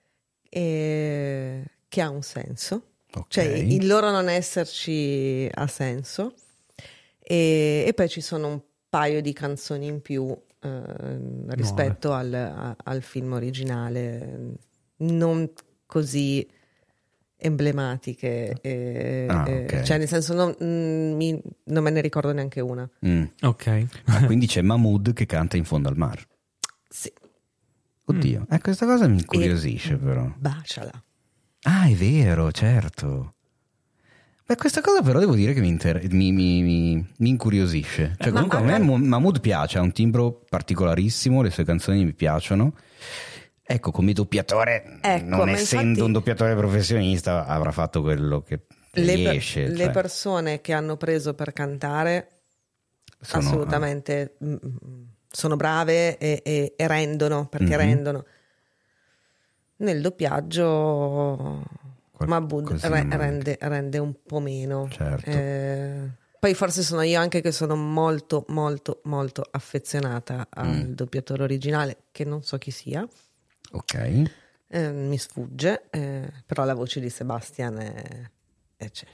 eh, che ha un senso, Ok. cioè il loro non esserci ha senso, e, e poi ci sono un paio di canzoni in più eh, rispetto al, a- al film originale, non così emblematiche, e- Ah, e- ok. cioè nel senso non, mm, mi- non me ne ricordo neanche una. Mm. Ok. Ah, quindi c'è Mahmood che canta in fondo al mar. Sì, Oddio, eh, questa cosa mi incuriosisce però. baciala. Ah, è vero, certo. Beh, questa cosa però devo dire che mi, inter- mi, mi- mi- mi incuriosisce. Cioè, Eh, ma comunque a me anche- Mo- Mahmood piace, ha un timbro particolarissimo, le sue canzoni mi piacciono. Ecco, come doppiatore, Ecco, non ma essendo infatti- un doppiatore professionista, avrà fatto quello che Le, per- riesce. le cioè, persone che hanno preso per cantare sono- assolutamente mm, mm, sono brave e, e- e rendono, perché Mhm. rendono. Nel doppiaggio Qual- Mahmood così re- manca. rende, rende un po' meno. Certo. Eh, poi forse sono io anche che sono molto molto molto affezionata al Mm. doppiatore originale, che non so chi sia. Ok. Eh, mi sfugge, eh, però la voce di Sebastian è, è, cioè,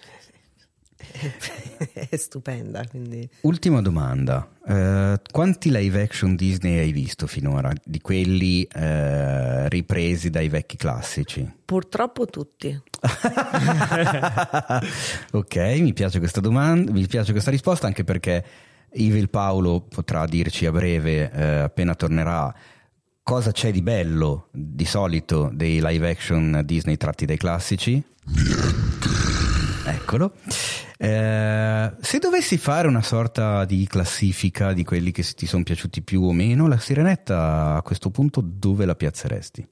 è stupenda. Quindi Ultima domanda. Eh, quanti live action Disney hai visto finora? Di quelli eh, ripresi dai vecchi classici? purtroppo tutti. Ok, mi piace questa domanda, mi piace questa risposta, anche perché Evil Paolo potrà dirci a breve, eh, appena tornerà, cosa c'è di bello di solito dei live action Disney tratti dai classici. Eccolo. Eh, se dovessi fare una sorta di classifica di quelli che ti sono piaciuti più o meno, la Sirenetta a questo punto dove la piazzeresti?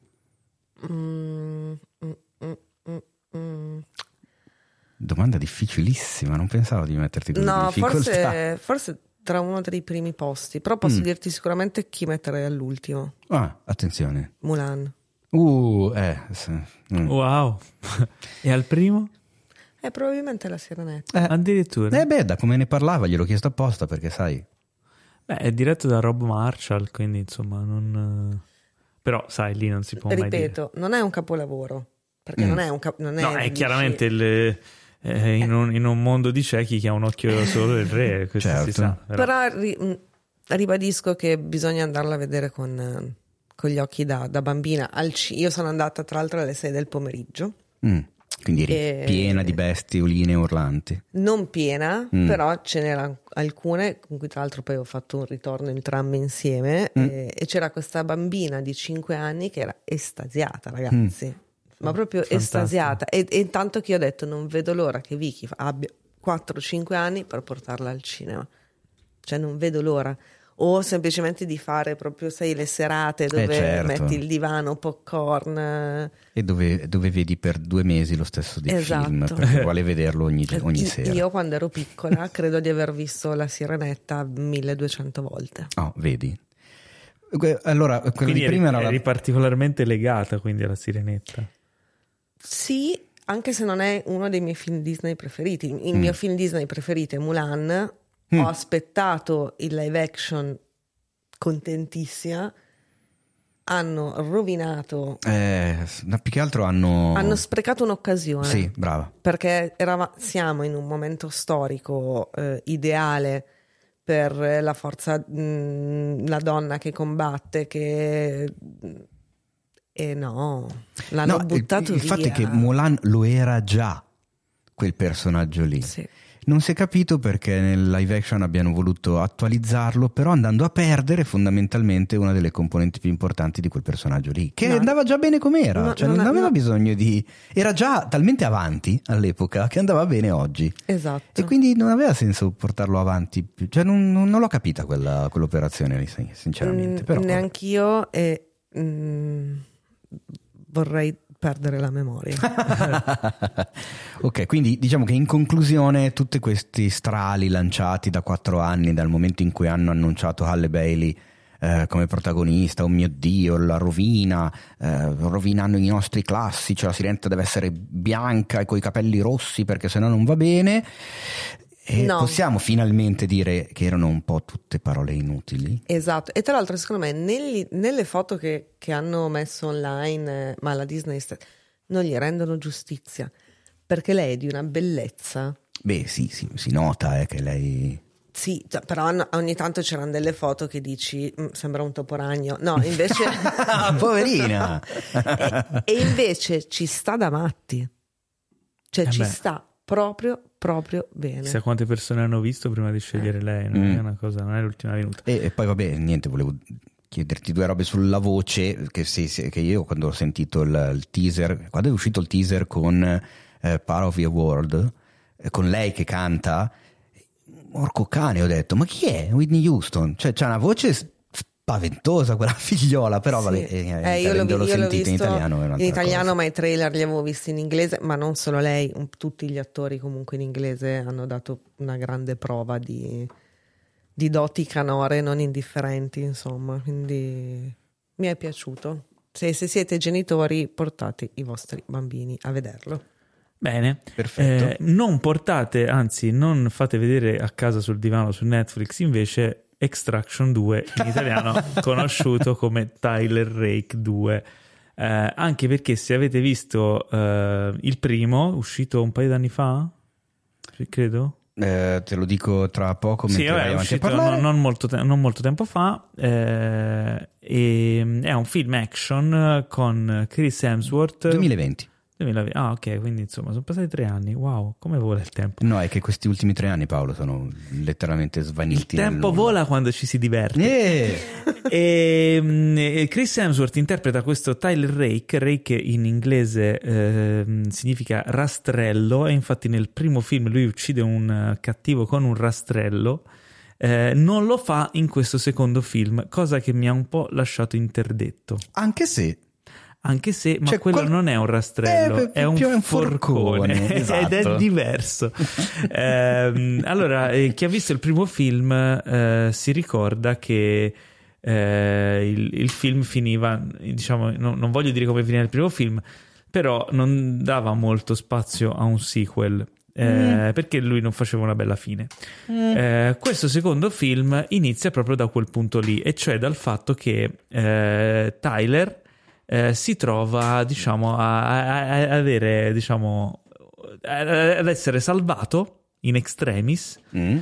Mm, mm, mm, mm, mm. Domanda difficilissima, non pensavo di metterti in No, difficoltà. forse, forse tra uno dei primi posti, però posso Mm. dirti sicuramente chi metterei all'ultimo. Ah, attenzione. Mulan. Uh, eh, sì. Mm. Wow. E al primo? È probabilmente la Sirenetta. Eh, Addirittura. eh beh, da come ne parlava gliel'ho chiesto apposta perché sai. Beh, è diretto da Rob Marshall, quindi insomma non... Però sai, lì non si può mai dire. Ripeto, non è un capolavoro, perché Mm. non è un cap- non è, No, è dici- chiaramente il, eh, in, un, in un mondo di ciechi chi ha un occhio solo del re, questo Certo. si sa. Però. Però ri- mh, ribadisco che bisogna andarla a vedere con, eh, con gli occhi da, da bambina. Al ci- Io sono andata tra l'altro alle sei del pomeriggio, Mm. Quindi eri E- piena di bestioline urlanti. non piena, Mm. però ce n'erano alcune con cui tra l'altro poi ho fatto un ritorno in tram insieme Mm. e, e c'era questa bambina di cinque anni che era estasiata, ragazzi, Mm. ma proprio Fantastico. estasiata e, e tanto che io ho detto non vedo l'ora che Vicky fa- abbia quattro cinque anni per portarla al cinema, cioè non vedo l'ora, o semplicemente di fare proprio sai le serate dove certo. metti il divano, popcorn, eh, E dove, dove vedi per due mesi lo stesso di Esatto. film perché vuole vederlo ogni, ogni Io- sera. Io quando ero piccola credo di aver visto La Sirenetta milleduecento volte. Oh, vedi? Que- Allora, quello Quindi di eri, prima era la... eri particolarmente legata quindi alla Sirenetta. Sì, anche se non è uno dei miei film Disney preferiti. Il Mm. mio film Disney preferito è Mulan. Mm. Ho aspettato il live action contentissima. Hanno rovinato, Eh, no, più che altro hanno... hanno sprecato un'occasione. Sì, brava. Perché erava- siamo in un momento storico eh, ideale per la forza, mh, la donna che combatte, che... E no, l'hanno No, buttato il, il via. fatto è che Mulan lo era già, quel personaggio lì. Sì. Non si è capito perché nel live action abbiano voluto attualizzarlo, però andando a perdere fondamentalmente una delle componenti più importanti di quel personaggio lì, che No. andava già bene com'era, No, cioè non non ha- aveva no. bisogno di... era già talmente avanti all'epoca che andava bene oggi. Esatto. E quindi non aveva senso portarlo avanti più. Cioè non, non- non l'ho capita quella, quell'operazione lì, sin- sinceramente. Mm, Però, neanch'io e mm, vorrei perdere la memoria. Ok, quindi diciamo che in conclusione tutti questi strali lanciati da quattro anni dal momento in cui hanno annunciato Halle Bailey eh, come protagonista, oh mio Dio, la rovina, eh, rovinando i nostri classici, la Sirenetta deve essere bianca e coi capelli rossi perché sennò non va bene. E No. possiamo finalmente dire che erano un po' tutte parole inutili? Esatto, e tra l'altro secondo me negli- nelle foto che, che hanno messo online, eh, ma la Disney sta- non gli rendono giustizia, perché lei è di una bellezza. Beh sì, sì, si nota eh, che lei... Sì, cioè, però hanno- ogni tanto c'erano delle foto che dici "Mm, sembra un toporagno", no invece Ah, poverina! e, e invece ci sta da matti, cioè Eh ci beh. sta proprio proprio bene. Chissà quante persone hanno visto prima di scegliere lei, non Mm. è una cosa, non è l'ultima venuta. E, e poi vabbè, niente, volevo chiederti due robe sulla voce, che, sì, sì, che io quando ho sentito il, il teaser, quando è uscito il teaser con eh, Part of Your World, eh, con lei che canta, orco cane, ho detto, ma chi è? Whitney Houston? Cioè c'ha una voce spaventosa quella figliola, però Sì. vabbè, eh, Eh, io l'ho, avendolo vi- io l'ho sentito visto in italiano è un'altra in italiano, cosa. ma i trailer li avevo visti in inglese, ma non solo lei, un- tutti gli attori comunque in inglese hanno dato una grande prova di, di doti canore non indifferenti, insomma, quindi mi è piaciuto. Se, se siete genitori, portate i vostri bambini a vederlo. Bene, Perfetto. Eh, non portate, anzi non fate vedere a casa sul divano su Netflix invece Extraction due, in italiano conosciuto come Tyler Rake due, eh, anche perché se avete visto eh, il primo, uscito un paio d'anni fa, credo. Eh, te lo dico tra poco mentre Sì, vabbè, vai è avanti a uscito parlare. non, non molto te- non molto tempo fa, eh, e è un film action con Chris Hemsworth. duemilaventi. duemilaventi. Ah, ok, quindi insomma sono passati tre anni. Wow, come vola il tempo. No, è che questi ultimi tre anni, Paolo, sono letteralmente svaniti. Il tempo vola quando ci si diverte. Yeah. E Chris Hemsworth interpreta questo Tyler Rake. Rake in inglese eh, significa rastrello, e infatti nel primo film lui uccide un cattivo con un rastrello. Eh, non lo fa in questo secondo film, cosa che mi ha un po' lasciato interdetto. Anche se Anche se, ma cioè, quello qual... non è un rastrello, eh, è un, più un forcone, forcone, esatto. Ed è diverso. eh, allora, eh, chi ha visto il primo film eh, si ricorda che eh, il, il film finiva, diciamo, no, non voglio dire come finiva il primo film, però non dava molto spazio a un sequel. Eh, mm. Perché lui non faceva una bella fine. Mm. Eh, questo secondo film inizia proprio da quel punto lì, e cioè dal fatto che eh, Tyler eh, si trova, diciamo, a, a, a avere, diciamo, ad essere salvato in extremis mm.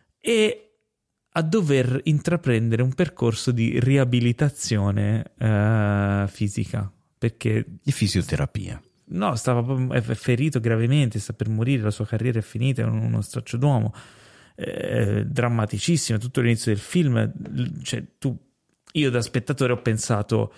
e a dover intraprendere un percorso di riabilitazione eh, fisica, perché di fisioterapia. No, stava è ferito gravemente, sta per morire, la sua carriera è finita, è uno straccio d'uomo, eh, drammaticissimo, tutto l'inizio del film, cioè tu, io da spettatore ho pensato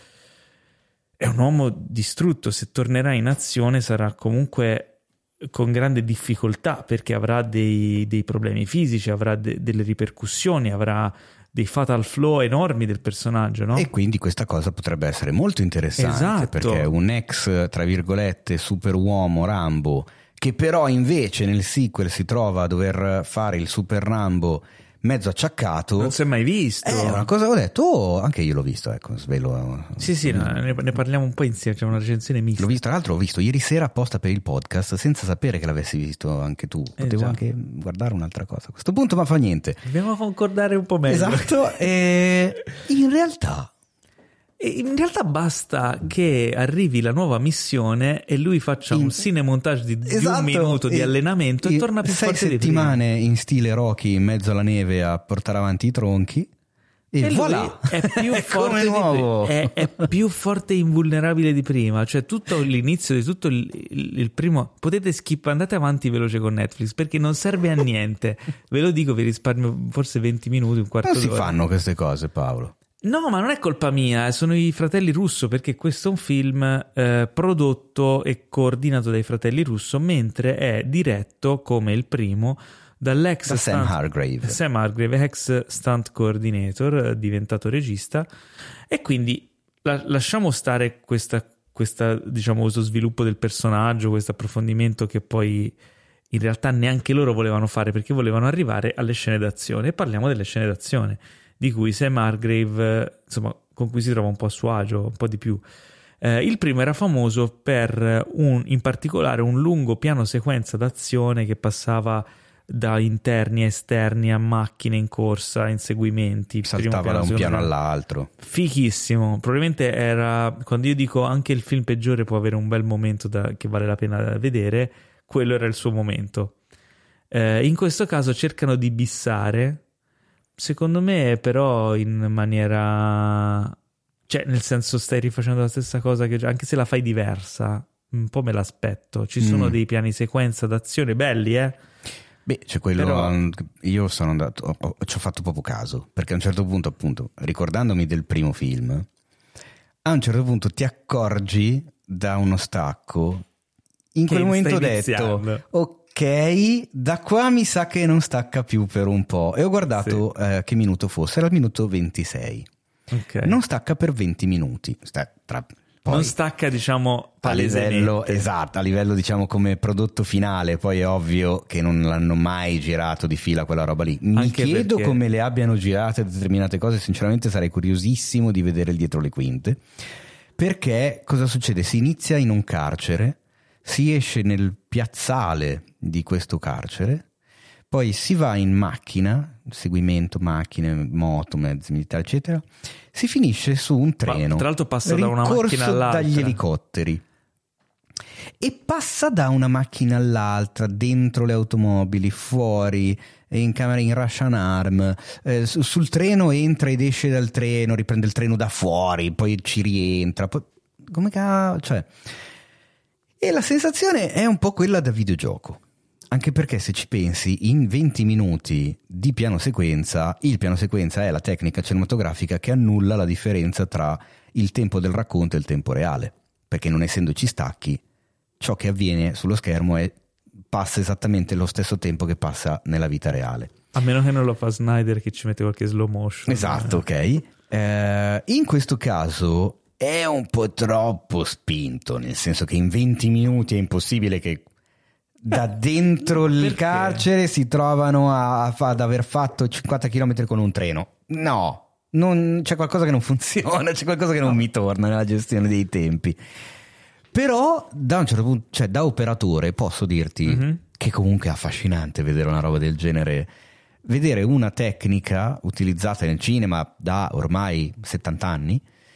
è un uomo distrutto, se tornerà in azione sarà comunque con grande difficoltà, perché avrà dei, dei problemi fisici, avrà de, delle ripercussioni, avrà dei fatal flow enormi del personaggio, no? E quindi questa cosa potrebbe essere molto interessante, esatto. Perché un ex, tra virgolette, superuomo Rambo, che però invece nel sequel si trova a dover fare il super Rambo mezzo acciaccato. Non si è mai visto. È una cosa, ho detto, oh, anche io l'ho visto, ecco, svelo. Sì, sì, no, ne, ne parliamo un po' insieme, c'è una recensione mista. L'ho visto, tra l'altro l'ho visto ieri sera apposta per il podcast, senza sapere che l'avessi visto anche tu. Potevo eh anche guardare un'altra cosa. A questo punto, ma fa niente. Dobbiamo concordare un po' meglio. Esatto, e in realtà... In realtà basta che arrivi la nuova missione e lui faccia in... un cinemontage di, esatto, di un minuto di allenamento e, e torna più forte di prima. Sei settimane in stile Rocky in mezzo alla neve a portare avanti i tronchi e, e voilà, è più è forte come di nuovo. È, è più forte e invulnerabile di prima. Cioè tutto l'inizio di tutto il, il, il primo, potete skip, andate avanti veloce con Netflix perché non serve a niente. Ve lo dico, vi risparmio forse venti minuti, un quarto d'ora. Non si fanno queste cose, Paolo. No, ma non è colpa mia, sono i fratelli Russo, perché questo è un film eh, prodotto e coordinato dai fratelli Russo, mentre è diretto come il primo dall'ex da stunt, Sam Hargrave. Sam Hargrave, ex stunt coordinator, diventato regista, e quindi la, lasciamo stare questa, questa, diciamo, questo sviluppo del personaggio, questo approfondimento che poi in realtà neanche loro volevano fare, perché volevano arrivare alle scene d'azione, e parliamo delle scene d'azione di cui Sam Hargrave, insomma, con cui si trova un po' a suo agio, un po' di più. Eh, il primo era famoso per un, in particolare un lungo piano sequenza d'azione che passava da interni a esterni a macchine in corsa, inseguimenti. Saltava piano, da un piano all'altro. Fichissimo. Probabilmente era, quando io dico anche il film peggiore può avere un bel momento da, che vale la pena vedere, quello era il suo momento. Eh, in questo caso cercano di bissare, secondo me però in maniera, cioè nel senso stai rifacendo la stessa cosa che anche se la fai diversa un po' me l'aspetto. Ci sono mm. dei piani sequenza d'azione belli, eh beh, c'è quello. Però... io sono andato, ho, ho, ci ho fatto poco caso, perché a un certo punto, appunto, ricordandomi del primo film, a un certo punto ti accorgi da uno stacco, in che quel momento ho iniziando. detto ok, da qua mi sa che non stacca più per un po', e ho guardato sì. eh, che minuto fosse, era il minuto ventisei. Okay. Non stacca per venti minuti. Sta, tra, poi, non stacca, diciamo, a livello, esatto, a livello, diciamo, come prodotto finale. Poi è ovvio che non l'hanno mai girato di fila quella roba lì. Mi Anche chiedo perché... come le abbiano girate determinate cose. Sinceramente sarei curiosissimo di vedere il dietro le quinte, perché cosa succede? Si inizia in un carcere, si esce nel piazzale di questo carcere, poi si va in macchina, seguimento, macchine, moto, mezzi militari, eccetera, si finisce su un treno. Ma, tra l'altro passa da una macchina all'altra. Dagli elicotteri. E passa da una macchina all'altra, dentro le automobili, fuori, in camera in Russian Arm, eh, sul treno entra ed esce dal treno, riprende il treno da fuori, poi ci rientra. Poi, come cavolo, cioè... E la sensazione è un po' quella da videogioco. Anche perché se ci pensi, in venti minuti di piano sequenza, il piano sequenza è la tecnica cinematografica che annulla la differenza tra il tempo del racconto e il tempo reale. Perché non essendoci stacchi, ciò che avviene sullo schermo è, passa esattamente lo stesso tempo che passa nella vita reale. A meno che non lo fa Snyder, che ci mette qualche slow motion. Esatto, ok. Eh, in questo caso è un po' troppo spinto, nel senso che in venti minuti è impossibile che da dentro il Perché? carcere si trovano a, a, ad aver fatto cinquanta chilometri con un treno. No, non, c'è qualcosa che non funziona, c'è qualcosa che non mi torna nella gestione dei tempi. Però da un certo punto, cioè da operatore posso dirti mm-hmm. che comunque è affascinante vedere una roba del genere, vedere una tecnica utilizzata nel cinema da ormai settanta anni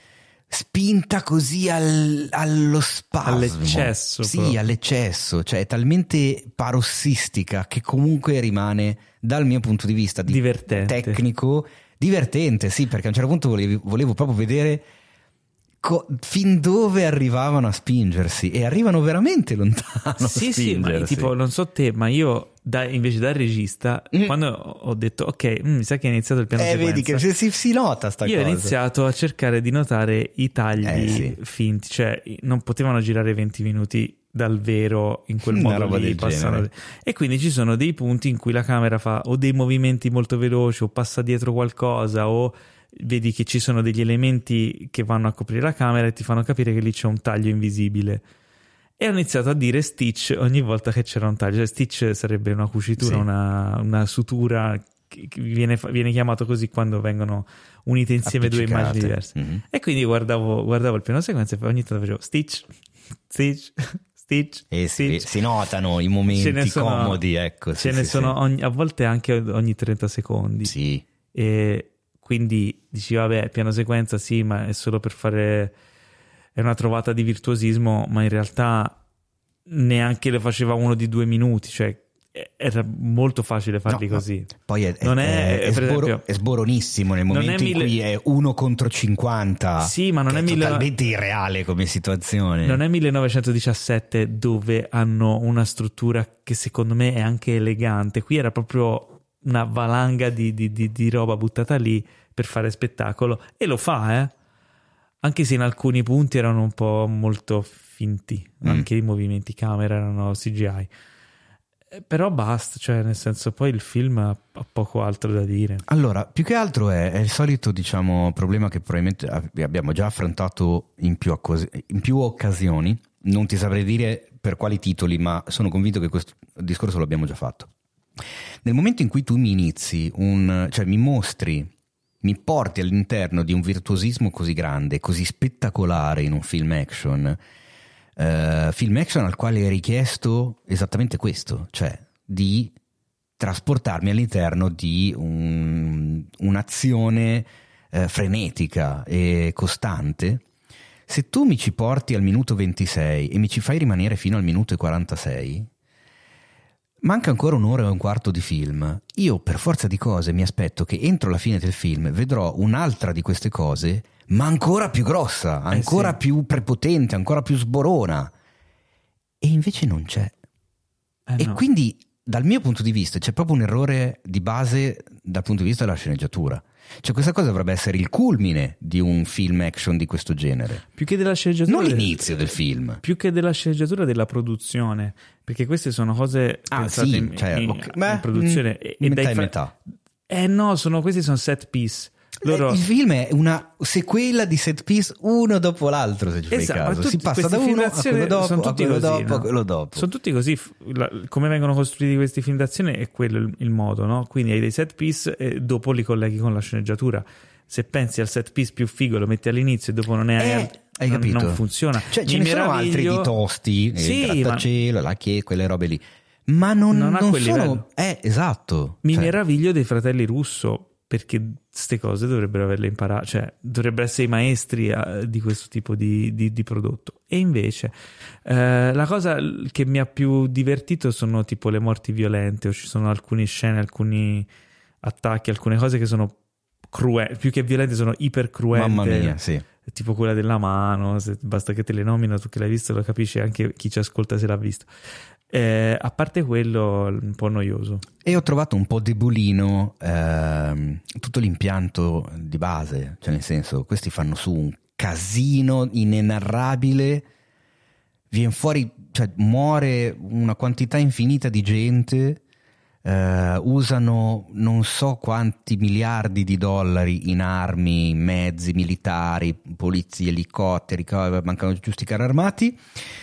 spinta così al, allo spasmo, all'eccesso, sì, proprio. all'eccesso, cioè è talmente parossistica che comunque rimane, dal mio punto di vista di divertente. tecnico, divertente, sì, perché a un certo punto volevo, volevo proprio vedere co- fin dove arrivavano a spingersi, e arrivano veramente lontano. Sì, a sì, ma tipo, non so te, ma io da, invece da regista, mm. quando ho detto ok, mm, mi sa che è iniziato il piano eh, sequenza, vedi che si, si nota sta io cosa. ho iniziato a cercare di notare i tagli eh, sì. finti, cioè non potevano girare venti minuti dal vero in quel Una modo roba lì, del passano... genere. E quindi ci sono dei punti in cui la camera fa o dei movimenti molto veloci o passa dietro qualcosa, o vedi che ci sono degli elementi che vanno a coprire la camera e ti fanno capire che lì c'è un taglio invisibile. E ho iniziato a dire Stitch ogni volta che c'era un taglio. Cioè, Stitch sarebbe una cucitura, sì. una, una sutura che viene, viene chiamato così quando vengono unite insieme due immagini diverse. Mm-hmm. E quindi guardavo, guardavo il piano sequenza e ogni tanto facevo Stitch, Stitch, Stitch. E Stitch. Si, si notano i momenti sono, comodi, ecco. Ce sì, ne sì, sono sì. Ogni, a volte anche ogni trenta secondi. Sì. E quindi dici vabbè, piano sequenza sì, ma è solo per fare, è una trovata di virtuosismo, ma in realtà neanche le faceva uno di due minuti, cioè era molto facile farli no, così. No. Poi è, non è, è, è, per sboro, esempio, è sboronissimo nel momento mille... in cui è uno contro cinquanta. Sì, ma non è, è mille... totalmente irreale come situazione. Non è millenovecentodiciassette dove hanno una struttura che secondo me è anche elegante. Qui era proprio una valanga di, di, di, di roba buttata lì per fare spettacolo, e lo fa, eh? Anche se in alcuni punti erano un po' molto finti, mm. anche i movimenti camera erano C G I. Però basta, cioè nel senso, poi il film ha, ha poco altro da dire. Allora, più che altro è, è il solito, diciamo, problema che probabilmente abbiamo già affrontato in più, accos- in più occasioni. Non ti saprei dire per quali titoli, ma sono convinto che questo discorso l'abbiamo già fatto. Nel momento in cui tu mi inizi un, cioè mi mostri, mi porti all'interno di un virtuosismo così grande, così spettacolare in un film action, Uh, film action al quale è richiesto esattamente questo, cioè di trasportarmi all'interno di un, un'azione uh, frenetica e costante. Se tu mi ci porti al minuto ventisei e mi ci fai rimanere fino al minuto e quarantasei, manca ancora un'ora e un quarto di film. Io per forza di cose mi aspetto che entro la fine del film vedrò un'altra di queste cose, ma ancora più grossa, ancora eh sì. più prepotente, ancora più sborona. E invece non c'è. Eh e no. Quindi dal mio punto di vista c'è proprio un errore di base dal punto di vista della sceneggiatura. Cioè questa cosa dovrebbe essere il culmine di un film action di questo genere. Più che della sceneggiatura, non l'inizio del film. Più che della sceneggiatura, della produzione, perché queste sono cose ah, pensate sì, in, cioè, in, okay. in Beh, produzione mh, e, e metà dai e fa- metà. Eh no, sono, questi sono set piece. Loro... Il film è una sequela di set piece uno dopo l'altro, se ci fai esatto, caso. Tutti, si passa da uno a quello dopo, sono tutti a quello così, dopo, no? a quello dopo. Sono tutti così, la, come vengono costruiti questi film d'azione è quello il, il modo, no? Quindi hai dei set piece e dopo li colleghi con la sceneggiatura. Se pensi al set piece più figo lo metti all'inizio e dopo non è eh, hai non, capito? non funziona. Cioè ce ne sono altri di tosti, sì, il grattacielo, ma... la chiesa, quelle robe lì. Ma non, non, non quel sono livello. Eh, esatto. Mi cioè... meraviglio dei fratelli Russo, perché queste cose dovrebbero averle imparate, cioè dovrebbero essere i maestri uh, di questo tipo di, di, di prodotto. E invece uh, la cosa che mi ha più divertito sono tipo le morti violente, o ci sono alcune scene, alcuni attacchi, alcune cose che sono cruente, più che violente sono iper cruente. Mamma mia, sì. tipo quella della mano, se, basta che te le nomina, tu che l'hai visto lo capisci, anche chi ci ascolta se l'ha visto. Eh, a parte quello, un po' noioso. E ho trovato un po' debolino ehm, tutto l'impianto di base, cioè nel senso, questi fanno su un casino inenarrabile, viene fuori, cioè muore una quantità infinita di gente, eh, usano non so quanti miliardi di dollari in armi, in mezzi militari, polizie, elicotteri, mancano giusti carri armati,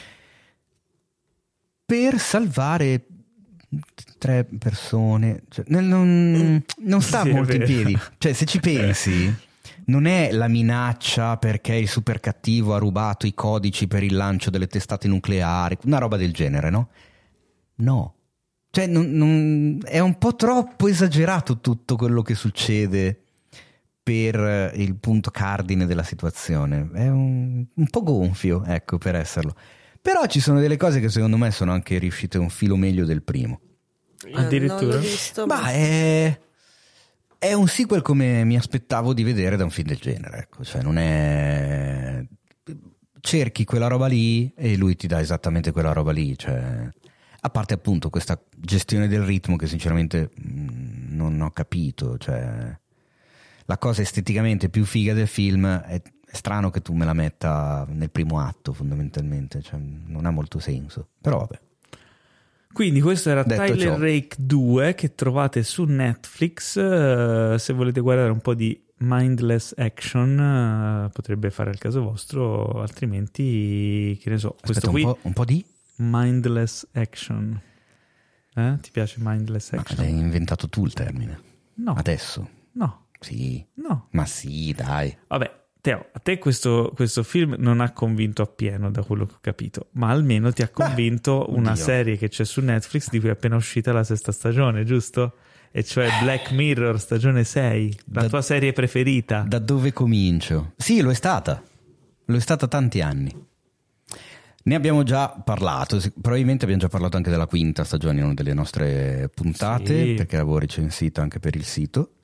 per salvare tre persone, cioè, non, non sta sì, molto in piedi, cioè se ci pensi non è la minaccia perché il super cattivo ha rubato i codici per il lancio delle testate nucleari, una roba del genere, no? No, cioè non, non, è un po' troppo esagerato tutto quello che succede per il punto cardine della situazione, è un, un po' gonfio, ecco, per esserlo. Però ci sono delle cose che secondo me sono anche riuscite un filo meglio del primo. Addirittura? Non l'ho visto, ma è, è un sequel come mi aspettavo di vedere da un film del genere, ecco. Cioè non è, cerchi quella roba lì e lui ti dà esattamente quella roba lì, cioè, a parte appunto questa gestione del ritmo che sinceramente mh, non ho capito, cioè la cosa esteticamente più figa del film è È strano che tu me la metta nel primo atto, fondamentalmente, cioè, non ha molto senso, però vabbè. Quindi questo era Detto Tyler ciò, Rake due, che trovate su Netflix. Uh, se volete guardare un po' di mindless action, uh, potrebbe fare il caso vostro, altrimenti, che ne so, questo aspetta, qui un po', un po' di? mindless action. Eh? Ti piace mindless action? Ma l'hai inventato tu il termine? No. Adesso? No. Sì. No. Ma sì, dai. Vabbè. Teo, a te questo, questo film non ha convinto appieno, da quello che ho capito, ma almeno ti ha convinto Beh, una oddio. serie che c'è su Netflix di cui è appena uscita la sesta stagione, giusto? E cioè Black Mirror stagione sei, la Da- tua serie preferita. Da dove comincio? Sì, lo è stata. Lo è stata tanti anni. Ne abbiamo già parlato, sì, probabilmente abbiamo già parlato anche della quinta stagione in una delle nostre puntate, Sì. perché l'avevo recensita anche per il sito.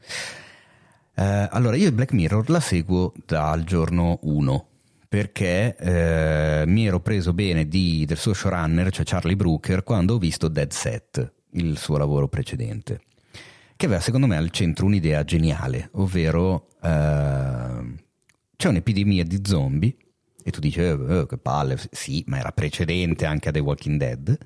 Eh, allora, io Black Mirror la seguo dal giorno uno, perché eh, mi ero preso bene di, del suo showrunner, cioè Charlie Brooker, quando ho visto Dead Set, il suo lavoro precedente, che aveva secondo me al centro un'idea geniale, ovvero eh, c'è un'epidemia di zombie, e tu dici, eh, che palle, sì, ma era precedente anche a The Walking Dead,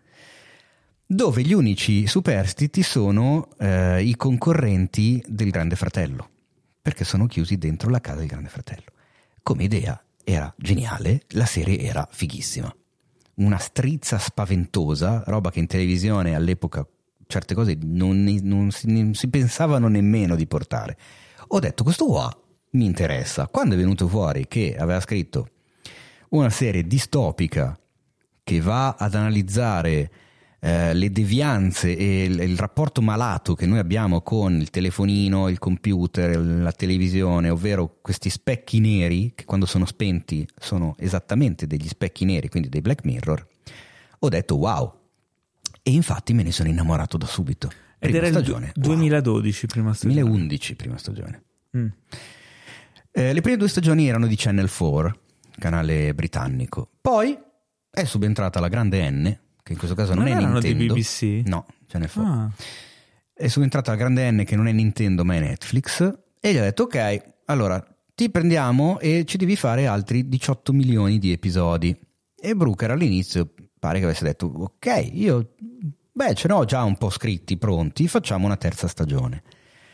dove gli unici superstiti sono eh, i concorrenti del Grande Fratello, perché sono chiusi dentro la casa del Grande Fratello. Come idea era geniale, la serie era fighissima. Una strizza spaventosa, roba che in televisione all'epoca certe cose non, non, si, non si pensavano nemmeno di portare. Ho detto, questo qua mi interessa. Quando è venuto fuori che aveva scritto una serie distopica che va ad analizzare Eh, le devianze e il, il rapporto malato che noi abbiamo con il telefonino, il computer, la televisione, ovvero questi specchi neri che quando sono spenti sono esattamente degli specchi neri, quindi dei Black Mirror, ho detto wow, e infatti me ne sono innamorato da subito. Ed Prima era stagione, il duemiladodici, wow. prima stagione. duemilaundici prima stagione. Mm. Eh, le prime due stagioni erano di Channel quattro, canale britannico. Poi è subentrata la grande N, che in questo caso non, Non è erano di Nintendo. B B C? No, ce ne fa. Ah. È subentrata la grande N, che non è Nintendo ma è Netflix, e gli ha detto ok, allora ti prendiamo e ci devi fare altri diciotto milioni di episodi. E Brooker all'inizio pare che avesse detto ok, io beh ce ne ho già un po' scritti pronti, facciamo una terza stagione.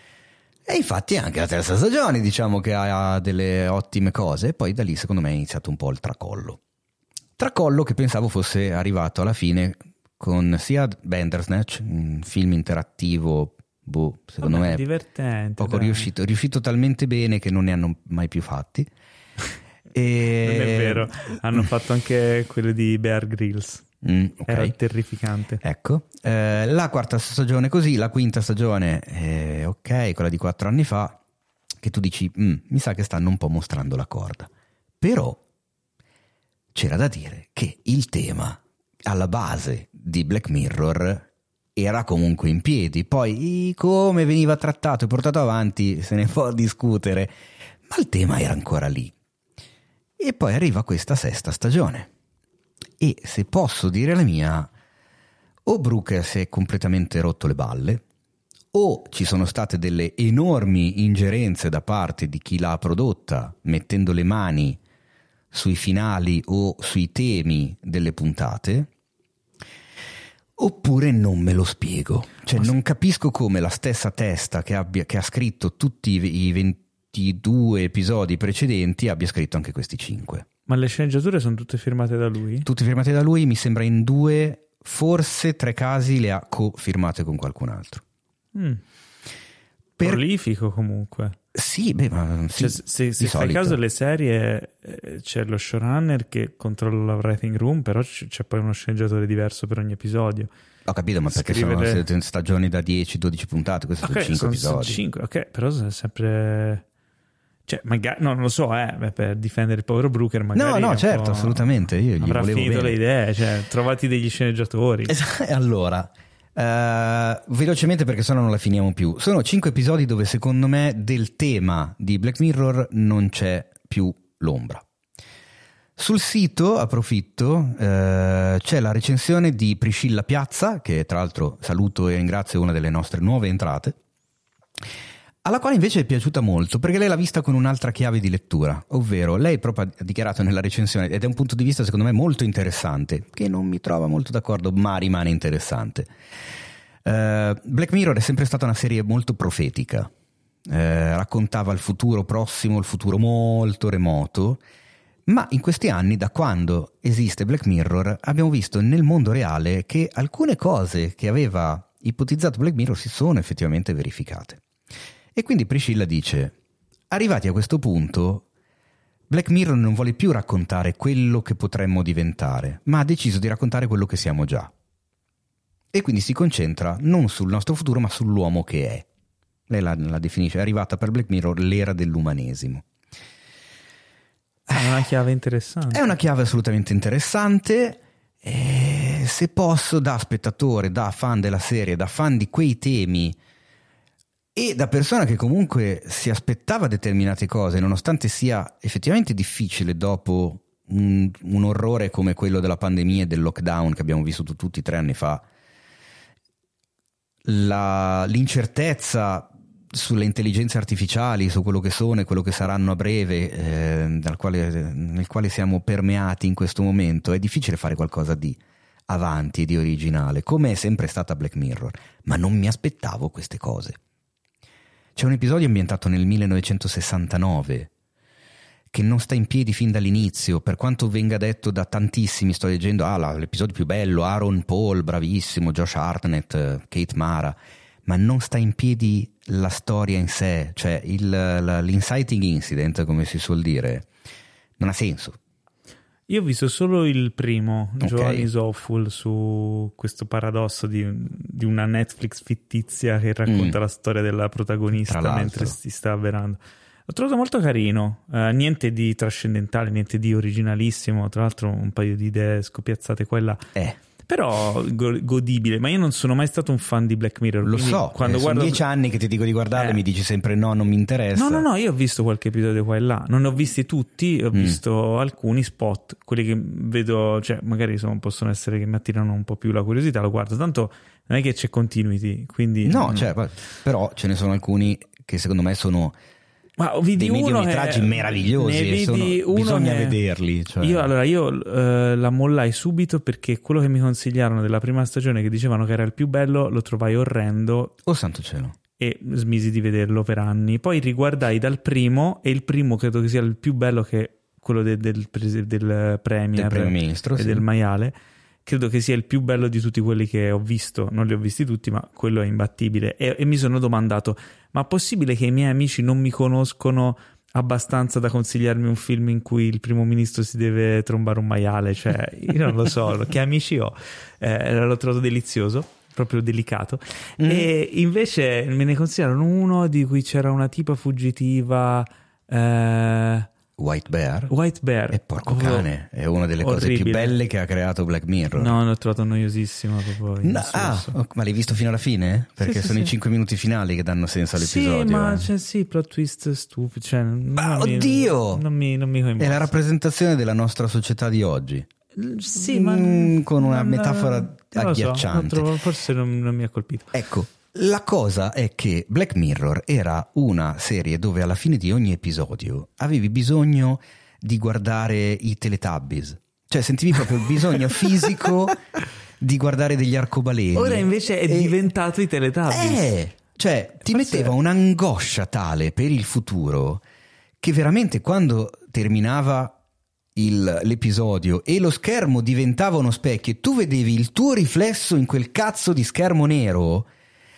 E infatti anche la terza stagione diciamo che ha delle ottime cose, e poi da lì secondo me è iniziato un po' il tracollo. Tracollo che pensavo fosse arrivato alla fine con sia Bandersnatch, un film interattivo, boh, secondo Vabbè, me divertente, poco dai. riuscito, riuscito talmente bene che non ne hanno mai più fatti. E... Non è vero, hanno fatto anche quello di Bear Grylls. Mm, ok. Era terrificante. Ecco, eh, la quarta stagione così, la quinta stagione, eh, ok, quella di quattro anni fa, che tu dici, mm, mi sa che stanno un po' mostrando la corda. Però c'era da dire che il tema alla base di Black Mirror era comunque in piedi, poi come veniva trattato e portato avanti se ne può discutere, ma il tema era ancora lì. E poi arriva questa sesta stagione. E se posso dire la mia, o Brooker si è completamente rotto le balle, o ci sono state delle enormi ingerenze da parte di chi l'ha prodotta, mettendo le mani sui finali o sui temi delle puntate, oppure non me lo spiego. Cioè non capisco come la stessa testa che, abbia, che ha scritto tutti i ventidue episodi precedenti abbia scritto anche questi cinque. Ma le sceneggiature sono tutte firmate da lui? Tutte firmate da lui, mi sembra in due, forse tre casi le ha co-firmate con qualcun altro. Mm. Per... Prolifico comunque. Sì, beh, ma sì, cioè, se, se fai solito. caso le serie eh, c'è lo showrunner che controlla la writing room, però c- c'è poi uno sceneggiatore diverso per ogni episodio. Ho capito, ma perché Scrivere... sono stagioni da dieci dodici puntate, questi okay, sono cinque sono, episodi. Sono cinque, ok, però sono sempre... Cioè, magari, no, non lo so, eh, beh, per difendere il povero Brooker magari... No, no, certo, assolutamente, io gli avrà volevo finito bene. le idee, cioè, trovati degli sceneggiatori. Allora... Uh, velocemente perché sennò non la finiamo più. Sono cinque episodi dove secondo me del tema di Black Mirror non c'è più l'ombra. Sul sito, approfitto, uh, c'è la recensione di Priscilla Piazza, che tra l'altro saluto e ringrazio, una delle nostre nuove entrate, alla quale invece è piaciuta molto perché lei l'ha vista con un'altra chiave di lettura, ovvero lei proprio ha dichiarato nella recensione, ed è un punto di vista secondo me molto interessante, che non mi trova molto d'accordo ma rimane interessante. uh, Black Mirror è sempre stata una serie molto profetica, uh, raccontava il futuro prossimo, il futuro molto remoto, ma in questi anni, da quando esiste Black Mirror, abbiamo visto nel mondo reale che alcune cose che aveva ipotizzato Black Mirror si sono effettivamente verificate. E quindi Priscilla dice, arrivati a questo punto, Black Mirror non vuole più raccontare quello che potremmo diventare, ma ha deciso di raccontare quello che siamo già. E quindi si concentra non sul nostro futuro, ma sull'uomo che è. Lei la, la definisce, è arrivata per Black Mirror l'era dell'umanesimo. È una chiave interessante. È una chiave assolutamente interessante. E se posso, da spettatore, da fan della serie, da fan di quei temi, e da persona che comunque si aspettava determinate cose, nonostante sia effettivamente difficile dopo un, un orrore come quello della pandemia e del lockdown che abbiamo vissuto tutti tre anni fa, la, l'incertezza sulle intelligenze artificiali, su quello che sono e quello che saranno a breve, eh, dal quale, nel quale siamo permeati in questo momento, è difficile fare qualcosa di avanti e di originale, come è sempre stata Black Mirror, ma non mi aspettavo queste cose. C'è un episodio ambientato nel millenovecentosessantanove che non sta in piedi fin dall'inizio, per quanto venga detto da tantissimi, sto leggendo, ah, l'episodio più bello, Aaron Paul, bravissimo, Josh Hartnett, Kate Mara, ma non sta in piedi la storia in sé, cioè il, la, l'inciting incident, come si suol dire, non ha senso. Io ho visto solo il primo, Okay. Joanne is Awful, su questo paradosso di, di una Netflix fittizia che racconta Mm. la storia della protagonista Tra mentre l'altro. si sta avverando. L'ho trovato molto carino, eh, niente di trascendentale, niente di originalissimo, tra l'altro un paio di idee scoppiazzate qua e là. Eh, Però go- godibile, ma io non sono mai stato un fan di Black Mirror. lo quindi so, quando eh, guardo... sono dieci anni che ti dico di guardarlo Eh. e mi dici sempre no, non mi interessa. No, no, no, io ho visto qualche episodio qua e là, non ne ho visti tutti, ho Mm. visto alcuni spot, quelli che vedo, cioè magari sono, possono essere che mi attirano un po' più la curiosità, lo guardo, tanto non è che c'è continuity, quindi... No, mm. cioè, però ce ne sono alcuni che secondo me sono Ma vidi dei uno mediometraggi che- meravigliosi ne e vidi sono- uno bisogna che- vederli, cioè. Io allora io eh, la mollai subito perché quello che mi consigliarono della prima stagione, che dicevano che era il più bello, lo trovai orrendo Oh santo cielo. e smisi di vederlo per anni. Poi riguardai dal primo, e il primo credo che sia il più bello, che quello de- del, del, del Premier Del Primo Ministro, e sì. del maiale. Credo che sia il più bello di tutti quelli che ho visto, non li ho visti tutti, ma quello è imbattibile. E, e mi sono domandato, ma è possibile che i miei amici non mi conoscono abbastanza da consigliarmi un film in cui il primo ministro si deve trombare un maiale? Cioè, io non lo so, che amici ho? Eh, l'ho trovato delizioso, proprio delicato. Mm. E invece me ne consigliarono uno di cui c'era una tipa fuggitiva, eh, White Bear. White Bear. E porco Oh, cane, è una delle cose orribile. più belle che ha creato Black Mirror. No, l'ho trovato noiosissimo proprio. No, ah, ok, ma l'hai visto fino alla fine? Perché Sì, sì, sono sì. i cinque minuti finali che danno senso all'episodio. Sì, ma eh. cioè, sì, plot twist stupido. Cioè, non Ma mi- oddio! Non mi, non mi coinvolge. È la rappresentazione della nostra società di oggi. Sì, ma Mm, con una non- metafora non lo so, agghiacciante. lo trovo- forse non, non mi ha colpito. Ecco, la cosa è che Black Mirror era una serie dove alla fine di ogni episodio avevi bisogno di guardare i Teletubbies. Cioè sentivi proprio il bisogno fisico di guardare degli arcobaleni. Ora invece è E- diventato i Teletubbies. Eh, cioè ti Forse- metteva un'angoscia tale per il futuro che veramente quando terminava il- l'episodio e lo schermo diventava uno specchio e tu vedevi il tuo riflesso in quel cazzo di schermo nero,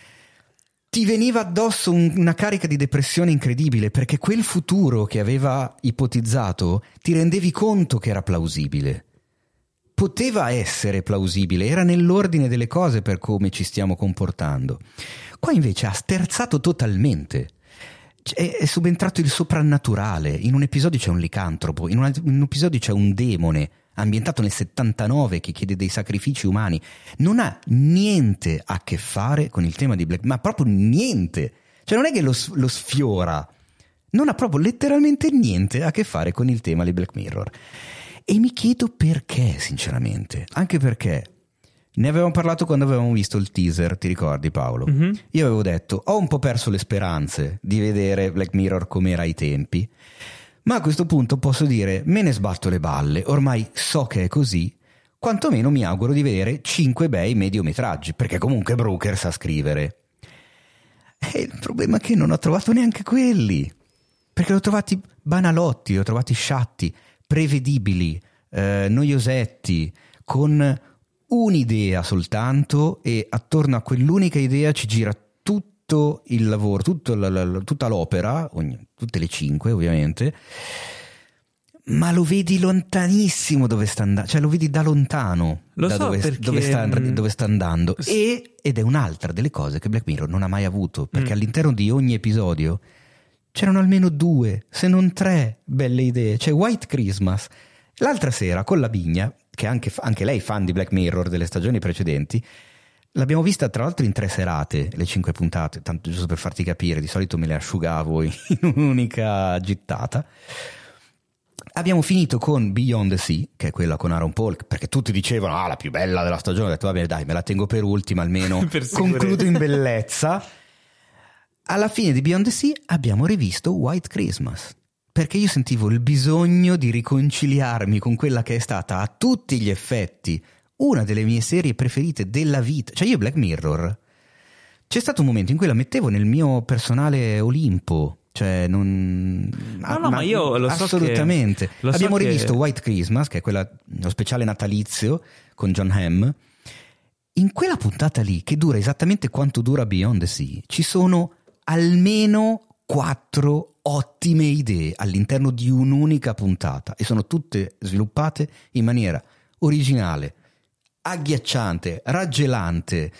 ti veniva addosso un- una carica di depressione incredibile, perché quel futuro che aveva ipotizzato ti rendevi conto che era plausibile. Poteva essere plausibile, era nell'ordine delle cose per come ci stiamo comportando. Qua invece ha sterzato totalmente. È, è subentrato il soprannaturale. In un episodio c'è un licantropo, in un, in un episodio c'è un demone ambientato nel settantanove che chiede dei sacrifici umani. Non ha niente a che fare con il tema di Black, ma proprio niente. Cioè non è che lo, s- lo sfiora, non ha proprio letteralmente niente a che fare con il tema di Black Mirror. E mi chiedo perché, sinceramente. Anche perché ne avevamo parlato quando avevamo visto il teaser, ti ricordi Paolo? Mhm. Io avevo detto, ho un po' perso le speranze di vedere Black Mirror come era ai tempi, ma a questo punto posso dire, me ne sbatto le balle, ormai so che è così, quantomeno mi auguro di vedere cinque bei mediometraggi, perché comunque Brooker sa scrivere. E il problema è che non ho trovato neanche quelli, perché li ho trovati banalotti, li ho trovati sciatti, prevedibili, eh, noiosetti, con un'idea soltanto, e attorno a quell'unica idea ci gira tutto il lavoro, tutto la, la, tutta l'opera, ogni, tutte le cinque ovviamente, ma lo vedi lontanissimo dove sta andando, cioè lo vedi da lontano Lo da so dove, perché, dove, sta, mh, dove sta andando, s- e, ed è un'altra delle cose che Black Mirror non ha mai avuto, perché Mm. all'interno di ogni episodio c'erano almeno due, se non tre belle idee. C'è White Christmas. L'altra sera con la Bigna, che è anche, anche lei fan di Black Mirror delle stagioni precedenti, l'abbiamo vista tra l'altro in tre serate, le cinque puntate, tanto giusto per farti capire, di solito me le asciugavo in un'unica gittata. Abbiamo finito con Beyond the Sea, che è quella con Aaron Paul, perché tutti dicevano ah la più bella della stagione. Ho detto vabbè dai, me la tengo per ultima, almeno Per concludo sicurezza. in bellezza. Alla fine di Beyond the Sea abbiamo rivisto White Christmas, perché io sentivo il bisogno di riconciliarmi con quella che è stata a tutti gli effetti una delle mie serie preferite della vita. Cioè io Black Mirror, c'è stato un momento in cui la mettevo nel mio personale Olimpo. Cioè non No, no, ma io lo so che- assolutamente lo so abbiamo che- rivisto White Christmas, che è quella, lo speciale natalizio con John Hamm. In quella puntata lì, che dura esattamente quanto dura Beyond the Sea, ci sono almeno quattro ottime idee all'interno di un'unica puntata, e sono tutte sviluppate in maniera originale, agghiacciante, raggelante,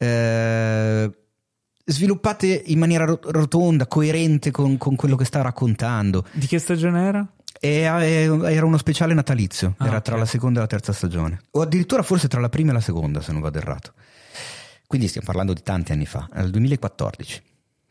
eh, sviluppate in maniera ro- rotonda, coerente con, con quello che sta raccontando. Di che stagione era? E, e- era uno speciale natalizio, Ah, era ok. tra la seconda e la terza stagione, o addirittura forse tra la prima e la seconda, se non vado errato. Quindi stiamo parlando di tanti anni fa, nel duemilaquattordici.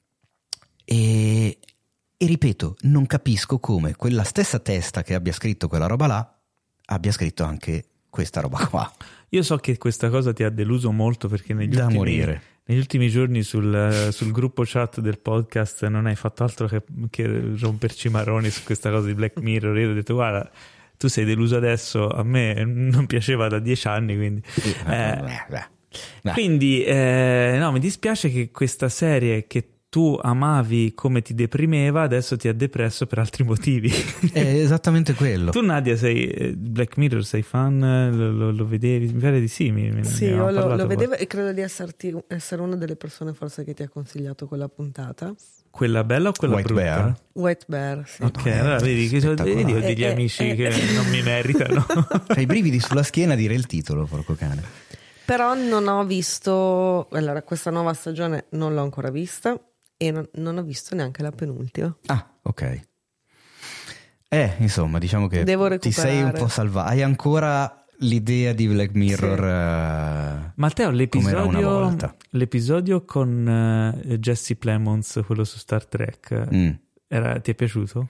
E, e ripeto, non capisco come quella stessa testa che abbia scritto quella roba là abbia scritto anche questa roba qua. Io so che questa cosa ti ha deluso molto, perché negli, Da ultimi, morire. negli ultimi giorni sul, sul gruppo chat del podcast non hai fatto altro che, che romperci i maroni su questa cosa di Black Mirror. Io ho detto guarda, tu sei deluso adesso, a me non piaceva da dieci anni, quindi... Sì, Eh, beh, beh, beh. Quindi, eh, no, mi dispiace che questa serie che tu amavi come ti deprimeva adesso ti ha depresso per altri motivi. È esattamente quello. Tu Nadia sei eh, Black Mirror, sei fan? Lo, lo- lo vedevi? Mi pare di sì. Mi, mi- Sì, ne avevamo io lo, parlato lo poi. vedevo e credo di esserti, essere una delle persone forse che ti ha consigliato quella puntata. Quella bella o quella White brutta? Bear? White Bear, sì. Ok, Eh, allora vedi che so- spettacolare. vedi, ho degli Eh, eh, amici eh, che eh. non mi meritano. C'hai i brividi sulla schiena a dire il titolo, porco cane. Però non ho visto, allora questa nuova stagione non l'ho ancora vista e non, non ho visto neanche la penultima. Ah, ok. Eh, insomma, diciamo che Devo ti sei un po' salvato. Hai ancora l'idea di Black Mirror? Sì. Uh, Matteo, l'episodio, come era una volta. l'episodio con uh, Jesse Plemons, quello su Star Trek, mm. era, ti è piaciuto?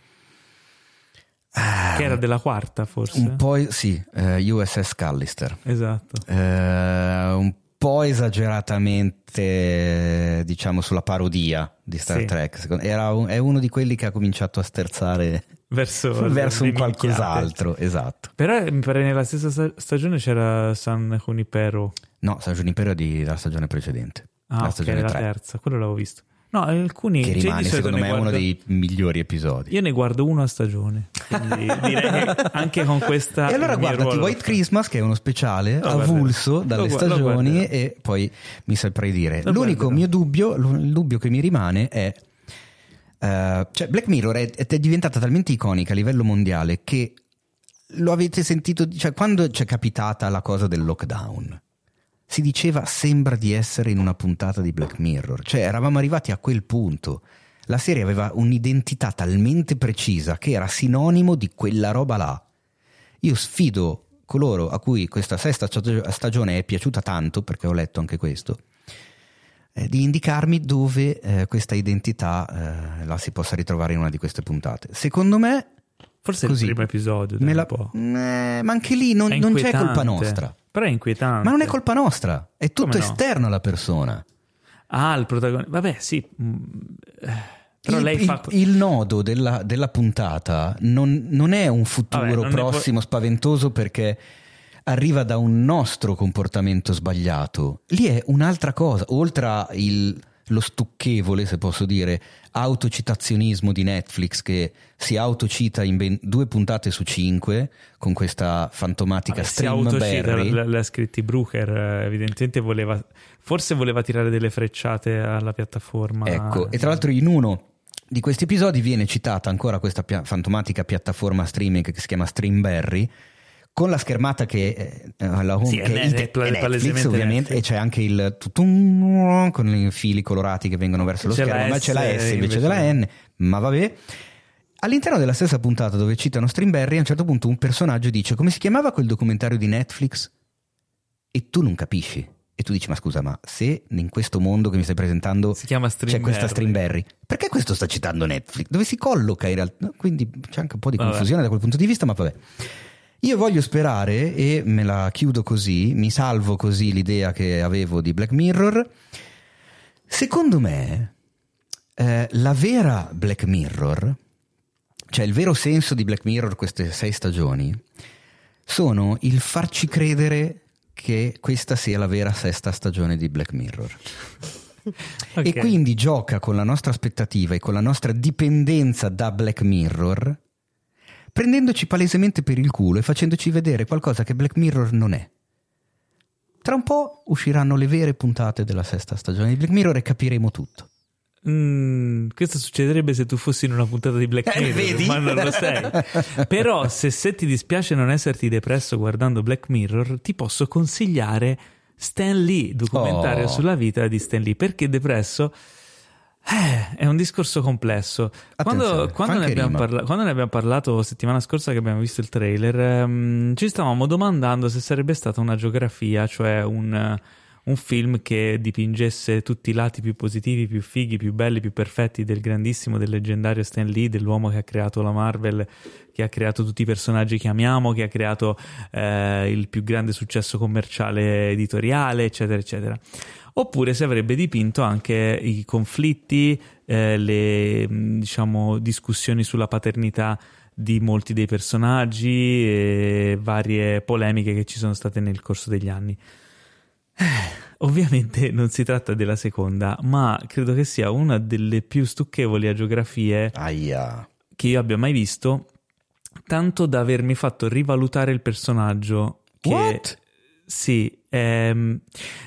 Ah, che era della quarta, forse? Un po', sì, uh, U S S Callister. Esatto. Uh, un po' esageratamente, diciamo, sulla parodia di Star Sì. Trek. Era un, è uno di quelli che ha cominciato a sterzare verso, verso un le qualcos'altro, esatto. Però mi pare nella stessa sta- stagione c'era San Junipero. No, San Junipero è di- della stagione precedente, Ah, la ok, stagione la tre, terza, quello l'avevo visto. No, alcuni che cioè, rimane di solito secondo ne me uno guardo- dei migliori episodi. Io ne guardo uno a stagione, quindi direi che anche con questa E allora il mio guardati ruolo- White Christmas, che è uno speciale Lo avulso guarderò. dalle Lo gu- lo stagioni, guarderò. e poi mi saprai dire. Lo L'unico guarderò. mio dubbio, il dubbio che mi rimane è eh, cioè Black Mirror è, è diventata talmente iconica a livello mondiale che lo avete sentito, cioè quando c'è capitata la cosa del lockdown si diceva sembra di essere in una puntata di Black Mirror, cioè eravamo arrivati a quel punto. La serie aveva un'identità talmente precisa che era sinonimo di quella roba là. Io sfido coloro a cui questa sesta stagione è piaciuta tanto, perché ho letto anche questo, eh, di indicarmi dove eh, questa identità eh, la si possa ritrovare in una di queste puntate. Secondo me Forse così, è il primo episodio, me dai, la- un po'. eh, ma anche lì non, È non c'è inquietante. colpa nostra. Però è inquietante. Ma non è colpa nostra, è tutto Come no? esterno alla persona. Ah, il protagonista. Vabbè, sì. mm, eh, Però il, lei il- fa. il nodo della, della puntata non, non è un futuro Vabbè, non ne prossimo spaventoso perché arriva da un nostro comportamento sbagliato. Lì è un'altra cosa, oltre a il- lo stucchevole, se posso dire, autocitazionismo di Netflix che si autocita in ben due puntate su cinque con questa fantomatica Vabbè, si Stream autocita, Berry. l- l'ha scritti Brooker, eh, evidentemente voleva. Forse voleva tirare delle frecciate alla piattaforma. Ecco, e tra l'altro in uno di questi episodi viene citata ancora questa pia- fantomatica piattaforma streaming che si chiama Streamberry, con la schermata che eh, la home, Sì, che è è, ne- il- è pal- è Netflix palesemente ovviamente, Netflix. e c'è anche il tutum con i fili colorati che vengono verso lo C'è schermo, la ma S c'è la S invece invece della no. N, ma vabbè. All'interno della stessa puntata dove citano Streamberry, a un certo punto un personaggio dice: come si chiamava quel documentario di Netflix? E tu non capisci. E tu dici: ma scusa, ma se in questo mondo che mi stai presentando Si chiama c'è questa Streamberry. Streamberry, perché questo sta citando Netflix? Dove si colloca in realtà? No, quindi c'è anche un po' di Vabbè. confusione da quel punto di vista, ma vabbè. Io voglio sperare, e me la chiudo così, mi salvo così l'idea che avevo di Black Mirror. Secondo me, eh, la vera Black Mirror, cioè il vero senso di Black Mirror, queste sei stagioni, sono il farci credere che questa sia la vera sesta stagione di Black Mirror. Ok. E quindi gioca con la nostra aspettativa e con la nostra dipendenza da Black Mirror, prendendoci palesemente per il culo e facendoci vedere qualcosa che Black Mirror non è. Tra un po' usciranno le vere puntate della sesta stagione di Black Mirror e capiremo tutto. Mm, questo succederebbe se tu fossi in una puntata di Black Eh, Mirror, vedi? ma non lo sei. Però se, se ti dispiace non esserti depresso guardando Black Mirror, ti posso consigliare Stan Lee, documentario Oh. sulla vita di Stan Lee. Perché depresso? Eh, è un discorso complesso. Quando, Attenzione, quando, fa ne anche abbiamo rima. parla- quando ne abbiamo parlato settimana scorsa che abbiamo visto il trailer, ehm, ci stavamo domandando se sarebbe stata una geografia, cioè un, un film che dipingesse tutti i lati più positivi, più fighi, più belli, più perfetti del grandissimo, del leggendario Stan Lee, dell'uomo che ha creato la Marvel, che ha creato tutti i personaggi che amiamo, che ha creato eh, il più grande successo commerciale editoriale, eccetera, eccetera. Oppure se avrebbe dipinto anche i conflitti, eh, le diciamo discussioni sulla paternità di molti dei personaggi e varie polemiche che ci sono state nel corso degli anni. Eh, ovviamente non si tratta della seconda, ma credo che sia una delle più stucchevoli agiografie Aia. che io abbia mai visto, tanto da avermi fatto rivalutare il personaggio. Che What? sì, ehm,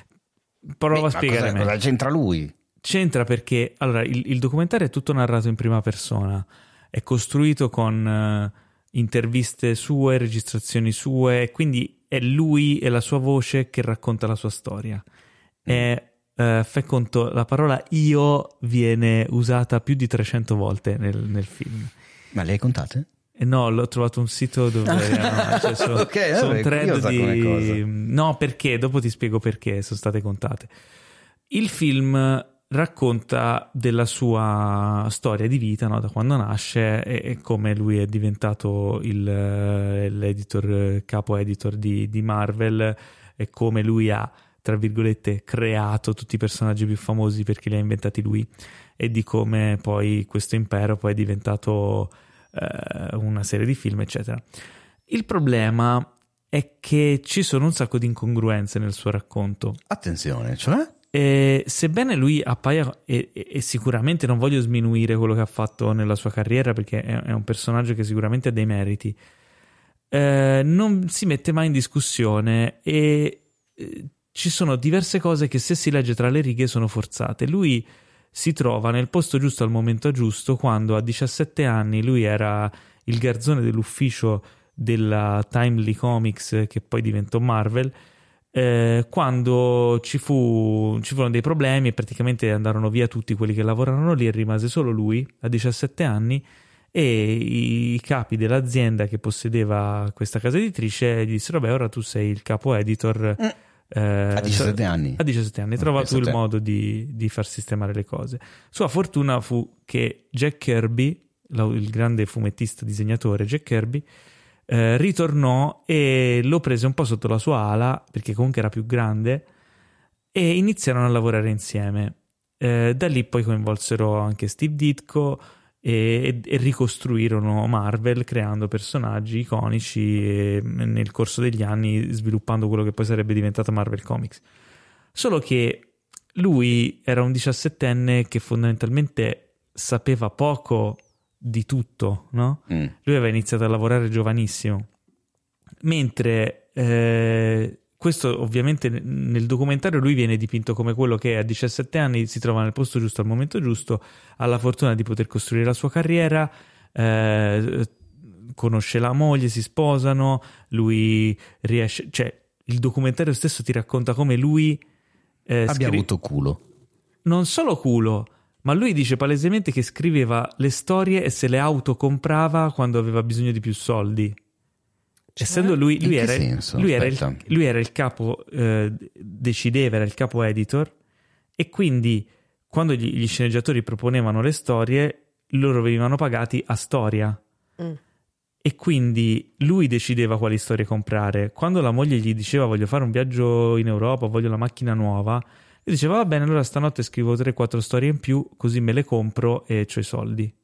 provo Beh, a spiegare cosa, meglio. cosa c'entra lui? C'entra perché allora il, il documentario è tutto narrato in prima persona, è costruito con eh, interviste sue, registrazioni sue, quindi è lui e la sua voce che racconta la sua storia. E eh, fai conto, la parola io viene usata più di trecento volte nel, nel film. Ma le hai contate? Eh no, l'ho trovato un sito dove erano, cioè, sono, Ok, sono vabbè, thread curiosa come cosa. di... No, perché? Dopo ti spiego perché sono state contate. Il film racconta della sua storia di vita, no? Da quando nasce e, e come lui è diventato il, l'editor, capo editor di, di Marvel, e come lui ha, tra virgolette, creato tutti i personaggi più famosi perché li ha inventati lui, e di come poi questo impero poi è diventato eh, una serie di film, eccetera. Il problema è che ci sono un sacco di incongruenze nel suo racconto. Attenzione, cioè? E sebbene lui appaia, e, e sicuramente non voglio sminuire quello che ha fatto nella sua carriera, perché è, è un personaggio che sicuramente ha dei meriti, eh, non si mette mai in discussione, e eh, ci sono diverse cose che, se si legge tra le righe, sono forzate. Lui si trova nel posto giusto al momento giusto, quando a diciassette anni lui era il garzone dell'ufficio della Timely Comics, che poi diventò Marvel. Eh, quando ci fu ci furono dei problemi e praticamente andarono via tutti quelli che lavorarono lì, e rimase solo lui a diciassette anni, e i capi dell'azienda che possedeva questa casa editrice gli dissero: beh, ora tu sei il capo editor. Mm. Eh, A diciassette anni? A diciassette anni, trova tu il modo di, di far sistemare le cose. Sua fortuna fu che Jack Kirby, il grande fumettista disegnatore Jack Kirby, Eh, ritornò e lo prese un po' sotto la sua ala, perché comunque era più grande, e iniziarono a lavorare insieme. Eh, da lì poi coinvolsero anche Steve Ditko e, e, e ricostruirono Marvel, creando personaggi iconici e nel corso degli anni sviluppando quello che poi sarebbe diventata Marvel Comics. Solo che lui era un diciassettenne che fondamentalmente sapeva poco di tutto, no? Mm. Lui aveva iniziato a lavorare giovanissimo, mentre eh, questo ovviamente nel documentario lui viene dipinto come quello che a diciassette anni si trova nel posto giusto al momento giusto, ha la fortuna di poter costruire la sua carriera, eh, conosce la moglie, si sposano, lui riesce, cioè il documentario stesso ti racconta come lui eh, abbia scri- avuto culo. Non solo culo, ma lui dice palesemente che scriveva le storie e se le autocomprava quando aveva bisogno di più soldi. Cioè, essendo lui, lui, era, lui, era il, lui era il capo, eh, decideva, era il capo editor, e quindi quando gli, gli sceneggiatori proponevano le storie, loro venivano pagati a storia. Mm. E quindi lui decideva quali storie comprare. Quando la moglie gli diceva: voglio fare un viaggio in Europa, voglio la macchina nuova, e diceva: va bene, allora stanotte scrivo tre quattro storie in più, così me le compro e c'ho i soldi.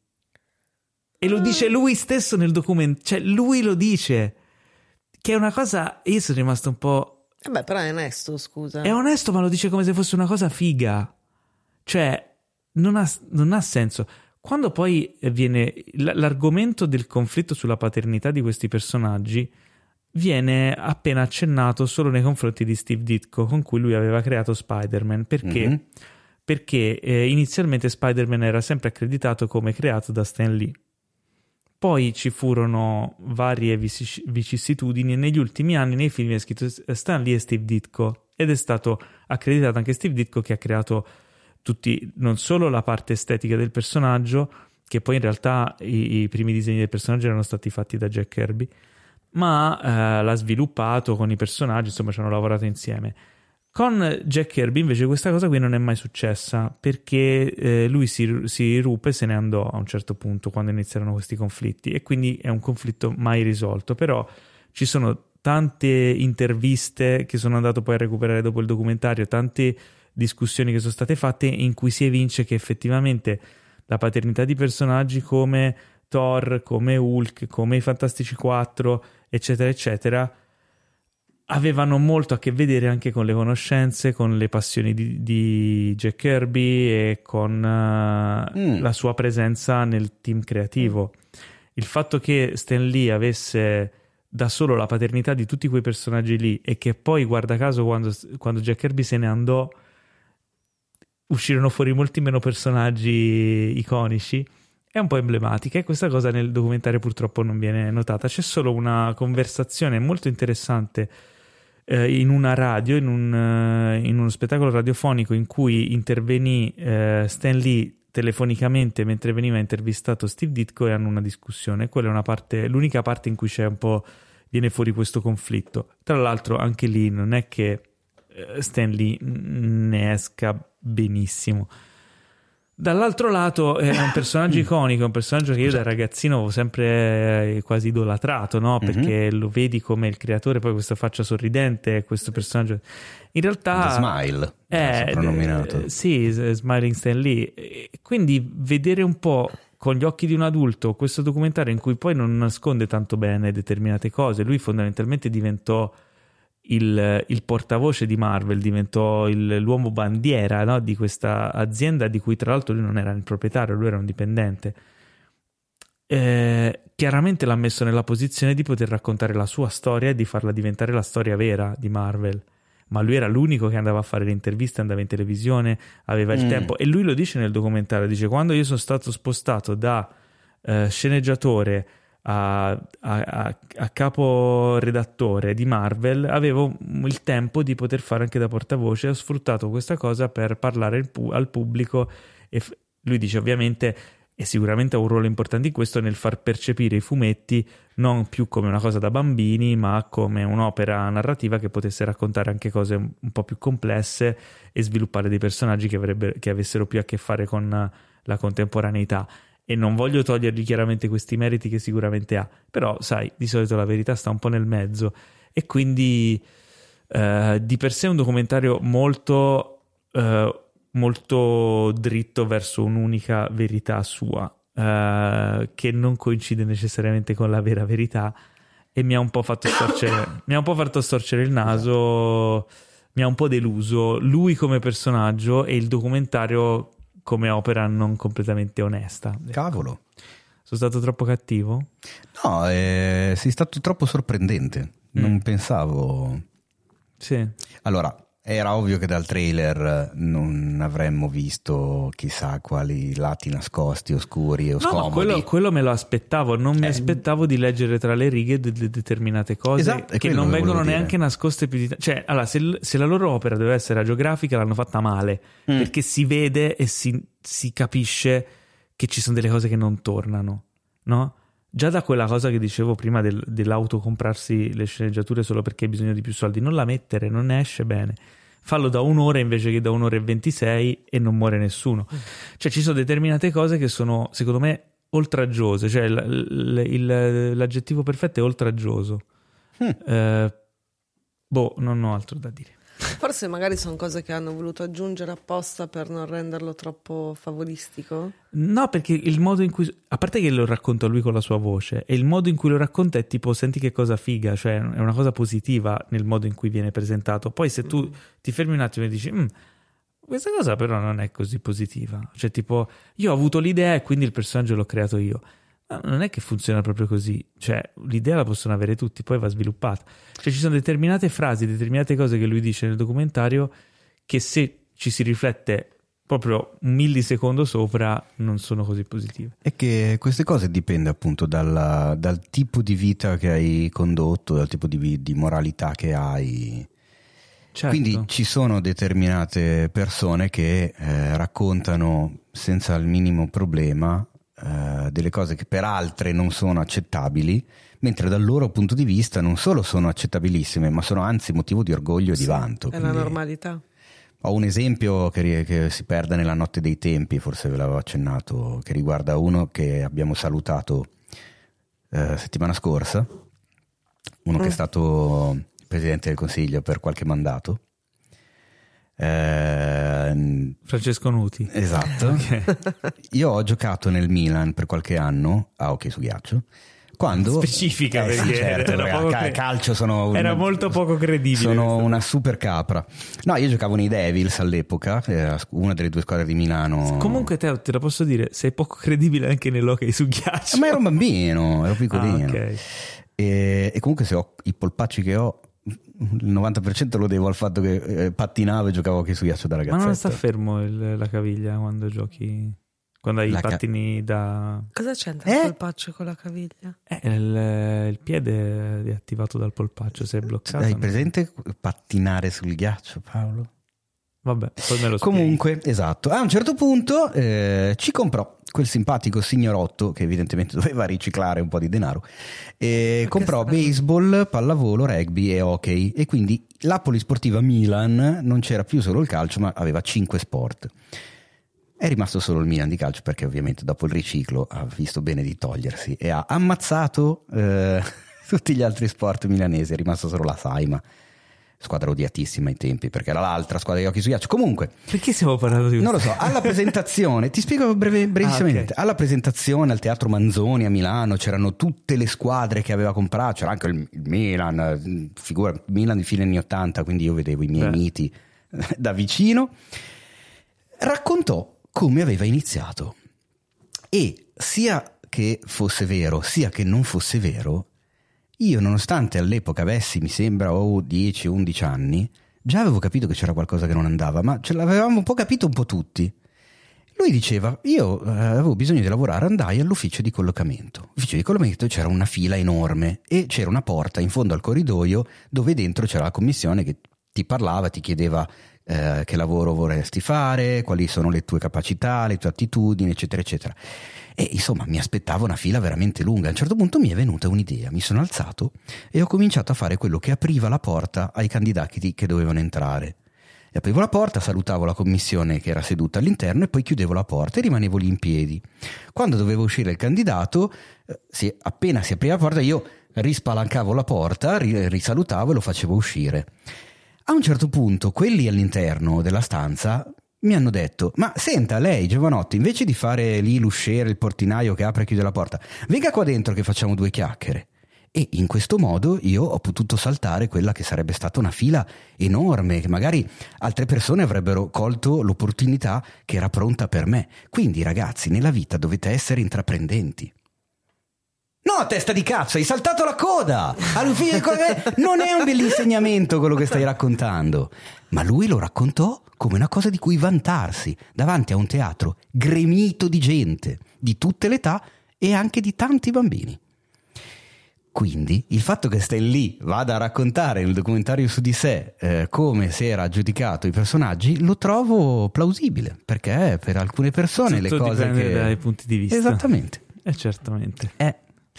E lo dice lui stesso nel documento, cioè lui lo dice, che è una cosa, io sono rimasto un po'... Eh beh, però è onesto, scusa. È onesto, ma lo dice come se fosse una cosa figa. Cioè, non ha, non ha senso. Quando poi viene l'argomento del conflitto sulla paternità di questi personaggi, viene appena accennato solo nei confronti di Steve Ditko, con cui lui aveva creato Spider-Man. Perché? Mm-hmm. Perché eh, inizialmente Spider-Man era sempre accreditato come creato da Stan Lee. Poi ci furono varie vic- vicissitudini e negli ultimi anni nei film è scritto Stan Lee e Steve Ditko, ed è stato accreditato anche Steve Ditko, che ha creato tutti, non solo la parte estetica del personaggio, che poi in realtà i, i primi disegni del personaggio erano stati fatti da Jack Kirby, ma eh, l'ha sviluppato con i personaggi, insomma ci hanno lavorato insieme. Con Jack Kirby invece questa cosa qui non è mai successa, perché eh, lui si, si ruppe e se ne andò a un certo punto quando iniziarono questi conflitti, e quindi è un conflitto mai risolto. Però ci sono tante interviste che sono andato poi a recuperare dopo il documentario, tante discussioni che sono state fatte in cui si evince che effettivamente la paternità di personaggi come Thor, come Hulk, come i Fantastici quattro, eccetera eccetera, avevano molto a che vedere anche con le conoscenze, con le passioni di, di Jack Kirby e con uh, mm. la sua presenza nel team creativo. Mm. Il fatto che Stan Lee avesse da solo la paternità di tutti quei personaggi lì, e che poi, guarda caso, quando, quando Jack Kirby se ne andò uscirono fuori molti meno personaggi iconici, è un po' emblematica, e questa cosa nel documentario purtroppo non viene notata. C'è solo una conversazione molto interessante eh, in una radio, in, un, uh, in uno spettacolo radiofonico in cui intervenì eh, Stan Lee telefonicamente mentre veniva intervistato Steve Ditko e hanno una discussione. Quella è una parte, l'unica parte in cui c'è un po', viene fuori questo conflitto. Tra l'altro anche lì non è che Stan Lee ne esca benissimo. Dall'altro lato è un personaggio iconico, è un personaggio che io da ragazzino avevo sempre quasi idolatrato, no? Perché mm-hmm. lo vedi come il creatore, poi questa faccia sorridente, questo personaggio in realtà The Smile è soprannominato. Eh, sì, Smiling Stan Lee. Quindi vedere un po' con gli occhi di un adulto questo documentario in cui poi non nasconde tanto bene determinate cose, lui fondamentalmente diventò Il, il portavoce di Marvel, diventò il, l'uomo bandiera, no? Di questa azienda di cui tra l'altro lui non era il proprietario, lui era un dipendente. Eh, chiaramente l'ha messo nella posizione di poter raccontare la sua storia e di farla diventare la storia vera di Marvel, ma lui era l'unico che andava a fare le interviste, andava in televisione, aveva il mm. tempo, e lui lo dice nel documentario, dice: quando io sono stato spostato da eh, sceneggiatore A, a, a capo redattore di Marvel, avevo il tempo di poter fare anche da portavoce. Ho sfruttato questa cosa per parlare pu- al pubblico, e f- lui dice ovviamente, e sicuramente ha un ruolo importante in questo, nel far percepire i fumetti non più come una cosa da bambini, ma come un'opera narrativa che potesse raccontare anche cose un, un po' più complesse e sviluppare dei personaggi che, avrebbe, che avessero più a che fare con la contemporaneità. E non voglio togliergli chiaramente questi meriti che sicuramente ha, però sai, di solito la verità sta un po' nel mezzo, e quindi eh, di per sé è un documentario molto, eh, molto dritto verso un'unica verità sua, eh, che non coincide necessariamente con la vera verità, e mi ha un po' fatto storcere, mi ha un po' fatto storcere il naso, mi ha un po' deluso lui come personaggio e il documentario come opera non completamente onesta. Cavolo. Sono stato troppo cattivo? No, eh, sei stato troppo sorprendente. Non mm. pensavo. Sì. Allora, era ovvio che dal trailer non avremmo visto chissà quali lati nascosti, oscuri o scomodi. No, quello, quello me lo aspettavo. Non eh. mi aspettavo di leggere tra le righe de- de- determinate cose, esatto, che non vengono neanche dire. nascoste più di t- cioè, allora, se, se la loro opera deve essere agiografica, l'hanno fatta male, mm. perché si vede e si, si capisce che ci sono delle cose che non tornano, no? Già da quella cosa che dicevo prima del, dell'auto comprarsi le sceneggiature solo perché hai bisogno di più soldi, non la mettere, non ne esce bene. Fallo da un'ora invece che da un'ora e ventisei e non muore nessuno. Cioè ci sono determinate cose che sono, secondo me, oltraggiose. Cioè l- l- il, l'aggettivo perfetto è oltraggioso. Mm. Eh, boh, non ho altro da dire. Forse magari sono cose che hanno voluto aggiungere apposta per non renderlo troppo favolistico? No, perché il modo in cui, a parte che lo racconta lui con la sua voce, e il modo in cui lo racconta è tipo, senti che cosa figa, cioè è una cosa positiva nel modo in cui viene presentato. Poi se tu ti fermi un attimo e dici questa cosa però non è così positiva, cioè tipo io ho avuto l'idea e quindi il personaggio l'ho creato io. No, non è che funziona proprio così, cioè l'idea la possono avere tutti, poi va sviluppata. Cioè ci sono determinate frasi, determinate cose che lui dice nel documentario che se ci si riflette proprio un millisecondo sopra non sono così positive. È che queste cose dipende appunto dalla, dal tipo di vita che hai condotto, dal tipo di, di moralità che hai. Certo. Quindi ci sono determinate persone che eh, raccontano senza il minimo problema Uh, delle cose che per altre non sono accettabili, mentre dal loro punto di vista non solo sono accettabilissime, ma sono anzi motivo di orgoglio e sì, di vanto. È quindi la normalità. Ho un esempio che, che si perde nella notte dei tempi, forse ve l'avevo accennato, che riguarda uno che abbiamo salutato uh, settimana scorsa, uno mm. che è stato presidente del Consiglio per qualche mandato. Eh, Francesco Nuti. Esatto. Okay. Io ho giocato nel Milan per qualche anno a hockey su ghiaccio. Quando specifica, eh, perché sì, certo, era, era cre- calcio sono era una, molto poco credibile. Sono una super capra. No, io giocavo nei Devils all'epoca, era una delle due squadre di Milano. Comunque te, te lo posso dire, sei poco credibile anche nell'hockey su ghiaccio. Ma ero un bambino, ero piccolino. Ah, okay. e, e comunque se ho i polpacci che ho, il novanta per cento lo devo al fatto che eh, pattinavo e giocavo anche su ghiaccio da ragazzetta. Ma non sta fermo il, la caviglia quando giochi, quando hai la i pattini ca- da... Cosa c'entra eh? il polpaccio con la caviglia? Eh, il, il piede è attivato dal polpaccio, se è bloccato. Hai presente pattinare sul ghiaccio, Paolo? Vabbè, poi me lo spieghi. Comunque, esatto, a un certo punto eh, ci comprò quel simpatico signorotto che evidentemente doveva riciclare un po' di denaro e Ma comprò che strano. baseball, pallavolo, rugby e hockey, e quindi la polisportiva Milan non c'era più solo il calcio ma aveva cinque sport. È rimasto solo il Milan di calcio perché ovviamente dopo il riciclo ha visto bene di togliersi e ha ammazzato eh, tutti gli altri sport milanesi. È rimasto solo la Saima, squadra odiatissima ai tempi perché era l'altra squadra di hockey su ghiaccio. Comunque, Perché stiamo parlando di non lo so, alla presentazione, ti spiego breve, brevissimamente, Ah, ok. alla presentazione al Teatro Manzoni a Milano c'erano tutte le squadre che aveva comprato, c'era anche il, il Milan, figura, il Milan di fine anni ottanta, quindi io vedevo i miei Beh. miti da vicino. Raccontò come aveva iniziato e sia che fosse vero sia che non fosse vero, io nonostante all'epoca avessi mi sembra o dieci undici anni già avevo capito che c'era qualcosa che non andava, ma ce l'avevamo un po' capito un po' tutti. Lui diceva, io eh, avevo bisogno di lavorare, andai all'ufficio di collocamento. L'ufficio di collocamento c'era una fila enorme e c'era una porta in fondo al corridoio dove dentro c'era la commissione che ti parlava, ti chiedeva eh, che lavoro vorresti fare, quali sono le tue capacità, le tue attitudini, eccetera, eccetera. E insomma mi aspettavo una fila veramente lunga. A un certo punto mi è venuta un'idea, mi sono alzato e ho cominciato a fare quello che apriva la porta ai candidati che dovevano entrare. E aprivo la porta, salutavo la commissione che era seduta all'interno e poi chiudevo la porta e rimanevo lì in piedi. Quando doveva uscire il candidato, eh, si, appena si apriva la porta io rispalancavo la porta, ri, risalutavo e lo facevo uscire. A un certo punto quelli all'interno della stanza mi hanno detto, ma senta lei giovanotto, invece di fare lì l'usciere, il portinaio che apre e chiude la porta, venga qua dentro che facciamo due chiacchiere. E in questo modo io ho potuto saltare quella che sarebbe stata una fila enorme, che magari altre persone avrebbero colto l'opportunità che era pronta per me. Quindi ragazzi, nella vita dovete essere intraprendenti. No, testa di cazzo, hai saltato la coda! All'ufficio di collocamento non è un bell'insegnamento quello che stai raccontando. Ma lui lo raccontò come una cosa di cui vantarsi davanti a un teatro gremito di gente, di tutte le età e anche di tanti bambini. Quindi il fatto che Stan Lee vada a raccontare nel documentario su di sé eh, come si era giudicato i personaggi lo trovo plausibile, perché per alcune persone Tutto le cose dipende che... dai punti di vista. Esattamente. Eh, certamente. Eh.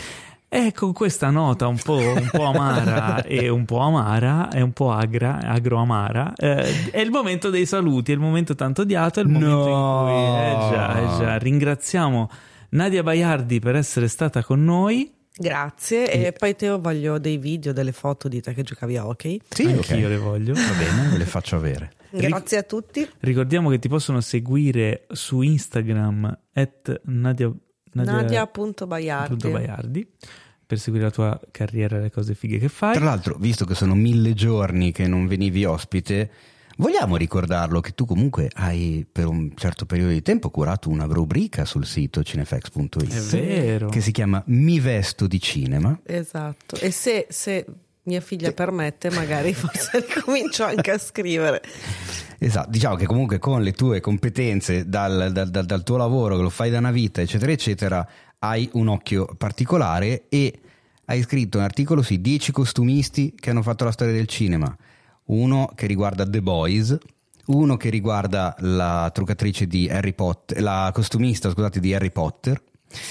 E con questa nota un po', un po' amara e un po' amara e un po' agra, agro-amara, eh, è il momento dei saluti, è il momento tanto odiato, è il momento No. in cui eh già, eh già, ringraziamo Nadia Baiardi per essere stata con noi. Grazie. E poi Teo, voglio dei video, delle foto di te che giocavi a hockey. Sì, Anch'io ok. le voglio. Va bene, ve le faccio avere. Grazie a tutti. Ricordiamo che ti possono seguire su Instagram at Nadia, Nadia, Nadia.Baiardi. punto Baiardi, per seguire la tua carriera e le cose fighe che fai. Tra l'altro, visto che sono mille giorni che non venivi ospite, vogliamo ricordarlo che tu comunque hai per un certo periodo di tempo curato una rubrica sul sito cinefx punto it È vero. che si chiama Mi vesto di cinema. Esatto. E se, se mia figlia permette, magari forse ricomincio anche a scrivere. Esatto, diciamo che comunque con le tue competenze dal, dal, dal, dal tuo lavoro, che lo fai da una vita, eccetera, eccetera, hai un occhio particolare e hai scritto un articolo sui dieci costumisti che hanno fatto la storia del cinema, uno che riguarda The Boys, uno che riguarda la truccatrice di Harry Potter, la costumista, scusate, di Harry Potter,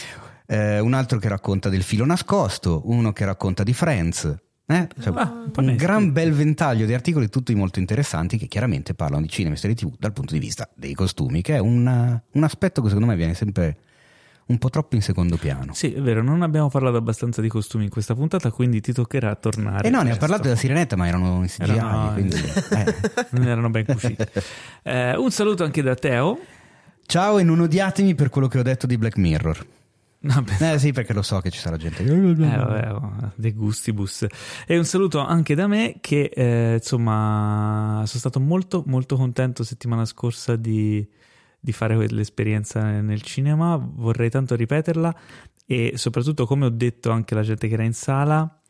eh, un altro che racconta del filo nascosto, uno che racconta di Friends. Eh? Cioè, Ah, un po' un ne gran scritti. bel ventaglio di articoli, tutti molto interessanti, che chiaramente parlano di cinema e serie tv dal punto di vista dei costumi, che è un, un aspetto che secondo me viene sempre un po' troppo in secondo piano. Sì, è vero, non abbiamo parlato abbastanza di costumi in questa puntata, quindi ti toccherà tornare. E no, ne ha presto. parlato della Sirenetta, ma erano in C G I, Erano- quindi, eh. Non erano ben cuciti. Eh, un saluto anche da Teo. Ciao e non odiatemi per quello che ho detto di Black Mirror. Vabbè. Eh sì, perché lo so che ci sarà gente. Eh, vabbè, oh, de gustibus. E un saluto anche da me che eh, insomma sono stato molto molto contento settimana scorsa di, di fare quell'esperienza nel cinema, vorrei tanto ripeterla e soprattutto, come ho detto anche alla gente che era in sala,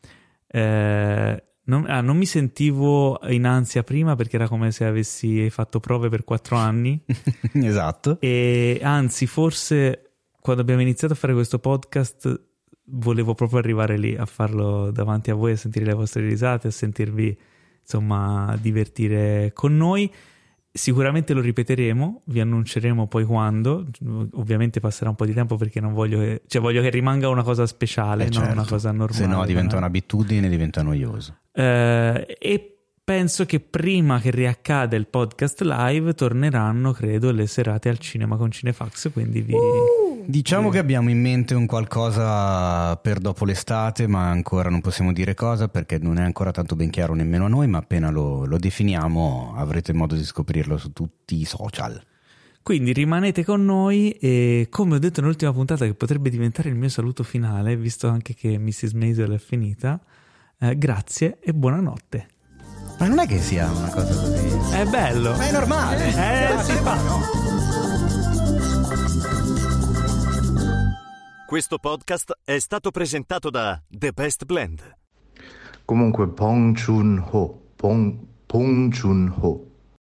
eh, non, ah, non mi sentivo in ansia prima perché era come se avessi fatto prove per quattro anni Esatto. e anzi forse quando abbiamo iniziato a fare questo podcast volevo proprio arrivare lì a farlo davanti a voi, a sentire le vostre risate, a sentirvi insomma divertire con noi Sicuramente lo ripeteremo, vi annunceremo poi quando, ovviamente passerà un po' di tempo perché non voglio che, cioè voglio che rimanga una cosa speciale, eh non certo. una cosa normale. Se no diventa come... un'abitudine, diventa noioso. Eh, e penso che prima che riaccada il podcast live torneranno, credo, le serate al cinema con Cinefax, quindi vi... Uh, diciamo vi... che abbiamo in mente un qualcosa per dopo l'estate, ma ancora non possiamo dire cosa perché non è ancora tanto ben chiaro nemmeno a noi, ma appena lo, lo definiamo avrete modo di scoprirlo su tutti i social. Quindi rimanete con noi e, come ho detto nell'ultima puntata, che potrebbe diventare il mio saluto finale, visto anche che missus Maisel è finita, eh, grazie e buonanotte. Ma non è che sia una cosa così. È bello. Ma è normale. Eh, si fa. Questo podcast è stato presentato da The Best Blend. Comunque Bong Joon-ho, Bong, Bong Joon-ho.